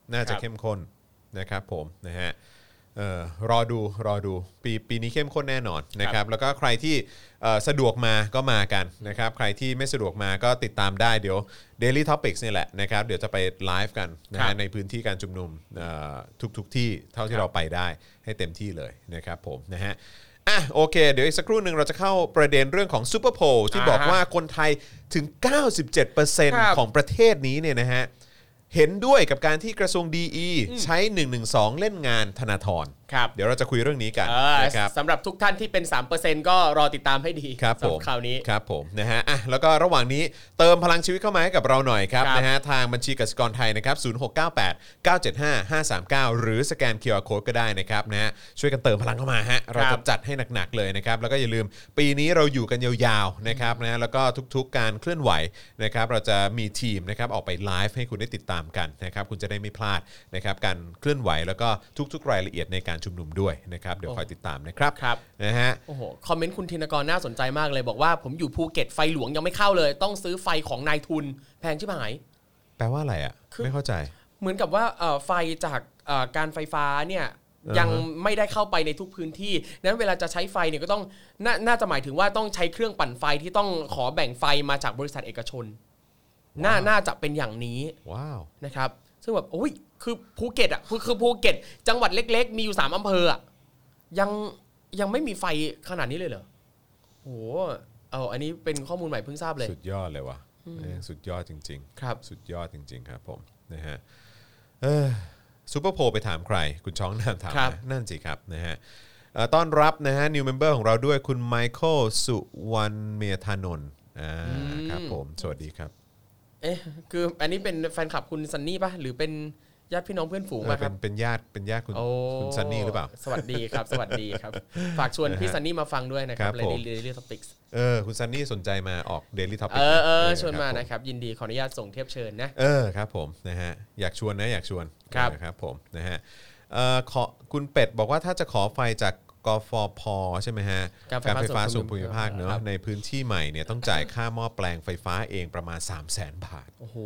นะครับผมนะฮะรอดูปีนี้เข้มข้นแน่นอนนะครับแล้วก็ใครที่สะดวกมาก็มากันนะครับใครที่ไม่สะดวกมาก็ติดตามได้เดี๋ยว Daily Topics นี่แหละนะครับเดี๋ยวจะไปไลฟ์กันนะฮะในพื้นที่การชุมนุมทุกที่เท่าที่เราไปได้ให้เต็มที่เลยนะครับผมนะฮะโอเคเดี๋ยวอีกสักครู่หนึ่งเราจะเข้าประเด็นเรื่องของซูเปอร์โพลที่บอกว่าคนไทยถึง 97% ของประเทศนี้เนี่ยนะฮะเห็นด้วยกับการที่กระทรวงดีใช้112เล่นงานธนาธรเดี๋ยวเราจะคุยเรื่องนี้กันนะครับสำหรับทุกท่านที่เป็น 3% ก็รอติดตามให้ดีครับผมข่าวนี้ครับผมนะฮะแล้วก็ระหว่างนี้เติมพลังชีวิตเข้ามาให้กับเราหน่อยครับนะฮะทางบัญชีกสิกรไทยนะครับ0698975539หรือสแกน QR Code ก็ได้นะครับนะฮะช่วยกันเติมพลังเข้ามาฮะเราจะจัดให้หนักๆเลยนะครับแล้วก็อย่าลืมปีนี้เราอยู่กันยาวๆนะครับนะแล้วก็ทุกๆการเคลื่อนไหวนะครับเราจะมีทีมนะครับออกไปไลฟ์ให้คุณได้ติดตามกันนะครับคุณจะได้ไม่พลาดนะครับการเคลื่อนไหวแล้วก็ทุกๆรายละเอียดในการชุมนุมด้วยนะครับเดี๋ยวคอยติดตามนะครับนะฮะโอ้โหคอมเมนต์คุณธินกรน่าสนใจมากเลยบอกว่าผมอยู่ภูเก็ตไฟหลวงยังไม่เข้าเลยต้องซื้อไฟของนายทุนแพงชิบหายแปลว่าอะไรอ่ะไม่เข้าใจเหมือนกับว่าไฟจากการไฟฟ้าเนี่ยยังไม่ได้เข้าไปในทุกพื้นที่นั้นเวลาจะใช้ไฟเนี่ยก็ต้องน่าจะหมายถึงว่าต้องใช้เครื่องปั่นไฟที่ต้องขอแบ่งไฟมาจากบริษัทเอกชนน่าจะเป็นอย่างนี้ว้าวนะครับซึ่งแบบโอ้ยคือภูเก็ตอ่ะคือภูเก็ตจังหวัดเล็กๆมีอยู่3อำเภออ่ะยังไม่มีไฟขนาดนี้เลยเหรอโอ้อันนี้เป็นข้อมูลใหม่เพิ่งทราบเลยสุดยอดเลยว่ะสุดยอดจริงๆครับสุดยอดจริงๆครับผมนะฮะซูเปอร์โพลไปถามใครคุณช้องนามถามนะนั่นสิครับนะฮะต้อนรับนะฮะ new member ของเราด้วยคุณไมเคิลสุวรรณเมธานนท์ครับผมสวัสดีครับคืออันนี้เป็นแฟนคลับคุณซันนี่ป่ะหรือเป็นญาติพี่น้องเพื่อนฝูงป่ะครับเป็นญาติคุณซันนี่หรือเปล่าสวัสดีครับสวัสดีครับฝากชวนพี่ซันนี่มาฟังด้วยนะครับใน Daily Topics คุณซันนี่สนใจมาออก Daily Topics ชวนมานะครับยินดีขออนุญาตส่งเทียบเชิญนะครับผมนะฮะอยากชวนครับผมนะฮะขอคุณเป็ดบอกว่าถ้าจะขอไฟจากกฟผใช่ไหมฮะการไฟฟ้าส่วนภูมิภาคเนอะในพื้นที่ใหม่เนี่ยต้องจ่ายค่าหม้อแปลงไฟฟ้าเองประมาณ 300,000 บาทโอ้โห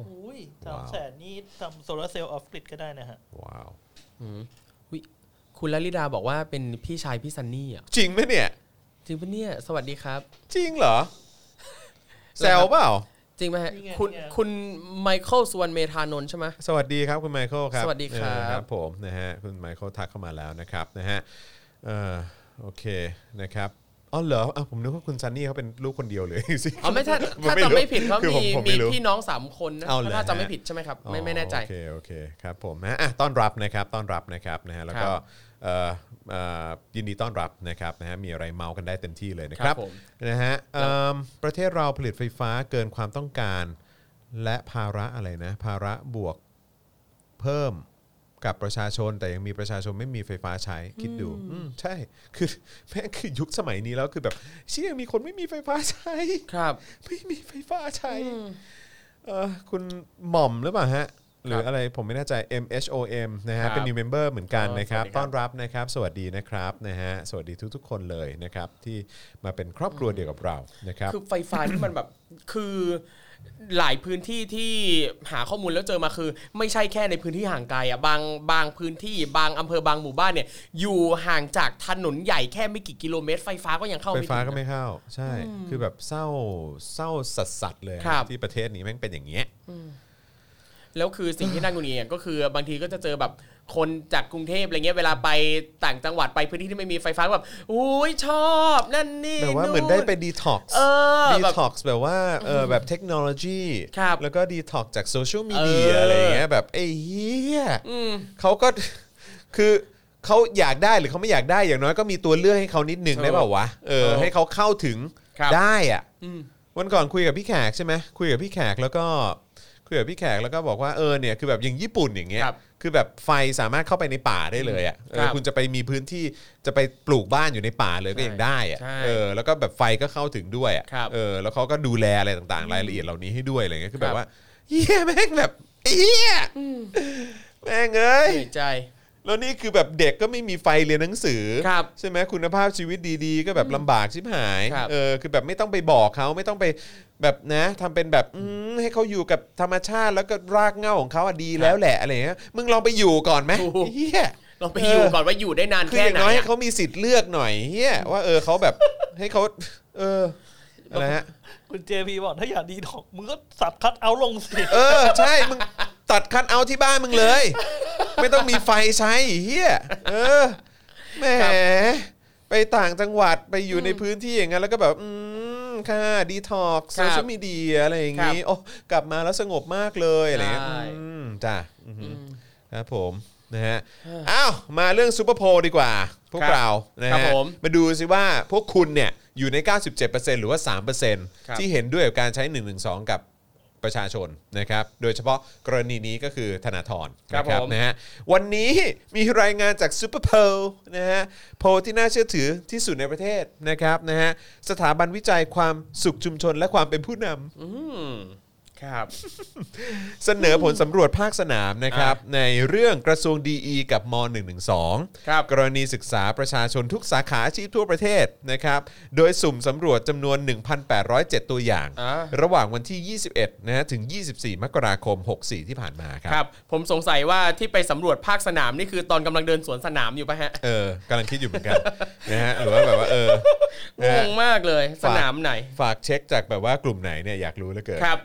300,000นี่ทำโซลาร์เซลล์ออฟกริดก็ได้นะฮะว้าวคุณลลิดาบอกว่าเป็นพี่ชายพี่ซันนี่อ่ะจริงไหมเนี่ยจริงปะเนี่ยสวัสดีครับจริงเหรอแซวเปล่าจริงไหมฮะคุณไมเคิลสุวรรณเมธานนท์ใช่ไหมสวัสดีครับคุณไมเคิลครับสวัสดีครับผมนะฮะคุณไมเคิลทักเข้ามาแล้วนะครับนะฮะโอเคนะครับเหรอผมนึกว่าคุณซันนี่เขาเป็นลูกคนเดียวเลยสิไม่ถ้าจำไม่ผิดเขามีพี่น้อง3คนนะถ้าจำไม่ผิดใช่ไหมครับไม่แน่ใจโอเคครับผมต้อนรับนะครับนะฮะแล้วก็ยินดีต้อนรับนะครับนะฮะมีอะไรเมากันได้เต็มที่เลยนะครับนะฮะประเทศเราผลิตไฟฟ้าเกินความต้องการและภาระอะไรนะภาระบวกเพิ่มกับประชาชนแต่ยังมีประชาชนไม่มีไฟฟ้าใช้คิดดูใช่คือแม่งคือยุคสมัยนี้แล้วคือแบบเชี่ยมีคนไม่มีไฟฟ้าใช้ครับไม่มีไฟฟ้าใช้คุณหม่อมหรือเปล่าฮะหรืออะไรผมไม่แน่ใจ MHOM นะฮะเป็น new member เหมือนกันนะครับต้อนรับนะครับสวัสดีนะครับนะฮะสวัสดีทุกๆคนเลยนะครับที่มาเป็นครอบครัวเดียวกับเรานะครับคือไฟฟ้าที่มันแบบคือหลายพื้นที่ที่หาข้อมูลแล้วเจอมาคือไม่ใช่แค่ในพื้นที่ห่างไกลอ่ะบางพื้นที่บางอำเภอบางหมู่บ้านเนี่ยอยู่ห่างจากถนนใหญ่แค่ไม่กี่กิโลเมตรไฟฟ้าก็ยังเข้าไม่ถึงไฟฟ้าก็ไม่เข้าใช่คือแบบเศร้าสัสๆเลยที่ประเทศนี้แม่งเป็นอย่างเงี้ยแล้วคือสิ่งที่น่ากุนเอียก็คือบางทีก็จะเจอแบบคนจากกรุงเทพอะไรเงี้ยเวลาไปต่างจังหวัดไปพื้นที่ที่ไม่มีไฟฟ้าแบบอุ้ยชอบนั่นนี่แบบว่าเหมือนได้ไปดีท็อกซ์แบบว่าแบบเทคโนโลยีแล้วก็ดีท็อกซ์จากโซเชียลมีเดียอะไรเงี้ยแบบไอ้เหี้ยเขาก็คือเขาอยากได้หรือเขาไม่อยากได้อย่างน้อยก็มีตัวเลือกให้เขานิดนึงได้เปล่าวะให้เขาเข้าถึงได้อ่ะวันก่อนคุยกับพี่แขกใช่ไหมคุยกับพี่แขกแล้วก็บอกว่าเนี่ยคือแบบอย่างญี่ปุ่นอย่างเงี้ยคือแบบไฟสามารถเข้าไปในป่าได้เลยอ่ะคุณจะไปมีพื้นที่จะไปปลูกบ้านอยู่ในป่าเลยก็ยังได้อ่ะแล้วก็แบบไฟก็เข้าถึงด้วยอ่ะแล้วเขาก็ดูแลอะไรต่างๆรายละเอียดเหล่านี้ให้ด้วยอะไรเงี้ยคือแบบว่าเฮียแม่งแบบเฮียแม่งเอ้ยใจแล้วนี่คือแบบเด็กก็ไม่มีไฟเรียนหนังสือใช่ไหมคุณภาพชีวิตดีๆก็แบบลำบากชิบหายคือแบบไม่ต้องไปบอกเขาไม่ต้องไปแบบนะทำเป็นแบบให้เขาอยู่กับธรรมชาติแล้วก็รากเหง้าของเขาดีแล้วแหละอะไรเงี้ยมึงลองไปอยู่ก่อนไหมเฮียลองไปอยู่ก่อนว่าอยู่ได้นานแค่ไหนคืออย่างน้อยให้เขามีสิทธิ์เลือกหน่อยเฮียว่าเขาแบบให้เขาอะไรฮะคุณเจพีบอกถ้าอยากดีถอกมึงก็สับคัทเอาลงสิใช่มึงตัดคัทเอาที่บ้านมึงเลยไม่ต้องมีไฟใช้เฮียแหมไปต่างจังหวัดไปอยู่ในพื้นที่อย่างนั้นแล้วก็แบบค่ะดีท็อกซ์โซเชียลมีเดียอะไรอย่างงี้โอ้กลับมาแล้วสงบมากเลยอะไรเงี้ยจ้ะครับผมนะฮะอ้าวมาเรื่องซูเปอร์โพลดีกว่าพวกเรานะฮะมาดูสิว่าพวกคุณเนี่ยอยู่ใน 97% หรือว่า 3% ที่เห็นด้วยกับการใช้112กับประชาชนนะครับโดยเฉพาะกรณีนี้ก็คือธนาธรนะครับนะฮะวันนี้มีรายงานจากซูเปอร์โพลนะฮะโพลที่น่าเชื่อถือที่สุดในประเทศนะครับนะฮะสถาบันวิจัยความสุขชุมชนและความเป็นผู้นำครับเสนอผลสำรวจภาคสนามนะครับในเรื่องกระทรวงดีกับม.112 กรณีศึกษาประชาชนทุกสาขาอาชีพทั่วประเทศนะครับโดยสุ่มสำรวจจำนวน 1,807 ตัวอย่างระหว่างวันที่21นะฮะถึง24มกราคม64ที่ผ่านมาครับผมสงสัยว่าที่ไปสำรวจภาคสนามนี่คือตอนกำลังเดินสวนสนามอยู่ป่ะฮะกำลังคิดอยู่เหมือนกันนะฮะหรือว่าแบบว่างงมากเลยสนามไหนฝากเช็คจากแบบว่ากลุ่มไหนเนี่ยอยากรู้เหลือเกิน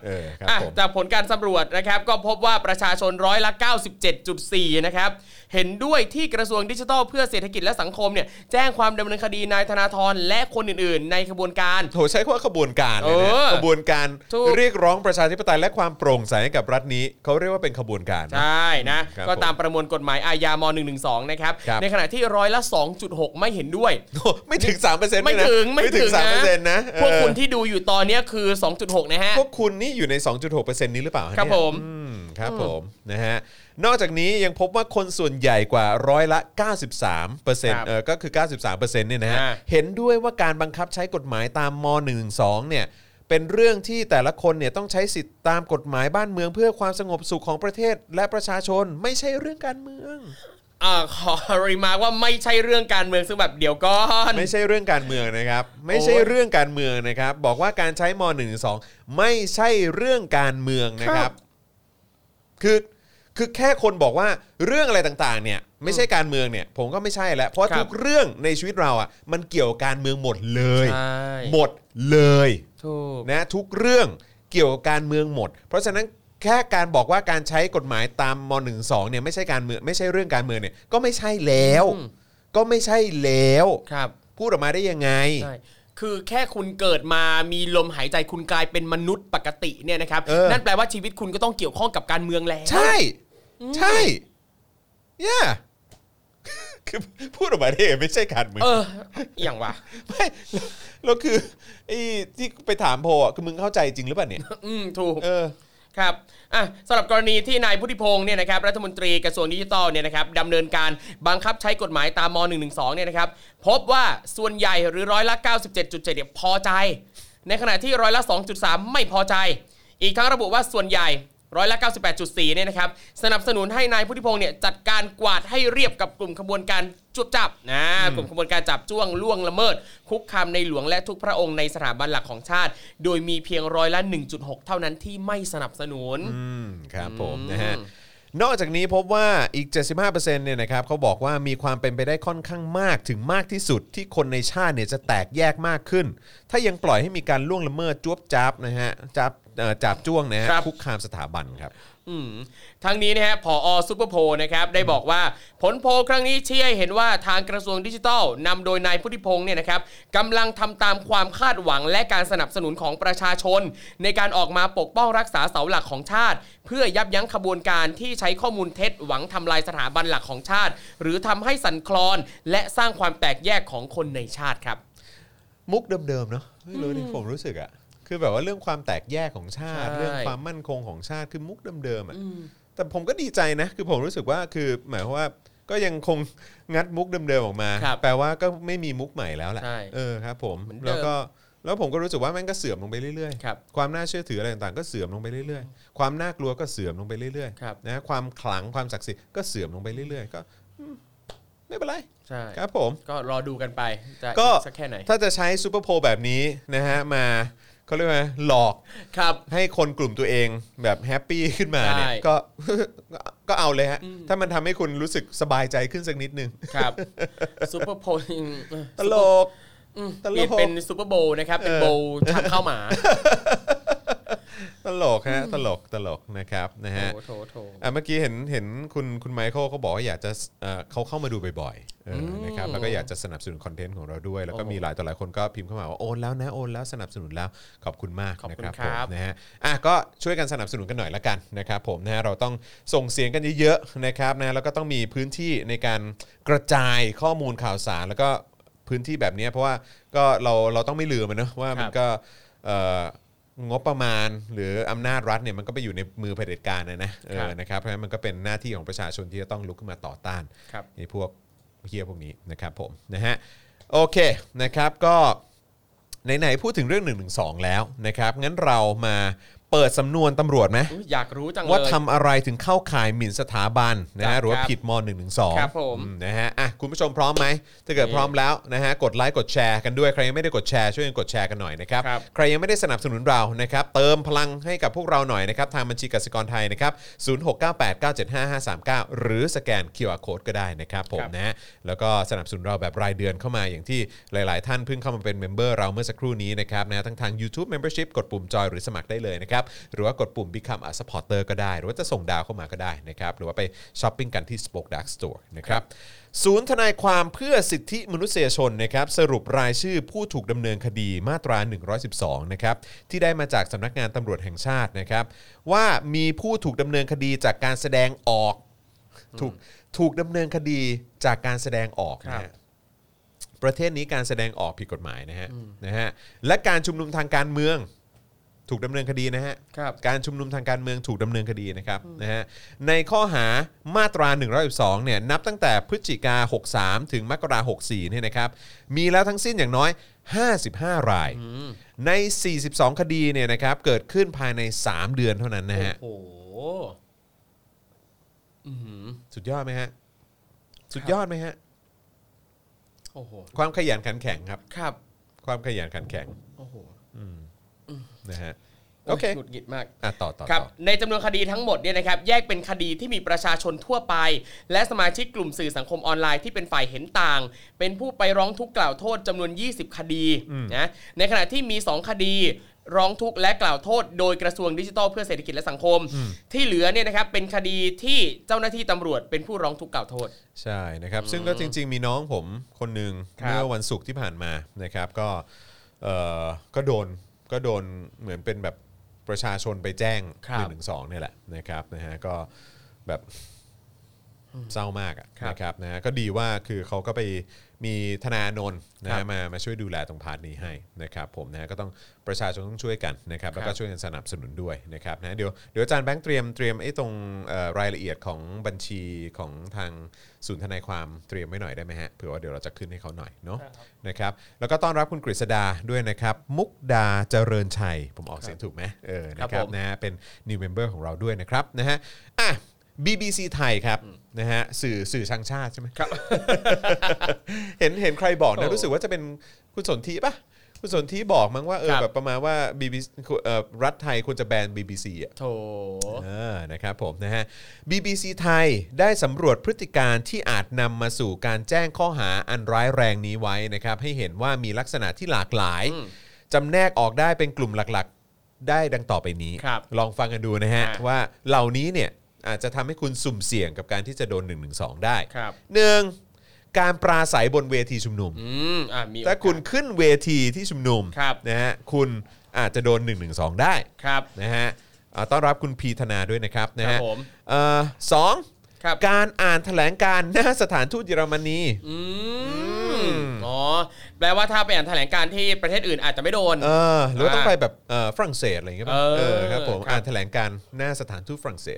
จากผลการสำรวจนะครับก็พบว่าประชาชนร้อยละ 97.4 นะครับเห็นด้วยที่กระทรวงดิจิทัลเพื่อเศรษฐกิจและสังคมเนี่ยแจ้งความดำเนินคดีนายธนาธรและคนอื่นๆในขบวนการโหใช้คำว่าขบวนการเลยนะขบวนการเรียกร้องประชาธิปไตยและความโปร่งใสให้กับรัฐนี้เขาเรียกว่าเป็นขบวนการใช่นะก็ตามประมวลกฎหมายอาญาม112นะครับในขณะที่ร้อยละ 2.6 ไม่เห็นด้วยไม่ถึง 3% ไม่ถึง 3% นะพวกคุณที่ดูอยู่ตอนนี้คือ 2.6 นะฮะพวกคุณนี่อยู่ใน 2.6% นี้หรือเปล่าครับผมครับผมนะฮะนอกจากนี้ยังพบว่าคนส่วนใหญ่กว่าร้อยละ 93%ก็คือ 93% เนี่ยนะฮะเห็นด้วยว่าการบังคับใช้กฎหมายตามม.112 เนี่ยเป็นเรื่องที่แต่ละคนเนี่ยต้องใช้สิทธิตามกฎหมายบ้านเมืองเพื่อความสงบสุขของประเทศและประชาชนไม่ใช่เรื่องการเมืองขอรีมาร์คว่าไม่ใช่เรื่องการเมืองซึ่งแบบเดี๋ยวก่อนไม่ใช่เรื่องการเมืองนะครับไม่ใช่เรื่องการเมืองนะครับบอกว่าการใช้ม.112 ไม่ใช่เรื่องการเมืองนะครับคือแค่คนบอกว่าเรื่องอะไรต่างๆเนี่ยไม่ใช่การเมืองเนี่ยผมก็ไม่ใช่แล้วเพราะทุกเรื่องในชีวิตเราอ่ะมันเกี่ยวกับการเมืองหมดเลยหมดเลยนะทุกเรื่องเกี่ยวกับการเมืองหมดเพราะฉะนั้นแค่การบอกว่าการใช้กฎหมายตามม.112 เนี่ยไม่ใช่การเมืองไม่ใช่เรื่องการเมืองเนี่ยก็ไม่ใช่แล้วก็ไม่ใช่แล้วพูดออกมาได้ยังไงคือแค่คุณเกิดมามีลมหายใจคุณกลายเป็นมนุษย์ปกติเนี่ยนะครับนั่นแปลว่าชีวิตคุณก็ต้องเกี่ยวข้องกับการเมืองแล้วใช่yeah คือพูดออกมาได้ไม่ใช่การเมืองอย่างวะไม่แล้วคือไอ้ที่ไปถามโพอ่ะคือมึงเข้าใจจริงหรือเปล่าเนี่ยถูกครับสำหรับกรณีที่นายพุทธิพงศ์เนี่ยนะครับรัฐมนตรีกระทรวงดิจิทัลเนี่ยนะครับดำเนินการบังคับใช้กฎหมายตามม.112 เนี่ยนะครับพบว่าส่วนใหญ่หรือร้อยละ 97.7 เนี่ยพอใจในขณะที่ร้อยละ 2.3 ไม่พอใจอีกทั้งระบุว่าส่วนใหญ่ร้อยละ 98.4 เนี่ยนะครับสนับสนุนให้นายพุทธิพงศ์เนี่ยจัดการกวาดให้เรียบกับกลุ่มขบวนการจับกลุ่มขบวนการจับจ้วงล่วงละเมิดคุกคามในหลวงและทุกพระองค์ในสถาบันหลักของชาติโดยมีเพียงร้อยละ 1.6 เท่านั้นที่ไม่สนับสนุนครับผมนะฮะนอกจากนี้พบว่าอีก 75% เนี่ยนะครับเขาบอกว่ามีความเป็นไปได้ค่อนข้างมากถึงมากที่สุดที่คนในชาติเนี่ยจะแตกแยกมากขึ้นถ้ายังปล่อยให้มีการล่วงละเมิดจ้วบจับนะฮะจับจ้วงนะฮะคุกคามสถาบันครับทั้งนี้นะฮะผอ.ซุปเปอร์โพลนะครับได้บอกว่าผลโพลครั้งนี้ชี้ให้เห็นว่าทางกระทรวงดิจิทัลนำโดยนายพุทธิพงศ์เนี่ยนะครับกำลังทำตามความคาดหวังและการสนับสนุนของประชาชนในการออกมาปกป้องรักษาเสาหลักของชาติเพื่อยับยั้งขบวนการที่ใช้ข้อมูลเท็จหวังทำลายสถาบันหลักของชาติหรือทำให้สั่นคลอนและสร้างความแตกแยกของคนในชาติครับมุกเดิมๆเนาะไม่รู้นี่ผมรู้สึกอะคือแบบว่าเรื่องความแตกแยกของชาติเรื่องความมั่นคงของชาติคือมุกเดิมๆอ่ะแต่ผมก็ดีใจนะคือผมรู้สึกว่าคือหมายความว่าก็ยังคงงัดมุกเดิมๆออกมาแปลว่าก็ไม่มีมุกใหม่แล้วแหละครับผมแล้วผมก็รู้สึกว่าแม่งก็เสื่อมลงไปเรื่อยๆความน่าเชื่อถืออะไรต่างๆก็เสื่อมลงไปเรื่อยๆความน่ากลัวก็เสื่อมลงไปเรื่อยๆนะความขลังความศักดิ์สิทธิ์ก็เสื่อมลงไปเรื่อยๆก็ไม่เป็นไรครับผมก็รอดูกันไปก็สักแค่ไหนถ้าจะใช้ซูเปอร์โพลแบบนี้นะฮะมาเขาเรียกว่าหลอกให้คนกลุ่มตัวเองแบบแฮปปี้ขึ้นมาเนี่ยก็เอาเลยฮะถ้ามันทำให้คุณรู้สึกสบายใจขึ้นสักนิดนึงครับซูเปอร์โพลตลกเปลี่ยนเป็นซูเปอร์โบว์นะครับเป็นโบว์ชักข้าวหมาตลกฮะตลกนะครับนะฮะเมื่อกี้เห็นคุณไมเคิลเขาบอกว่าอยากจะเขาเข้ามาดูบ่อยๆนะครับแล้วก็อยากจะสนับสนุนคอนเทนต์ของเราด้วยแล้วก็มีหลายต่อหลายคนก็พิมพ์เข้ามาว่าโอนแล้วนะโอนแล้วสนับสนุนแล้วขอบคุณมากนะครับผมนะฮะก็ช่วยกันสนับสนุนกันหน่อยละกันนะครับผมนะฮะเราต้องส่งเสียงกันเยอะๆนะครับนะแล้วก็ต้องมีพื้นที่ในการกระจายข้อมูลข่าวสารแล้วก็พื้นที่แบบนี้เพราะว่าก็เราต้องไม่ลืมมันนะว่ามันก็งบประมาณหรืออำนาจรัฐเนี่ยมันก็ไปอยู่ในมือเผด็จการนะครับเพราะฉะนั้นมันก็เป็นหน้าที่ของประชาชนที่จะต้องลุกขึ้นมาต่อต้านในพวกเหี้ยพวกนี้นะครับผมนะฮะโอเคนะครับก็ไหนๆพูดถึงเรื่อง112แล้วนะครับงั้นเรามาเปิดสำนวนตำรวจไหมอยากรู้จังเลยว่าทำอะไรถึงเข้าข่ายหมิ่นสถาบันนะฮะหรือว่าผิดม.112 ครับผมนะฮะคุณผู้ชมพร้อมไหมถ้าเกิดพร้อมแล้วนะฮะกดไลค์กดแชร์กันด้วยใครยังไม่ได้กดแชร์ช่วยกันกดแชร์กันหน่อยนะครับใครยังไม่ได้สนับสนุนเรานะครับเติมพลังให้กับพวกเราหน่อยนะครับทางบัญชีกสิกรไทยนะครับ0698975539หรือสแกน QR Code ก็ได้นะครับผมนะฮะแล้วก็สนับสนุนเราแบบรายเดือนเข้ามาอย่างที่หลายๆท่านเพิ่งเข้ามาเป็นเมมเบอร์เราเมื่อสักครู่นี้นะครับนะทั้งทาง YouTube Membership กดปุ่มจอยหรือสมัครได้เลยนะครับนะครับหรือว่ากดปุ่ม Become a supporter ก็ได้หรือว่าจะส่งดาวเข้ามาก็ได้นะครับหรือว่าไปช้อปปิ้งกันที่ Spoke Dark Store นะครับศูนย์ทนายความเพื่อสิทธิมนุษยชนนะครับสรุปรายชื่อผู้ถูกดำเนินคดีมาตรา112นะครับที่ได้มาจากสำนักงานตำรวจแห่งชาตินะครับว่ามีผู้ถูกดำเนินคดีจากการแสดงออกถูกดำเนินคดีจากการแสดงออกนะฮะประเทศนี้การแสดงออกผิดกฎหมายนะฮะและการชุมนุมทางการเมืองถูกดำเนินคดีนะฮะการชุมนุมทางการเมืองถูกดำเนินคดีนะครับนะฮะในข้อหามาตรา112เนี่ยนับตั้งแต่พฤศจิกา63ถึงมกราคม64เนี่ยนะครับมีแล้วทั้งสิ้นอย่างน้อย55รายใน42คดีเนี่ยนะครับเกิดขึ้นภายใน3เดือนเท่านั้นนะฮะโอ้โหสุดยอดไหมฮะสุดยอดไหมฮะโอ้โหความขยันขันแข็งครับครับความขยันขันแข็งโอ้โหนะฮะโอเคหงุดหงิดมากต่อครับในจำนวนคดีทั้งหมดเนี่ยนะครับแยกเป็นคดีที่มีประชาชนทั่วไปและสมาชิกกลุ่มสื่อสังคมออนไลน์ที่เป็นฝ่ายเห็นต่างเป็นผู้ไปร้องทุกข์กล่าวโทษจำนวน20คดีนะในขณะที่มี2คดีร้องทุกข์และกล่าวโทษโดยกระทรวงดิจิทัลเพื่อเศรษฐกิจและสังคมที่เหลือเนี่ยนะครับเป็นคดีที่เจ้าหน้าที่ตำรวจเป็นผู้ร้องทุกข์กล่าวโทษใช่นะครับซึ่งก็จริงๆมีน้องผมคนนึงเมื่อวันศุกร์ที่ผ่านมานะครับก็โดนเหมือนเป็นแบบประชาชนไปแจ้ง112เนี่ยแหละนะครับนะฮะก็แบบเศร้ามากนะครับนะฮะก็ดีว่าคือเขาก็ไปมีธนาโนนนะมาช่วยดูแลตรงพาร์ทนี้ให้นะครับผมนะก็ต้องประชาชนต้องช่วยกันนะครับแล้วก็ช่วยกันสนับสนุนด้วยนะครับนะเดี๋ยวอาจารย์แบงค์เตรียมไอ้ตรงรายละเอียดของบัญชีของทางศูนย์ทนายความเตรียมไว้หน่อยได้ไหมฮะเผื่อว่าเดี๋ยวเราจะขึ้นให้เขาหน่อยเนาะนะครับแล้วก็ต้อนรับคุณกฤษดาด้วยนะครับมุกดาเจริญชัยผมออกเสียงถูกไหมนะครับนะเป็น new member ของเราด้วยนะครับนะฮะBBC ไทยครับนะฮะสื่อช่างชาติใช่ไหมครับ เห็นใครบอกนะรู้สึกว่าจะเป็นคุณสนธิป่ะคุณสนธิบอกมั้งว่าแบบประมาณว่า BBC รัฐไทยควรจะแบน BBC อ่ะโถนะครับผมนะฮะ BBC ไทยได้สำรวจพฤติการที่อาจนำมาสู่การแจ้งข้อหาอันร้ายแรงนี้ไว้นะครับให้เห็นว่ามีลักษณะที่หลากหลายจำแนกออกได้เป็นกลุ่มหลักๆได้ดังต่อไปนี้ลองฟังกันดูนะฮะว่าเหล่านี้เนี่ยอาจจะทำให้คุณสุ่มเสี่ยงกับการที่จะโดน112ได้1การปราศัยบนเวทีชุมนุมถ้าคุณขึ้นเวทีที่ชุมนุมนะฮะคุณอาจจะโดน112ได้นะฮะต้อนรับคุณพีธนาด้วยนะครับนะฮะ2การอ่านแถลงการณ์หน้าสถานทูตเยอรมนีแปลว่าถ้าไปอ่านแถลงการที่ประเทศอื่นอาจจะไม่โดนหรือว่าต้องไปแบบฝรั่งเศสอะไรอย่างเงี้ยครับผมอ่านแถลงการณ์หน้าสถานทูตฝรั่งเศส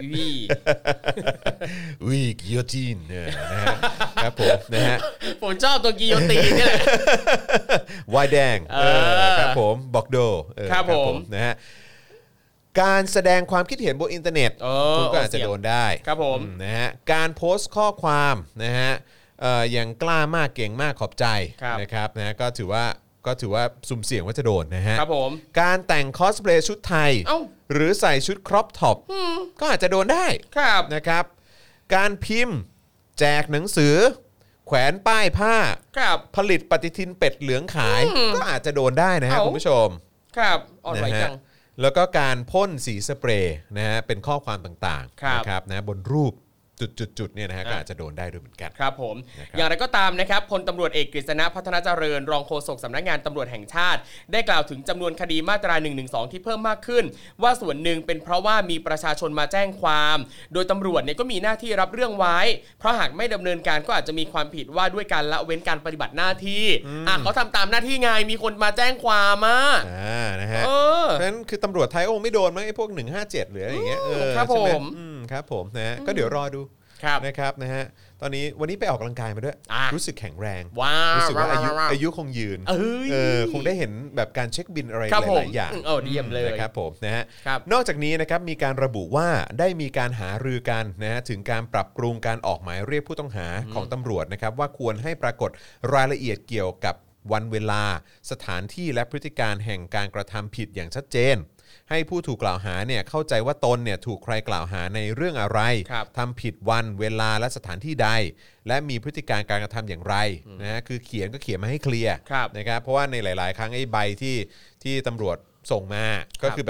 กิโยตินนะครับผมนะฮะผมชอบตัวกิโยตินนี่แหละวายแดงครับผมบอกโดครับผมนะฮะการแสดงความคิดเห็นบนอินเทอร์เน็ตคุณก็อาจจะโดนได้ครับผมนะฮะการโพสต์ข้อความนะฮะอย่างกล้ามากเก่งมากขอบใจนะครับนะก็ถือว่าสุ่มเสี่ยงว่าจะโดนนะฮะครับผมการแต่งคอสเพลย์ชุดไทยหรือใส่ชุดครอปท็อปก็อาจจะโดนได้นะครับการพิมพ์แจกหนังสือแขวนป้ายผ้าผลิตปฏิทินเป็ดเหลืองขายก็อาจจะโดนได้นะฮะคุณผู้ชมครับอ่อนไหวจังแล้วก็การพ่นสีสเปรย์นะฮะเป็นข้อความต่างๆนะครับนะบนรูปจุดๆเนี่ยนะฮะก็อาจจะโดนได้ด้วยเหมือนกันครับผมอย่างไรก็ตามนะครับพลตำรวจเอกกฤษณะพัฒนาเจริญรองโฆษกสำนักงานตำรวจแห่งชาติได้กล่าวถึงจำนวนคดีมาตรา112ที่เพิ่มมากขึ้นว่าส่วนหนึ่งเป็นเพราะว่ามีประชาชนมาแจ้งความโดยตำรวจเนี่ยก็มีหน้าที่รับเรื่องไว้เพราะหากไม่ดำเนินการก็อาจจะมีความผิดว่าด้วยการละเว้นการปฏิบัติหน้าที่เขาทำตามหน้าที่ไงมีคนมาแจ้งความนะฮะเพราะฉะนั้นคือตำรวจไทยก็คงไม่โดนมั้งไอ้พวก157หรืออะไรอย่างเงี้ยครับผมครับผมนะฮะก็เดี๋ยวรอดูนะครับนะฮะตอนนี้วันนี้ไปออกกำลังกายมาด้วยรู้สึกแข็งแรงรู้สึกว่าอายุคงยืนคงได้เห็นแบบการเช็คบินอะไรหลายๆอย่างเยี่ยมเลยนะครับผมนะฮะนอกจากนี้นะครับมีการระบุว่าได้มีการหารือกันนะฮะถึงการปรับปรุงการออกหมายเรียกผู้ต้องหาของตำรวจนะครับว่าควรให้ปรากฏรายละเอียดเกี่ยวกับวันเวลาสถานที่และพฤติการแห่งการกระทำผิดอย่างชัดเจนให้ผู้ถูกกล่าวหาเนี่ยเข้าใจว่าตนเนี่ยถูกใครกล่าวหาในเรื่องอะไรทำผิดวันเวลาและสถานที่ใดและมีพฤติการการกระทำอย่างไรนะฮะคือเขียนมาให้เคลียร์นะครับเพราะว่าในหลายๆครั้งไอ้ใบที่ตำรวจส่งมาก็คือแบบ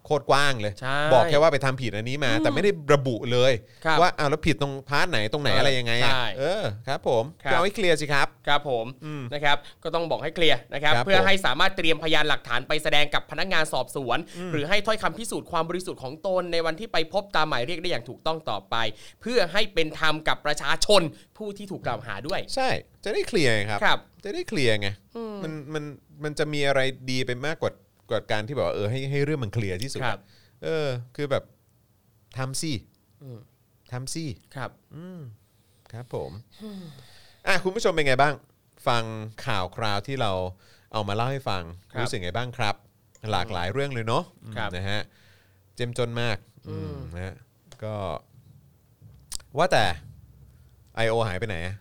โคตรกว้างเลยใช่บอกแค่ว่าไปทำผิดอันนี้มา แต่ไม่ได้ระบุเลยครับว่าแล้วผิดตรงพาร์ทไหนตรงไหนอะไรยังไงอ่ะใช่ครับผมครับเอาให้เคลียร์สิครับครับผมนะครับก็ต้องบอกให้เคลียร์นะครับครับเพื่อให้สามารถเตรียมพยานหลักฐานไปแสดงกับพนักงานสอบสวน หรือให้ถ้อยคำพิสูจน์ความบริสุทธิ์ของตนในวันที่ไปพบตามหมายเรียกได้อย่างถูกต้องต่อไป เพื่อให้เป็นธรรมกับประชาชนผู้ที่ถูกกล่าวหาด้วยใช่จะได้เคลียร์ไงครับครับจะได้เคลียร์ไงมันจะมีอะไรดีไปมากกว่าการที่แบบว่าให้เรื่องมันเคลียร์ที่สุดครับคือแบบทำสิทำสิครับครับผมคุณผู้ชมเป็นไงบ้างฟังข่าวคราวที่เราเอามาเล่าให้ฟังครับรู้สึกไงบ้างครับ หลากหลายเรื่องเลยเนาะครับนะฮะเจ้มจนมากนะฮะก็ว่าแต่ I.O. หายไปไหนอะ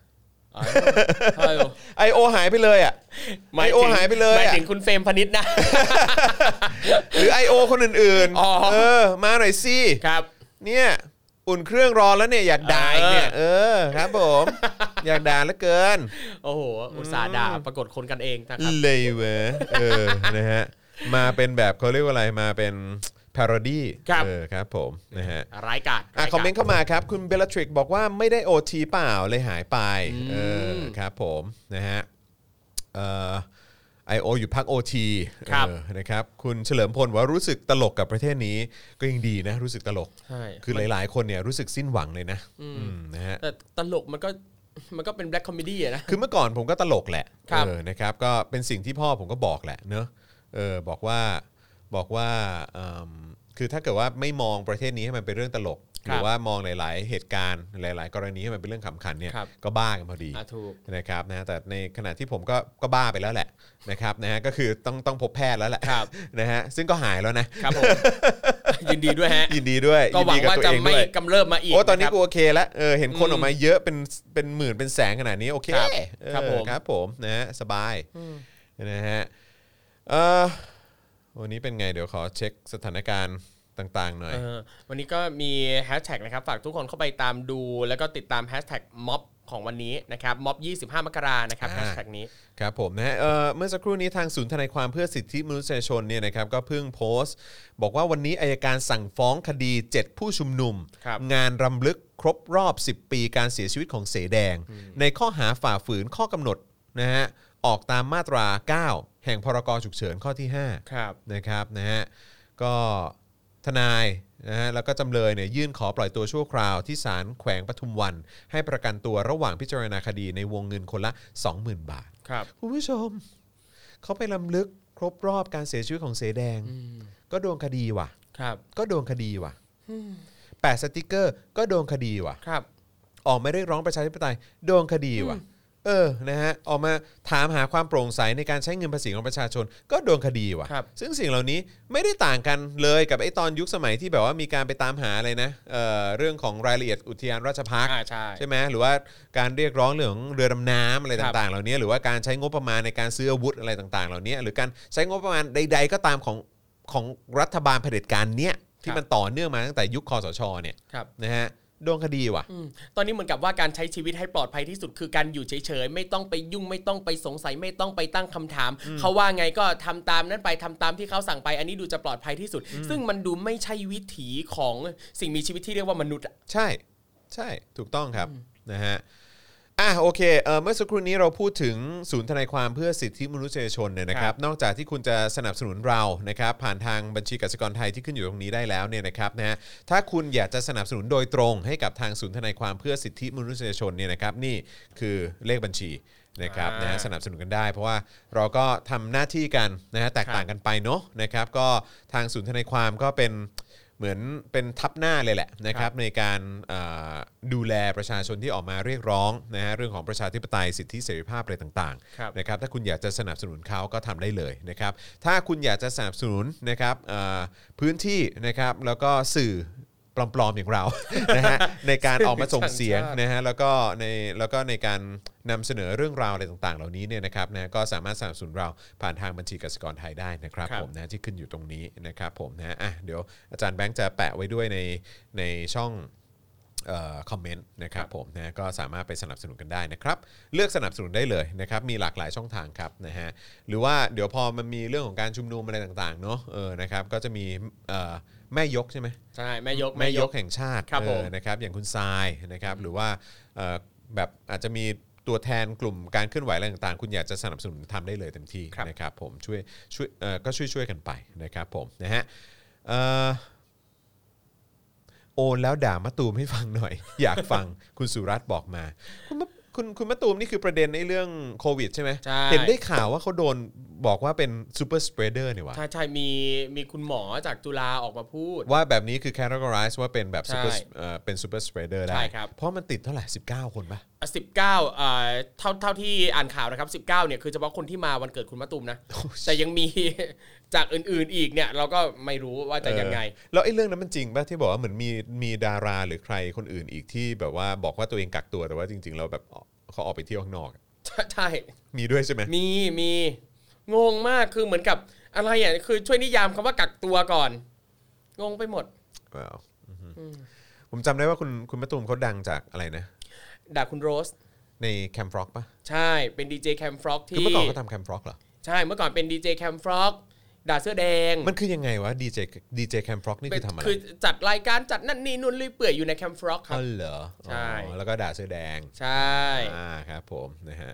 I.O. หายไปเลยอ่ะ I.O. หายไปเลยหมายอ่ะถึงคุณเฟรมพนิษฐ์นะหรือ I.O. คนอื่นอ๋อมาหน่อยสิครับเนี่ยอุ่นเครื่องรอแล้วเนี่ยอยากด่าอีกเนี่ยครับผมอยากด่าเหลือเกินโอ้โหอุตส่าห์ด่าปรากฏคนกันเองนะครับเลยเว้ยนะฮะมาเป็นแบบเขาเรียกว่าอะไรมาเป็นparody ครับครับผมนะฮะร้ายกาจคอมเมนต์เข้ามาครับคุณเบลทริกบอกว่าไม่ได้ OT เปล่าเลยหายไปครับผมนะฮะI.O. อยู่พัก OT ครับนะครับคุณเฉลิมพลว่ารู้สึกตลกกับประเทศนี้ก็ยังดีนะรู้สึกตลกใช่คือหลายๆคนเนี่ยรู้สึกสิ้นหวังเลยนะนะฮะแต่ตลกมันก็เป็นแบล็คคอมเมดี้อะนะคือเมื่อก่อนผมก็ตลกแหละครับนะครับก็เป็นสิ่งที่พ่อผมก็บอกแหละเนอะบอกว่าคือถ้าเกิดว่าไม่มองประเทศนี้ให้มันเป็นเรื่องตลก หรือว่ามองหลายๆเหตุการณ์หลายๆกรณีให้มันเป็นเรื่องขำขันเนี่ยครับก็บ้ากันพอดีถูกนะครับนะแต่ในขณะที่ผมก็บ้าไปแล้วแหละนะครับนะฮะก็คือต้องพบแพทย์แล้วแหละครับนะฮะซึ่งก็หายแล้วนะครับผมยินดีด้วยฮะยินดีด้วยก็หวังยินดีบว่าตัวจะเองไม่ด้วยกำเริบมาอีกโอ้ตอนนี้ะครับกูโอเคแล้วเห็นคนออกมาเยอะเป็นหมื่นเป็นแสนขนาดนี้โอเคครับผมครับผมนะฮะสบายนะฮะวันนี้เป็นไงเดี๋ยวขอเช็คสถานการณ์ต่างๆหน่อยวันนี้ก็มีแฮชแท็กนะครับฝากทุกคนเข้าไปตามดูแล้วก็ติดตามแฮชแท็กม็อบของวันนี้นะครับม็อบ25 มกรานะครับแฮชแท็กนี้ครับผมนะฮะเมื่อสักครู่นี้ทางศูนย์ทนายความเพื่อสิทธิมนุษยชนเนี่ยนะครับก็เพิ่งโพสต์บอกว่าวันนี้อัยการสั่งฟ้องคดี7ผู้ชุมนุมครับงานรำลึกครบรอบ10 ปีการเสียชีวิตของเสแดง ในข้อหาฝ่าฝืนข้อกำหนดนะฮะออกตามมาตรา 9 แห่งพรกฉุกเฉินข้อที่ครับ 5นะครับนะฮะก็ทนายนะฮะแล้วก็จำเลยเนี่ยยื่นขอปล่อยตัวชั่วคราวที่ศาลแขวงปทุมวันให้ประกันตัวระหว่างพิจารณาคดีในวงเงินคนละ 20,000 บาทครับคุณผู้ชมเขาไปรำลึกครบรอบการเสียชีวิตของเสแดงก็โดนคดีว่ะครับก็โดนคดีว่ะแปะสติกเกอร์ก็โดนคดีว่ะครับออกมาเรียกร้องประชาธิปไตยโดนคดีว่ะนะฮะออกมาถามหาความโปร่งใสในการใช้เงินภาษีของประชาชนก็โดนคดีว่ะครับซึ่งสิ่งเหล่านี้ไม่ได้ต่างกันเลยกับไอ้ตอนยุคสมัยที่แบบว่ามีการไปตามหาอะไรนะเรื่องของรายละเอียดอุทยานราชภัฏใช่ไหมหรือว่าการเรียกร้องเรื่องของเรือดำน้ำอะไรต่างๆเหล่านี้หรือว่าการใช้งบประมาณในการซื้ออาวุธอะไรต่างๆเหล่านี้หรือการใช้งบประมาณใดๆก็ตามของรัฐบาลเผด็จการเนี้ยที่มันต่อเนื่องมาตั้งแต่ยุคคสชเนี่ยครับนะฮะโดนคดีว่ะตอนนี้เหมือนกับว่าการใช้ชีวิตให้ปลอดภัยที่สุดคือการอยู่เฉยๆไม่ต้องไปยุ่งไม่ต้องไปสงสัยไม่ต้องไปตั้งคำถาม เขาว่าไงก็ทำตามนั้นไปทำตามที่เขาสั่งไป อันนี้ดูจะปลอดภัยที่สุด ซึ่งมันดูไม่ใช่วิถีของสิ่งมีชีวิตที่เรียกว่ามนุษย์อะใช่ถูกต้องครับนะฮะโอเคเมื่อสักครู่นี้เราพูดถึงศูนย์ทนายความเพื่อสิทธิมนุษยชนเนี่ยนะครับนอกจากที่คุณจะสนับสนุนเรานะครับผ่านทางบัญชีกสิกรไทยที่ขึ้นอยู่ตรงนี้ได้แล้วเนี่ยนะครับนะฮะถ้าคุณอยากจะสนับสนุนโดยตรงให้กับทางศูนย์ทนายความเพื่อสิทธิมนุษยชนเนี่ยนะครับนี่คือเลขบัญชีนะครับนะฮะสนับสนุนกันได้เพราะว่าเราก็ทำหน้าที่กันนะฮะแตกต่างกันไปเนาะนะครับก็ทางศูนย์ทนายความก็เป็นเหมือนเป็นทับหน้าเลยแหละนะครับในการดูแลประชาชนที่ออกมาเรียกร้องนะฮะเรื่องของประชาธิปไตยสิทธิเสรีภาพอะไรต่างๆนะครับถ้าคุณอยากจะสนับสนุนเขาก็ทำได้เลยนะครับถ้าคุณอยากจะสนับสนุนนะครับพื้นที่นะครับแล้วก็สื่อปลอมๆอย่างเรา นะฮะในการออกมาส่งเสียงนะฮะแล้วก็ในการนำเสนอเรื่องราวอะไรต่างๆเหล่านี้เนี่ยนะครับนะก็สามารถสนับสนุนเราผ่านทางบัญชีกสิกรไทยได้นะครับผมนะที่ขึ้นอยู่ตรงนี้นะครับผมนะเดี๋ยวอาจารย์แบงค์จะแปะไว้ด้วยในช่องคอมเมนต์นะครับผมนะก็สามารถไปสนับสนุนกันได้นะครับเลือกสนับสนุนได้เลยนะครับมีหลากหลายช่องทางครับนะฮะหรือว่าเดี๋ยวพอมันมีเรื่องของการชุมนุมอะไรต่างๆเนาะนะครับก็จะมีแม่ยกใช่ไหมใช่แม่ยกแห่งชาติครับผมนะครับอย่างคุณทรายนะครับหรือว่าแบบอาจจะมีตัวแทนกลุ่มการเคลื่อนไหวอะไรต่างๆคุณอยากจะสนับสนุนทำได้เลยเต็มที่นะครับผมช่วยก็ช่วยกันไปนะครับผมนะฮะโอนแล้วด่ามะตูมให้ฟังหน่อย อยากฟังคุณสุรัตน์บอกมาคุณมะตูมนี่คือประเด็นในเรื่องโควิดใช่ไหมเห็นได้ข่าวว่าเขาโดนบอกว่าเป็นซูเปอร์สเปรเดอร์นี่วะใช่มีคุณหมอจากจุฬาออกมาพูดว่าแบบนี้คือ categorize ว่าเป็นแบบซูเปอร์เป็นซูเปอร์สเปรเดอร์ได้เพราะมันติดเท่าไหร่19คนป่ะ 19เท่าที่อ่านข่าวนะครับ19เนี่ยคือเฉพาะคนที่มาวันเกิดคุณมะตูมนะแต่ยังมีจากอื่นๆอีกเนี่ยเราก็ไม่รู้ว่าจะยังไงแล้วไอ้เรื่องนั้นมันจริงป่ะที่บอกว่าเหมือนมีดาราหรือใครคนอื่นอีกที่แบบว่าบอกว่าตัวเองกักตัวแต่ว่าจริงๆเราแบบเขาออกไปเที่ยวข้างนอกใช่มีด้วยใช่ไหมมีงงมากคือเหมือนกับอะไรอ่ะคือช่วยนิยามคำว่ากักตัวก่อนงงไปหมดว้าวผมจำได้ว่าคุณมะตูมเขาดังจากอะไรนะด่าคุณโรสในแคมฟร็อกป่ะใช่เป็นดีเจแคมฟร็อกที่คือเมื่อก่อนเขาทำแคมฟร็อกเหรอใช่เมื่อก่อนเป็นดีเจแคมฟร็อกด่าเสื้อแดงมันคือยังไงวะดีเจแคมฟร็อกนี่คือทำอะไรคือจัดรายการจัดนั่นนี่นู่นเปื่อยอยู่ในแคมฟร็อกครับอ๋อเหรอใช่แล้วก็ด่าเสื้อแดงใช่ครับผมนะฮะ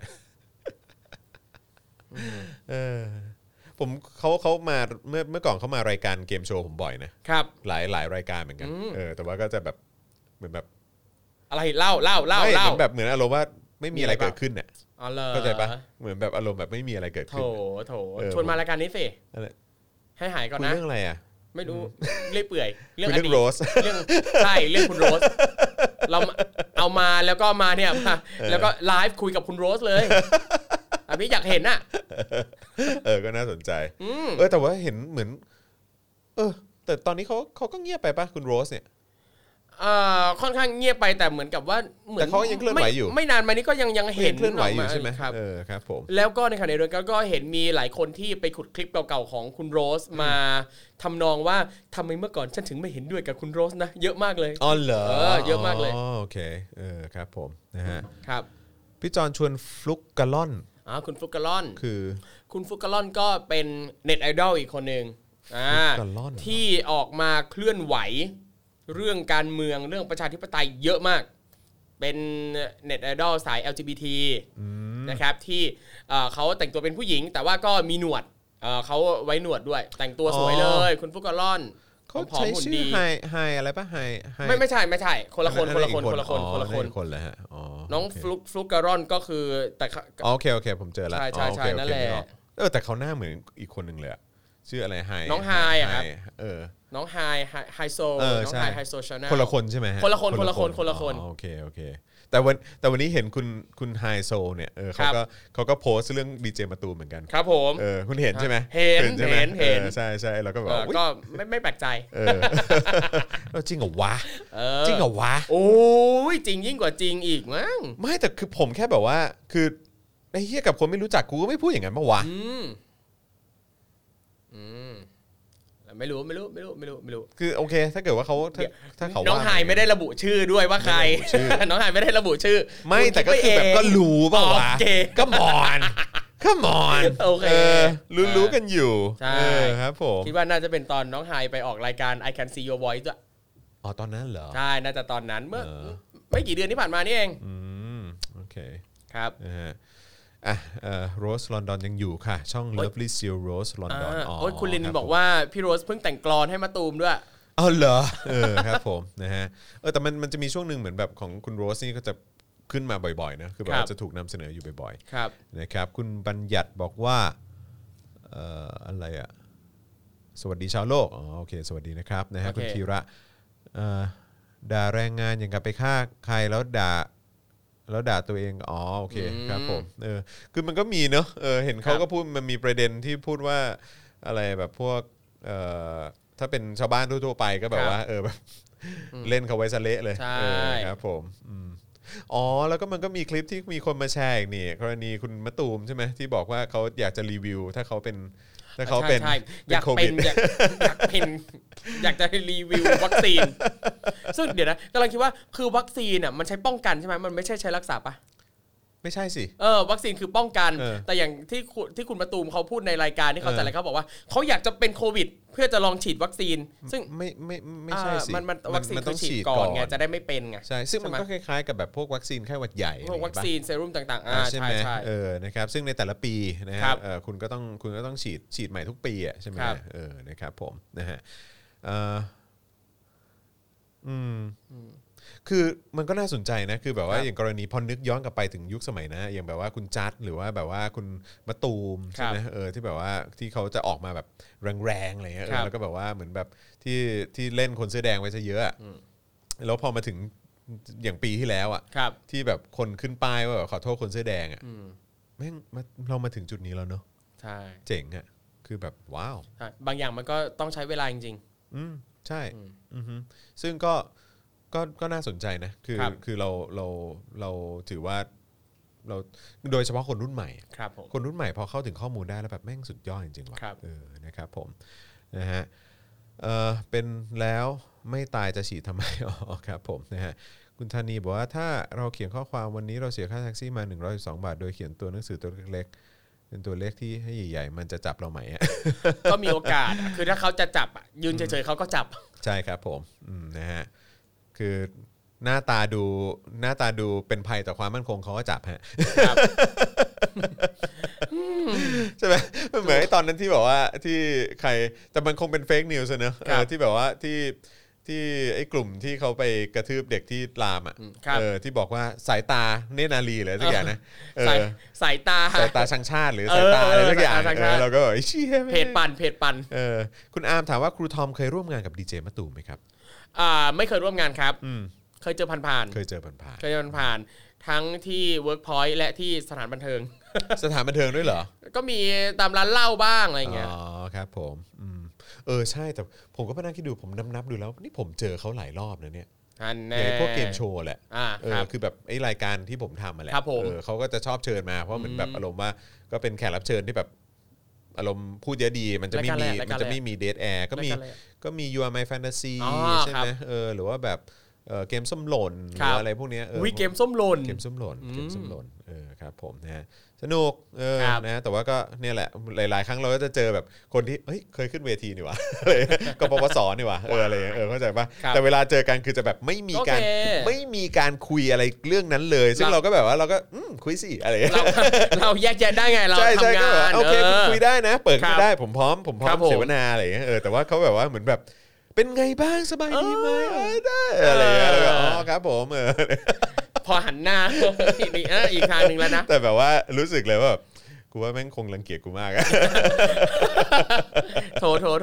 ผมเขามาเมื่อก่อนเขามารายการเกมโชว์ผมบ่อยนะครับหลายรายการเหมือนกันแต่ว่าก็จะแบบเหมือนแบบอะไรเล่าแบบเหมือนอารมณ์ว่าไม่มีอะไรเกิดขึ้นเนี่ยเข้าใจปะเหมือนแบบอารมณ์แบบไม่มีอะไรเกิดขึ้นโถชวนมารายการนี้สิให้หายก่อนนะเรื่องอะไรอ่ะไม่รู้เรื่อยเปื่อยเรื่องโรสใช่เรื่องคุณโรสเราเอามาแล้วก็มาเนี่ยมาแล้วก็ไลฟ์คุยกับคุณโรสเลยอันนี้อยากเห็นน่ะก็น่าสนใจแต่ว่าเห็นเหมือนแต่ตอนนี้เขาก็เงียบไปป่ะคุณโรสเนี่ยค่อนข้างเงียบไปแต่เหมือนกับว่าเหมือนแต่เขายังเคลื่อนไหวอยู่ไม่นานมานี้ก็ยังเห็นเคลื่อนไหวอยู่ใช่ไหมครับผมแล้วก็ในขณะเดียวกันก็เห็นมีหลายคนที่ไปขุดคลิปเก่าๆของคุณโรสมาทำนองว่าทำไมเมื่อก่อนฉันถึงไม่เห็นด้วยกับคุณโรสนะเยอะมากเลยอ๋อเหรอเยอะมากเลยโอเคครับผมนะฮะครับพี่จอนชวนฟลุกกะล่อนคุณฟลุกกะล่อนคือคุณฟลุกกะล่อนก็เป็นเน็ตไอดอลอีกคนนึงที่ออกมาเคลื่อนไหวเรื่องการเมืองเรื่องประชาธิปไตยเยอะมากเป็นเน็ตไอดอลสาย LGBT นะครับที่เขาแต่งตัวเป็นผู้หญิงแต่ว่าก็มีหนวดเขาไว้หนวดด้วยแต่งตัวสวยเลยคุณฟลุกกะล่อนเขาใช้ชื่อไฮอะไรป่ะไฮไม่ใช่คนละคนเลยฮะน้องฟลุกกะล่อนก็คือแต่โอเคผมเจอแล้วใช่นั่นแหละแต่เขาหน้าเหมือนอีกคนนึงเลยชื่ออะไรไฮน้องไฮอะครับน้องไฮโซน้องไฮโซชาแนลคนละคนใช่ไหมคนละคนโอเคแต่วันนี้เห็นคุณไฮโซเนี่ยเขาก็โพสต์เรื่องดีเจมะตูมเหมือนกันครับผมคุณเห็นใช่ไหมเห็นใช่แล้วก็แบบก็ไม่แปลกใจจริงเหรอวะจริงเหรอวะโอ้ยจริงยิ่งกว่าจริงอีกมั้งไม่แต่คือผมแค่แบบว่าคือไอ้เหี้ยกับคนไม่รู้จักกูก็ไม่พูดอย่างนั้นป่ะวะไม่รู้คือโอเคถ้าเกิดว่าเขาถ้าเขาน้องไฮไม่ได้ระบุชื่อด้วยว่าใครน้องไฮไม่ได้ระบุชื่อไม่แต่ก็คือแบบก็รู้ป่ะวะก็มอนโอเครู้กันอยู่ใช่ครับผมคิดว่าน่าจะเป็นตอนน้องไฮไปออกรายการ I Can See Your Voice ด้วยตอนนั้นเหรอใช่น่าจะตอนนั้นเมื่อไม่กี่เดือนที่ผ่านมานี่เองโอเคครับโรสลอนดอนยังอยู่ค่ะช่อง Lovely Seal Rose London คุณลินบอกว่าพี่โรสเพิ่งแต่งกลอนให้มาตูมด้วยเหรอครับผมนะฮะแต่มันจะมีช่วงนึงเหมือนแบบของคุณโรสนี่ก็จะขึ้นมาบ่อยๆนะคือแบบจะถูกนำเสนออยู่บ่อยๆนะครับคุณบัญญัติบอกว่าอะไรสวัสดีชาวโลกโอเคสวัสดีนะครับนะฮะคุณธีระด่าแรงงานอย่างกับไปฆ่าใครแล้วด่าตัวเองโอเคครับผมคือมันก็มีเนอะเห็นเขาก็พูดมันมีประเด็นที่พูดว่าอะไรแบบพวกถ้าเป็นชาวบ้านทั่วๆไปก็แบบว่าแบบเล่นเขาไว้ซะเละเลยครับผมแล้วก็มันก็มีคลิปที่มีคนมาแชร์อีกนี่กรณีคุณมะตูมใช่ไหมที่บอกว่าเขาอยากจะรีวิวถ้าเขาเป็นถ้าเขาเป็นใช่อยากเป็นอยากจะรีวิววัคซีนซึ่งเดี๋ยวนะกำลังคิดว่าคือวัคซีนอ่ะมันใช้ป้องกันใช่ไหมมันไม่ใช่ใช้รักษาปะไม่ใช่สิวัคซีนคือป้องกันแต่อย่างที่คุณประตูมเขาพูดในรายการที่เขาจัดรายการเขาบอกว่าเขาอยากจะเป็นโควิดเพื่อจะลองฉีดวัคซีนซึ่งไม่ใช่สิมันวัคซีนต้องฉีดก่อนไงจะได้ไม่เป็นไงใช่ซึ่งมันก็คล้ายๆกับแบบพวกวัคซีนไข้หวัดใหญ่พวกวัคซีนเซรุ่มต่างๆใช่ไหมนะครับซึ่งในแต่ละปีนะฮะคุณก็ต้องฉีดใหม่ทุกปีอ่ะใช่ไหมนะครับผมนะฮะคือมันก็น่าสนใจนะคือแบบว่าอย่างกรณีพอนึกย้อนกลับไปถึงยุคสมัยนะอย่างแบบว่าคุณจัดหรือว่าแบบว่าคุณมะตูมใช่ไหมที่แบบว่าที่เขาจะออกมาแบบแรงๆอะไรเงี้ยแล้วก็แบบว่าเหมือนแบบที่เล่นคนเสื้อแดงไว้ซะเยอะแล้วพอมาถึงอย่างปีที่แล้วอ่ะที่แบบคนขึ้นป้ายว่าแบบขอโทษคนเสื้อแดงอ่ะแม่งเรามาถึงจุดนี้แล้วเนอะใช่เจ๋งอ่ะคือแบบว้าวบางอย่างมันก็ต้องใช้เวลาจริงๆใช่ซึ่งก็น่าสนใจนะคือเราถือว่าเราโดยเฉพาะคนรุ่นใหม่คนรุ่นใหม่พอเข้าถึงข้อมูลได้แล้วแบบแม่งสุดยอดจริงๆว่ะนะครับผมนะฮะเป็นแล้วไม่ตายจะฉีดทำไมครับผมนะฮะคุณธานีบอกว่าถ้าเราเขียนข้อความวันนี้เราเสียค่าแท็กซี่มา112 บาทโดยเขียนตัวหนังสือตัวเล็กๆเป็นตัวเลขที่ให้ใหญ่ๆมันจะจับเราไหมก็มีโอกาสคือถ้าเขาจะจับยืนเฉยๆเขาก็จับใช่ครับผมนะฮะคือหน้าตาดูเป็นภัยต่อความมั่นคงเขาก็จับฮะใช่ไหมเหมือนตอนนั้นที่บอกว่าที่ใครแต่มันคงเป็นเฟกนิวส์เนอะที่แบบว่าที่ไอ้กลุ่มที่เขาไปกระทืบเด็กที่รามอ่ะที่บอกว่าสายตาเนตรนารีหรือสักอย่างนะสายตาช่างชาติหรือสายตาอะไรสักอย่างเราก็แบบเชี่ยเพจปั่นคุณอาร์มถามว่าครูทอมเคยร่วมงานกับดีเจมะตูมไหมครับไม่เคยร่วมงานครับเคยเจอผ่านๆเคยเจอผ่านทั้งที่ Workpoint และที่สถานบันเทิงสถานบันเทิงด้วยเหรอก็มีตามร้านเหล้าบ้างอะไรเงี้ยอ๋อครับผมใช่แต่ผมก็ไปนั่งคิดดูผมนับดูแล้วนี่ผมเจอเขาหลายรอบนะเนี่ยพวกเกมโชว์แหละคือแบบไอ้รายการที่ผมทำมาแหละเขาก็จะชอบเชิญมาเพราะเหมือนแบบอารมณ์ว่าก็เป็นแขกรับเชิญที่แบบอารมณ์พูดเยอะดีมันจะไม่มีเดทแอร์ก็มี You Are My Fantasy ใช่ไหมหรือว่าแบบเกมส้มหล่นหรืออะไรพวกนี้เกมส้มหล่นครับผมนะฮะสนุกนะแต่ว่าก็เนี่ยแหละหลายๆครั้งเราก็จะเจอแบบคนที่เคยขึ้นเวทีนี่หว่าก็ปปสนี่หว่าอะไรเข้าใจป่ะแต่เวลาเจอกันคือจะแบบไม่มีการคุยอะไรเรื่องนั้นเลยซึ่งเราก็แบบว่าเราก็คุยสิอะไรเราแยกแยะได้ไงเราทำงานโอเคคุยได้นะเปิดได้ผมพร้อมเสวนาอะไรแต่ว่าเขาแบบว่าเหมือนแบบเป็นไงบ้างสบายดีไหมได้อะไรครับผมพอหันหน้าอีกทางนึงแล้วนะแต่แบบว่ารู้สึกเลยว่ากูว่าแม่งคงรังเกียจกูมากโถ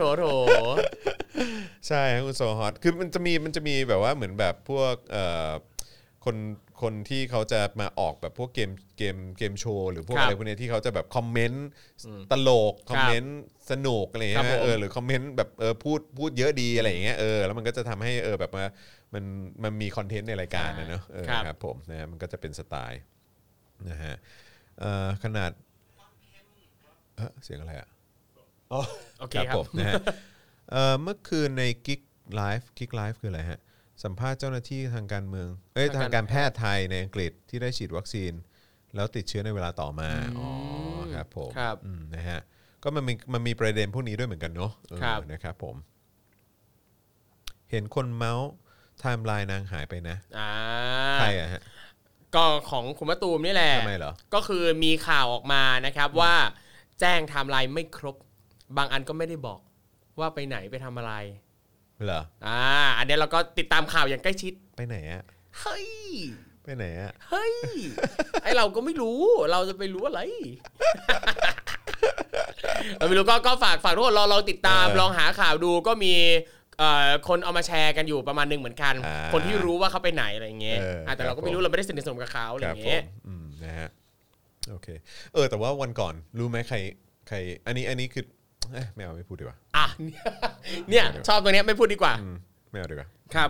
ใช่คุณโซฮอตคือมันจะมีแบบว่าเหมือนแบบพวกคนที่เขาจะมาออกแบบพวกเกมโชว์หรือพวกอะไรพวกนี้ที่เขาจะแบบคอมเมนต์ตลกคอมเมนต์สนุกอะไรอย่างเงี้ยหรือคอมเมนต์แบบพูดเยอะดีอะไรอย่างเงี้ยแล้วมันก็จะทำให้แบบว่ามันมีคอนเทนต์ในรายการนะเนาะครับผมนะมันก็จะเป็นสไตล์นะฮะขนาดเสียงอะไรอ่ะโอเคครับผมนะฮะเมื่อคืนในกิ๊กไลฟ์คืออะไรฮะสัมภาษณ์เจ้าหน้าที่ทางการเมืองทางการแพทย์ไทยในอังกฤษที่ได้ฉีดวัคซีนแล้วติดเชื้อในเวลาต่อมาครับผมนะฮะก็มันมีประเด็นพวกนี้ด้วยเหมือนกันเนาะนะครับผมเห็นคนเมาส์ไทม์ไลน์นางหายไปนะใครอะฮะก็ของคุณมะตูมนี่แหละทำไมเหรอก็คือมีข่าวออกมานะครับว่าแจ้งไทม์ไลน์ไม่ครบบางอันก็ไม่ได้บอกว่าไปไหนไปทำอะไรเหรออันนี้เราก็ติดตามข่าวอย่างใกล้ชิดไปไหนอะเฮ้ยไปไหนอะเฮ้ยไอเราก็ไม่รู้เราจะไปรู้อะไรเราไม่รู้ก็ฝากทุกคนลองติดตามลองหาข่าวดูก็มีคนเอามาแชร์กันอยู่ประมาณนึงเหมือนกันคนที่รู้ว่าเขาไปไหนอะไรเงี้ยแต่เราก็ไม่รู้เราไม่ได้สนิทสนมกับเขาอะไรเงี้ยนะฮะโอเคแต่ว่าวันก่อนรู้ไหมใครอันนี้คือไม่พูดดีกว่าเนี่ยชอบตรงนี้ไม่พูดดีกว่าไม่เอาดีกว่าครับ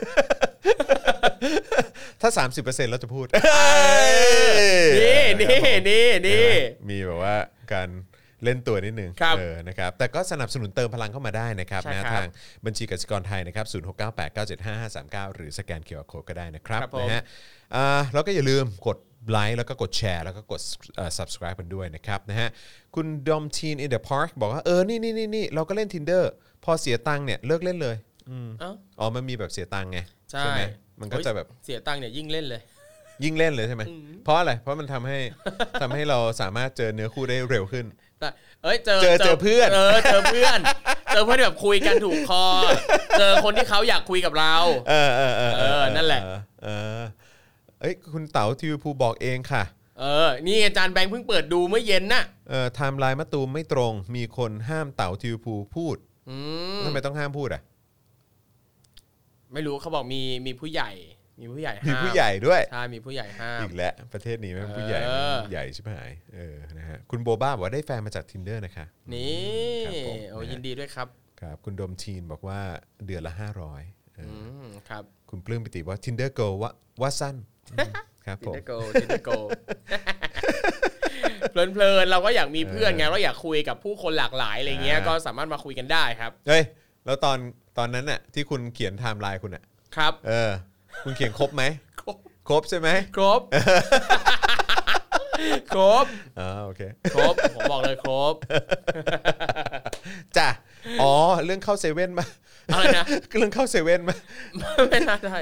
ถ้า 30% เราจะพูดนี่มีแบบว่าการเล่นตัวนิดนึงครับนะครับแต่ก็สนับสนุนเติมพลังเข้ามาได้นะครับใช่นะครับ ทางบัญชีกสิกรไทยนะครับ0698975539หรือสแกน QR Code ก็ได้นะครับครับผมนะฮะแล้วก็อย่าลืมกดไลค์แล้วก็กดแชร์แล้วก็กดsubscribe กันด้วยนะครับนะฮะคุณดอมทีน in the park บอกว่านี่เราก็เล่น Tinder พอเสียตังค์เนี่ยเลิกเล่นเลยเอ้าอ๋อมันมีแบบเสียตังค์ไงใช่ไหมมันก็จะแบบเสียตังค์เนี่ยยิ่งเล่นเลยยิ่งเล่นเลยใช่ไหมเพราะอะไรเพราะมันทำให้เราสามารถเจอเนื้อคู่ได้เร็วขึ้นแต่เจอเพื่อนเจอเพื่อนแบบคุยกันถูกคอเจอคนที่เขาอยากคุยกับเรานั่นแหละคุณเต๋าทีวีภูบอกเองค่ะนี่อาจารย์แบงค์เพิ่งเปิดดูเมื่อเย็นน่ะไทม์ไลน์มะตูมไม่ตรงมีคนห้ามเต๋าทีวีภูพูดทำไมต้องห้ามพูดอ่ะไม่รู้เขาบอกมีผู้ใหญ่ห้ามมีผู้ใหญ่ด้วยใช่มีผู้ใหญ่ห้ามอีกแล้วประเทศนี้มันผู้ใหญ่ใหญ่ชิบหายนะฮะคุณโบบ้าบอกว่าได้แฟนมาจาก Tinder นะคะนี่โอ้ยินดีด้วยครับครับคุณโดมทีนบอกว่าเดือนละ500 ครับคุณปลื้มปิติว่า Tinder Go ว่าสั้นครับผม Tinder Go เพลินเราก็อยากมีเพื่อนไงเราอยากคุยกับผู้คนหลากหลายอะไรเงี้ยก็สามารถมาคุยกันได้ครับเฮ้ยแล้วตอนนั้นน่ะที่คุณเขียนไทม์ไลน์คุณอ่ะครับคุณเขียนครบไหมครบใช่ไหมครบโอเคครบผมบอกเลยครบจ้ะเรื่องเข้าเซเว่นมาอะไรนะเรื่องเข้าเซเว่นมาไม่น่าได้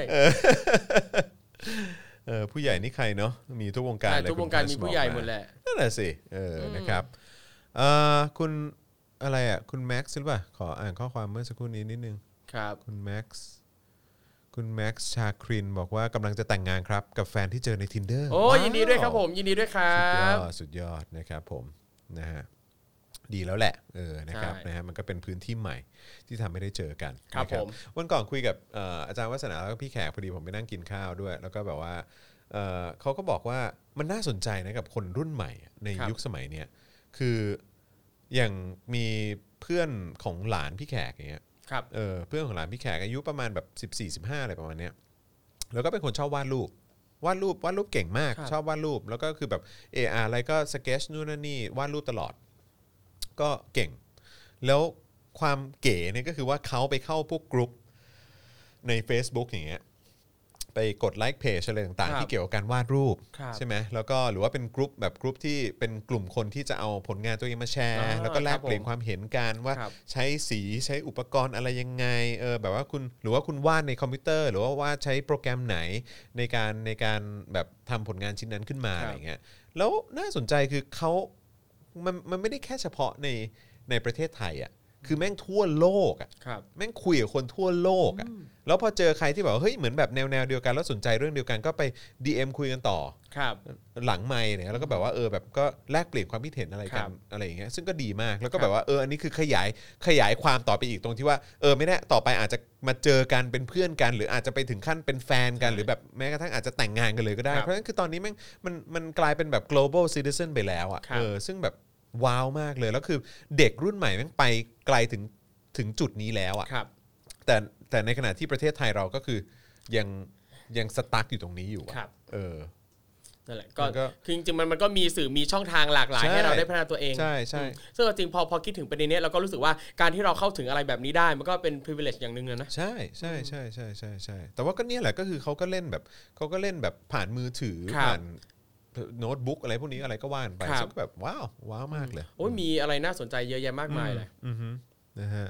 ผู้ใหญ่นี่ใครเนาะมีทุกวงการเลยทุกวงการมีผู้ใหญ่หมดแหละนั่นแหละสินะครับคุณอะไรอ่ะคุณแม็กซ์หรือเปล่าขออ่านข้อความเมื่อสักครู่นี้นิดนึงครับคุณแม็กซ์ชาครินบอกว่ากำลังจะแต่งงานครับกับแฟนที่เจอใน Tinder โอ้ยินดีด้วยครับผมยินดีด้วยครับสุดยอดนะครับผมนะฮะดีแล้วแหละนะครับนะฮะมันก็เป็นพื้นที่ใหม่ที่ทำให้ได้เจอกันครับผมวันก่อนคุยกับอาจารย์วัฒนาแล้วก็พี่แขกพอดีผมไปนั่งกินข้าวด้วยแล้วก็แบบว่าเขาก็บอกว่ามันน่าสนใจนะกับคนรุ่นใหม่ในยุคสมัยเนี้ยคืออย่างมีเพื่อนของหลานพี่แขกอย่างเงี้ยเพื่อนของหลานพี่แขกอายุประมาณแบบ14-15อะไรประมาณเนี้ยแล้วก็เป็นคนชอบวาดรูปเก่งมากชอบวาดรูปแล้วก็คือแบบอะไรก็สเก็ตช์นู่นนี่วาดรูปตลอดก็เก่งแล้วความเก๋เนี่ยก็คือว่าเขาไปเข้าพวกกลุ่มใน Facebook อย่างเงี้ยไปกดไลค์เพจอะไรต่างๆที่เกี่ยวกับการวาดรูปใช่ไหมแล้วก็หรือว่าเป็นกลุ่มที่เป็นกลุ่มคนที่จะเอาผลงานตัวเองมาแชร์แล้วก็แลกเปลี่ยนความเห็นกันว่าใช้สีใช้อุปกรณ์อะไรยังไงแบบว่าคุณหรือว่าคุณวาดในคอมพิวเตอร์หรือว่าวาดใช้โปรแกรมไหนในการแบบทำผลงานชิ้นนั้นขึ้นมาอะไรเงี้ยแล้วน่าสนใจคือเขามันไม่ได้แค่เฉพาะในประเทศไทยอ่ะคือแม่งทั่วโลกอ่ะแม่งคุยกับคนทั่วโลกอ่ะแล้วพอเจอใครที่แบบเฮ้ยเหมือนแบบแนวเดียวกันแล้วสนใจเรื่องเดียวกันก็ไป DM คุยกันต่อหลังไมค์เนี่ยแล้วก็แบบว่าแบบก็แลกเปลี่ยนความคิดเห็นอะไรกันอะไรอย่างเงี้ยซึ่งก็ดีมากแล้วก็แบบว่าอันนี้คือขยายความต่อไปอีกตรงที่ว่าไม่แน่ต่อไปอาจจะมาเจอกันเป็นเพื่อนกันหรืออาจจะไปถึงขั้นเป็นแฟนกันหรือแบบแม้กระทั่งอาจจะแต่งงานกันเลยก็ได้เพราะฉะนั้นคือตอนนี้มันกลายเป็นแบบ global citizen ไปแล้วอ่ะซึ่งแบบว้าวมากเลยแล้วคือเด็กรุ่นใหม่แม่งไปไกลถึงจุดนี้แล้วอ่ะแต่ในขณะที่ประเทศไทยเราก็คือยังสตั๊กอยู่ตรงนี้อยู่นั่นแหละก็คือจริงๆมันก็มีสื่อมีช่องทางหลากหลายให้เราได้พัฒนาตัวเองใช่ซึ่งจริงพอคิดถึงประเด็นนี้เราก็รู้สึกว่าการที่เราเข้าถึงอะไรแบบนี้ได้มันก็เป็น privilege อย่างนึงนะใช่แต่ว่าก็เนี่ยแหละก็คือเขาก็เล่นแบบผ่านมือถือผ่านโน้ตบุ๊กอะไรพวกนี้อะไรก็ว่านไปซึ่งแบบว้าวมากเลยโอ้ยมีอะไรน่าสนใจเยอะแยะมากมายเลยนะฮะ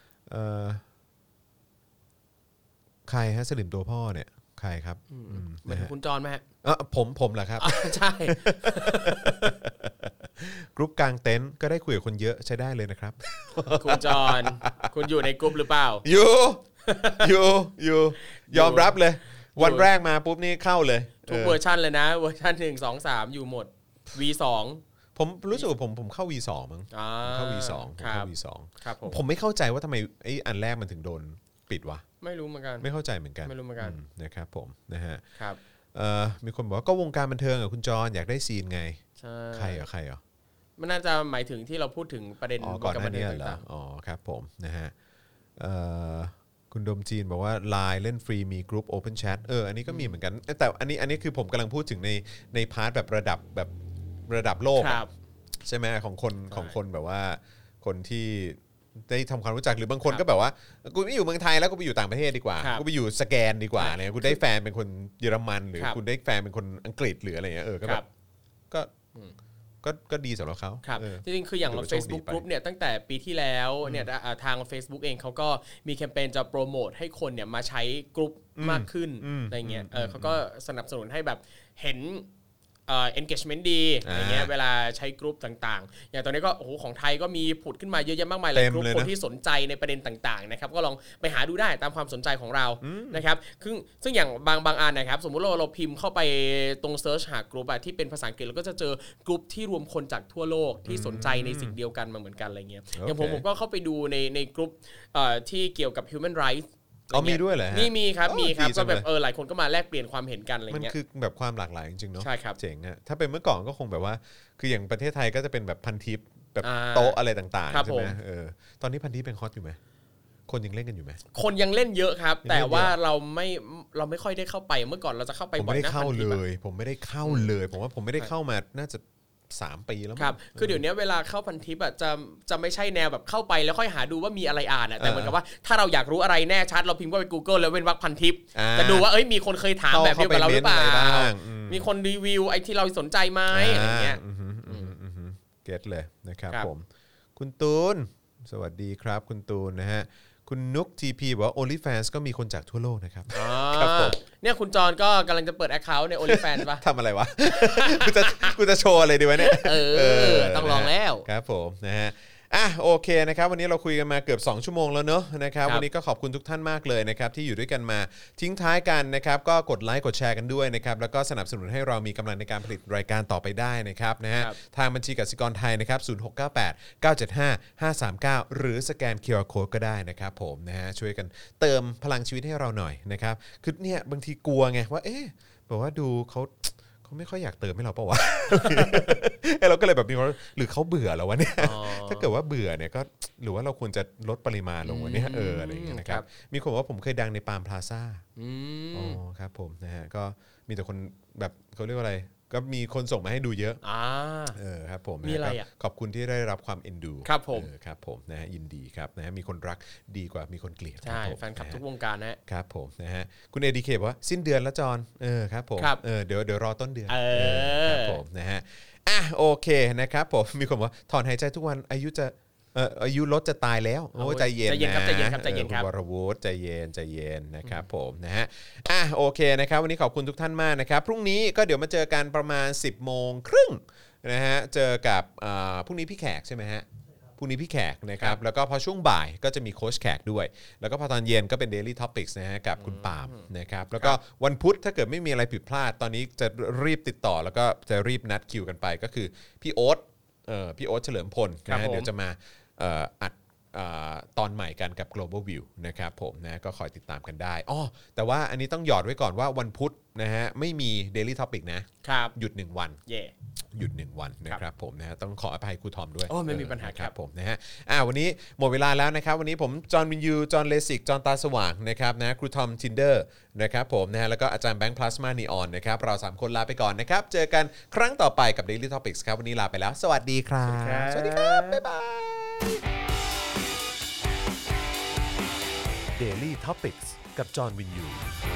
ใครฮะสลิมตัวพ่อเนี่ยใครครับเหมือนคุณจรไหมฮะผมเหรอครับใช่กรุ๊ปกลางเต็นท์ก็ได้คุยกับคนเยอะใช้ได้เลยนะครับคุณจรคุณอยู่ในกรุ๊ปหรือเปล่าอยู่ยอมรับเลยวันแรกมาปุ๊บนี่เข้าเลยทุกเวอร์ชันเลยนะเวอร์ชัน1 2 3อยู่หมด V2 ผมรู้สึกว่าผมเข้า V2 มั้งเข้า V2 ครับผมไม่เข้าใจว่าทำไมไอ้อันแรกมันถึงโดนปิดวะไม่รู้เหมือนกันไม่เข้าใจเหมือนกันไม่รู้เหมือนกันนะครับผมนะฮะครับมีคนบอกว่าก็วงการบันเทิงอ่ะคุณจรอยากได้ซีนไงใครเหรอมันน่าจะหมายถึงที่เราพูดถึงประเด็นก่อนหน้านี้เหรอครับผมนะฮะคุณดมจีนบอกว่า LINE เล่นฟรีมีกรุ๊ป Open Chat อันนี้ก็มีเหมือนกันแต่อันนี้คือผมกำลังพูดถึงในพาร์ทแบบระดับโลกใช่ไหมของคนแบบว่าคนที่ได้ทำความรู้จักหรือบางคนก็แบบว่ากูไม่อยู่เมืองไทยแล้วกูไปอยู่ต่างประเทศดีกว่ากูไปอยู่สแกนดีกว่าเนี่ยกูได้แฟนเป็นคนเยอรมันหรือคุณได้แฟนเป็นคนอังกฤษหรืออะไรเงี้ยก็แบบก็ดีสำหรับเขาครับจริงๆคืออย่างเรา Facebook Group เนี่ยตั้งแต่ปีที่แล้วเนี่ยทาง Facebook เองเขาก็มีแคมเปญจะโปรโมทให้คนเนี่ยมาใช้กลุ่มมากขึ้นอะไรเงี้ยเขาก็สนับสนุนให้แบบเห็นengagement ดีอะไรเงี้ยเวลาใช้กลุ่มต่างๆอย่างตอนนี้ก็โอ้โหของไทยก็มีผุดขึ้นมาเยอะแยะมากมายเลยกลุ่มคนที่สนใจในประเด็นต่างๆนะครับก็ลองไปหาดูได้ตามความสนใจของเรานะครับซึ่งอย่างบางอันนะครับสมมุติเราพิมพ์เข้าไปตรงเซิร์ชหากลุ่มที่เป็นภาษาอังกฤษเราก็จะเจอกลุ่มที่รวมคนจากทั่วโลกที่สนใจในสิ่งเดียวกันมาเหมือนกันอะไรเงี้ยอย่างผมก็เข้าไปดูในกลุ่มที่เกี่ยวกับ human rights มีด้วยเหรอฮะมีครับก็แบบหลายคนก็มาแลกเปลี่ยนความเห็นกันอะไรเงี้ยมันคือแบบความหลากหลายจริงๆเนาะใช่ครับเจ๋งอะถ้าเป็นเมื่อก่อนก็คงแบบว่าคืออย่างประเทศไทยก็จะเป็นแบบพันทิปแบบโต๊ะอะไรต่างๆใช่ไหมตอนนี้พันทิปเป็นฮอตอยู่ไหมคนยังเล่นกันอยู่ไหมคนยังเล่นเยอะครับแต่ว่าเราไม่ค่อยได้เข้าไปเมื่อก่อนเราจะเข้าไปบ่อยนะผมไม่ได้เข้าเลยผมไม่ได้เข้ามาน่าจะ3 ปีแล้วครับคือเดี๋ยวนี้เวลาเข้าพันทิปจะไม่ใช่แนวแบบเข้าไปแล้วค่อยหาดูว่ามีอะไรอ่านแต่เหมือนกับว่าถ้าเราอยากรู้อะไรแน่ชัดเราพิมพ์เข้าไป Google แล้วเว้นวรรคพันทิปจะดูว่ามีคนเคยถามแบบเดียวกับเราหรือเปล่ามีคนรีวิวไอ้ที่เราสนใจไหมอะไรเงี้ยเก็ตเลยนะครับผมคุณตูนสวัสดีครับคุณตูนนะฮะคุณนุก TP บอกว่า OnlyFans ก็มีคนจากทั่วโลกนะครับครับผมเนี่ยคุณจอนก็กำลังจะเปิด account ใน OnlyFans ป่ะทำอะไรวะ กูจะโชว์อะไรดีวะเนี่ยต้องลองแล้วครับผมนะฮะโอเคนะครับวันนี้เราคุยกันมาเกือบ2 ชั่วโมงแล้วเนอะนะครับวันนี้ก็ขอบคุณทุกท่านมากเลยนะครับที่อยู่ด้วยกันมาทิ้งท้ายกันนะครับก็กดไลค์กดแชร์กันด้วยนะครับแล้วก็สนับสนุนให้เรามีกำลังในการผลิตรายการต่อไปได้นะครับนะฮะทางบัญชีกสิกรไทยนะครับ0698975539หรือสแกน QR Code ก็ได้นะครับผมนะฮะช่วยกันเติมพลังชีวิตให้เราหน่อยนะครับคือเนี่ยบางทีกลัวไงว่าบอกว่าดูเขาไม่ค่อยอยากเติมให้เราป่าววะ เราก็เลยแบบมีความหรือเขาเบื่อแล้ววะเนี่ยถ้าเกิดว่าเบื่อเนี่ยก็หรือว่าเราควรจะลดปริมาณลงวันนี้อะไรอย่างเงี้ยนะครับมีคนบอกว่าผมเคยดังในปาล์มพลาซ่าครับผมนะฮะก็มีแต่คนแบบเขาเรียกว่าอะไรก็มีคนส่งมาให้ดูเยอะครับผมมีอะไรขอบคุณที่ได้รับความเอ็นดูครับผมครับผมนะฮะยินดีครับนะฮะมีคนรักดีกว่ามีคนเกลียดใช่แฟนคลับทุกวงการนะครับผมนะฮะคุณ ADK บอกว่าสิ้นเดือนแล้วจอนครับผมเดี๋ยวรอต้นเดือนครับผมนะฮะโอเคนะครับผมมีคนบอกว่าถอนหายใจทุกวันอายุรถจะตายแล้วโอ้ใจเย็นนะใจเย็นครับวรวุฒิใจเย็นนะครับผมนะฮะโอเคนะครับวันนี้ขอบคุณทุกท่านมากนะครับพรุ่งนี้ก็เดี๋ยวมาเจอกันประมาณ 10:30 น.นะฮะเจอกับพรุ่งนี้พี่แขกใช่ไหมฮะพรุ่งนี้พี่แขกนะครับแล้วก็พอช่วงบ่ายก็จะมีโค้ชแขกด้วยแล้วก็พอตอนเย็นก็เป็น Daily Topics นะฮะกับคุณปาล์มนะครับแล้วก็วันพุธถ้าเกิดไม่มีอะไรผิดพลาดตอนนี้จะรีบติดต่อแล้วก็จะรีบนัดคิวกันไปก็คือพี่โอ๊ตเฉลิมพลนะฮะเดี๋ยวจะมาอัดตอนใหม่กันกับ Global View นะครับผมนะก็คอยติดตามกันได้แต่ว่าอันนี้ต้องหยอดไว้ก่อนว่าวันพุธนะฮะไม่มี Daily Topic นะครับหยุด1 วันหยุด1 วันนะครับผมนะฮะต้องขออภัยครูทอมด้วยไม่มีปัญหาครับผมนะฮะวันนี้หมดเวลาแล้วนะครับวันนี้ผมจอห์นวินยูจอห์นเลสิกจอห์นตาสว่างนะครับนะครูทอมทินเดอร์นะครับผมนะฮะแล้วก็อาจารย์แบงค์พลาสมานีออนนะครับเรา3คนลาไปก่อนนะครับเจอกันครั้งต่อไปกับ Daily Topics ครับวันนี้ลาไปแล้วสวัสดีครับสวัสดีครับบ๊ายบาย Daily Topics กับจอห์นวินยู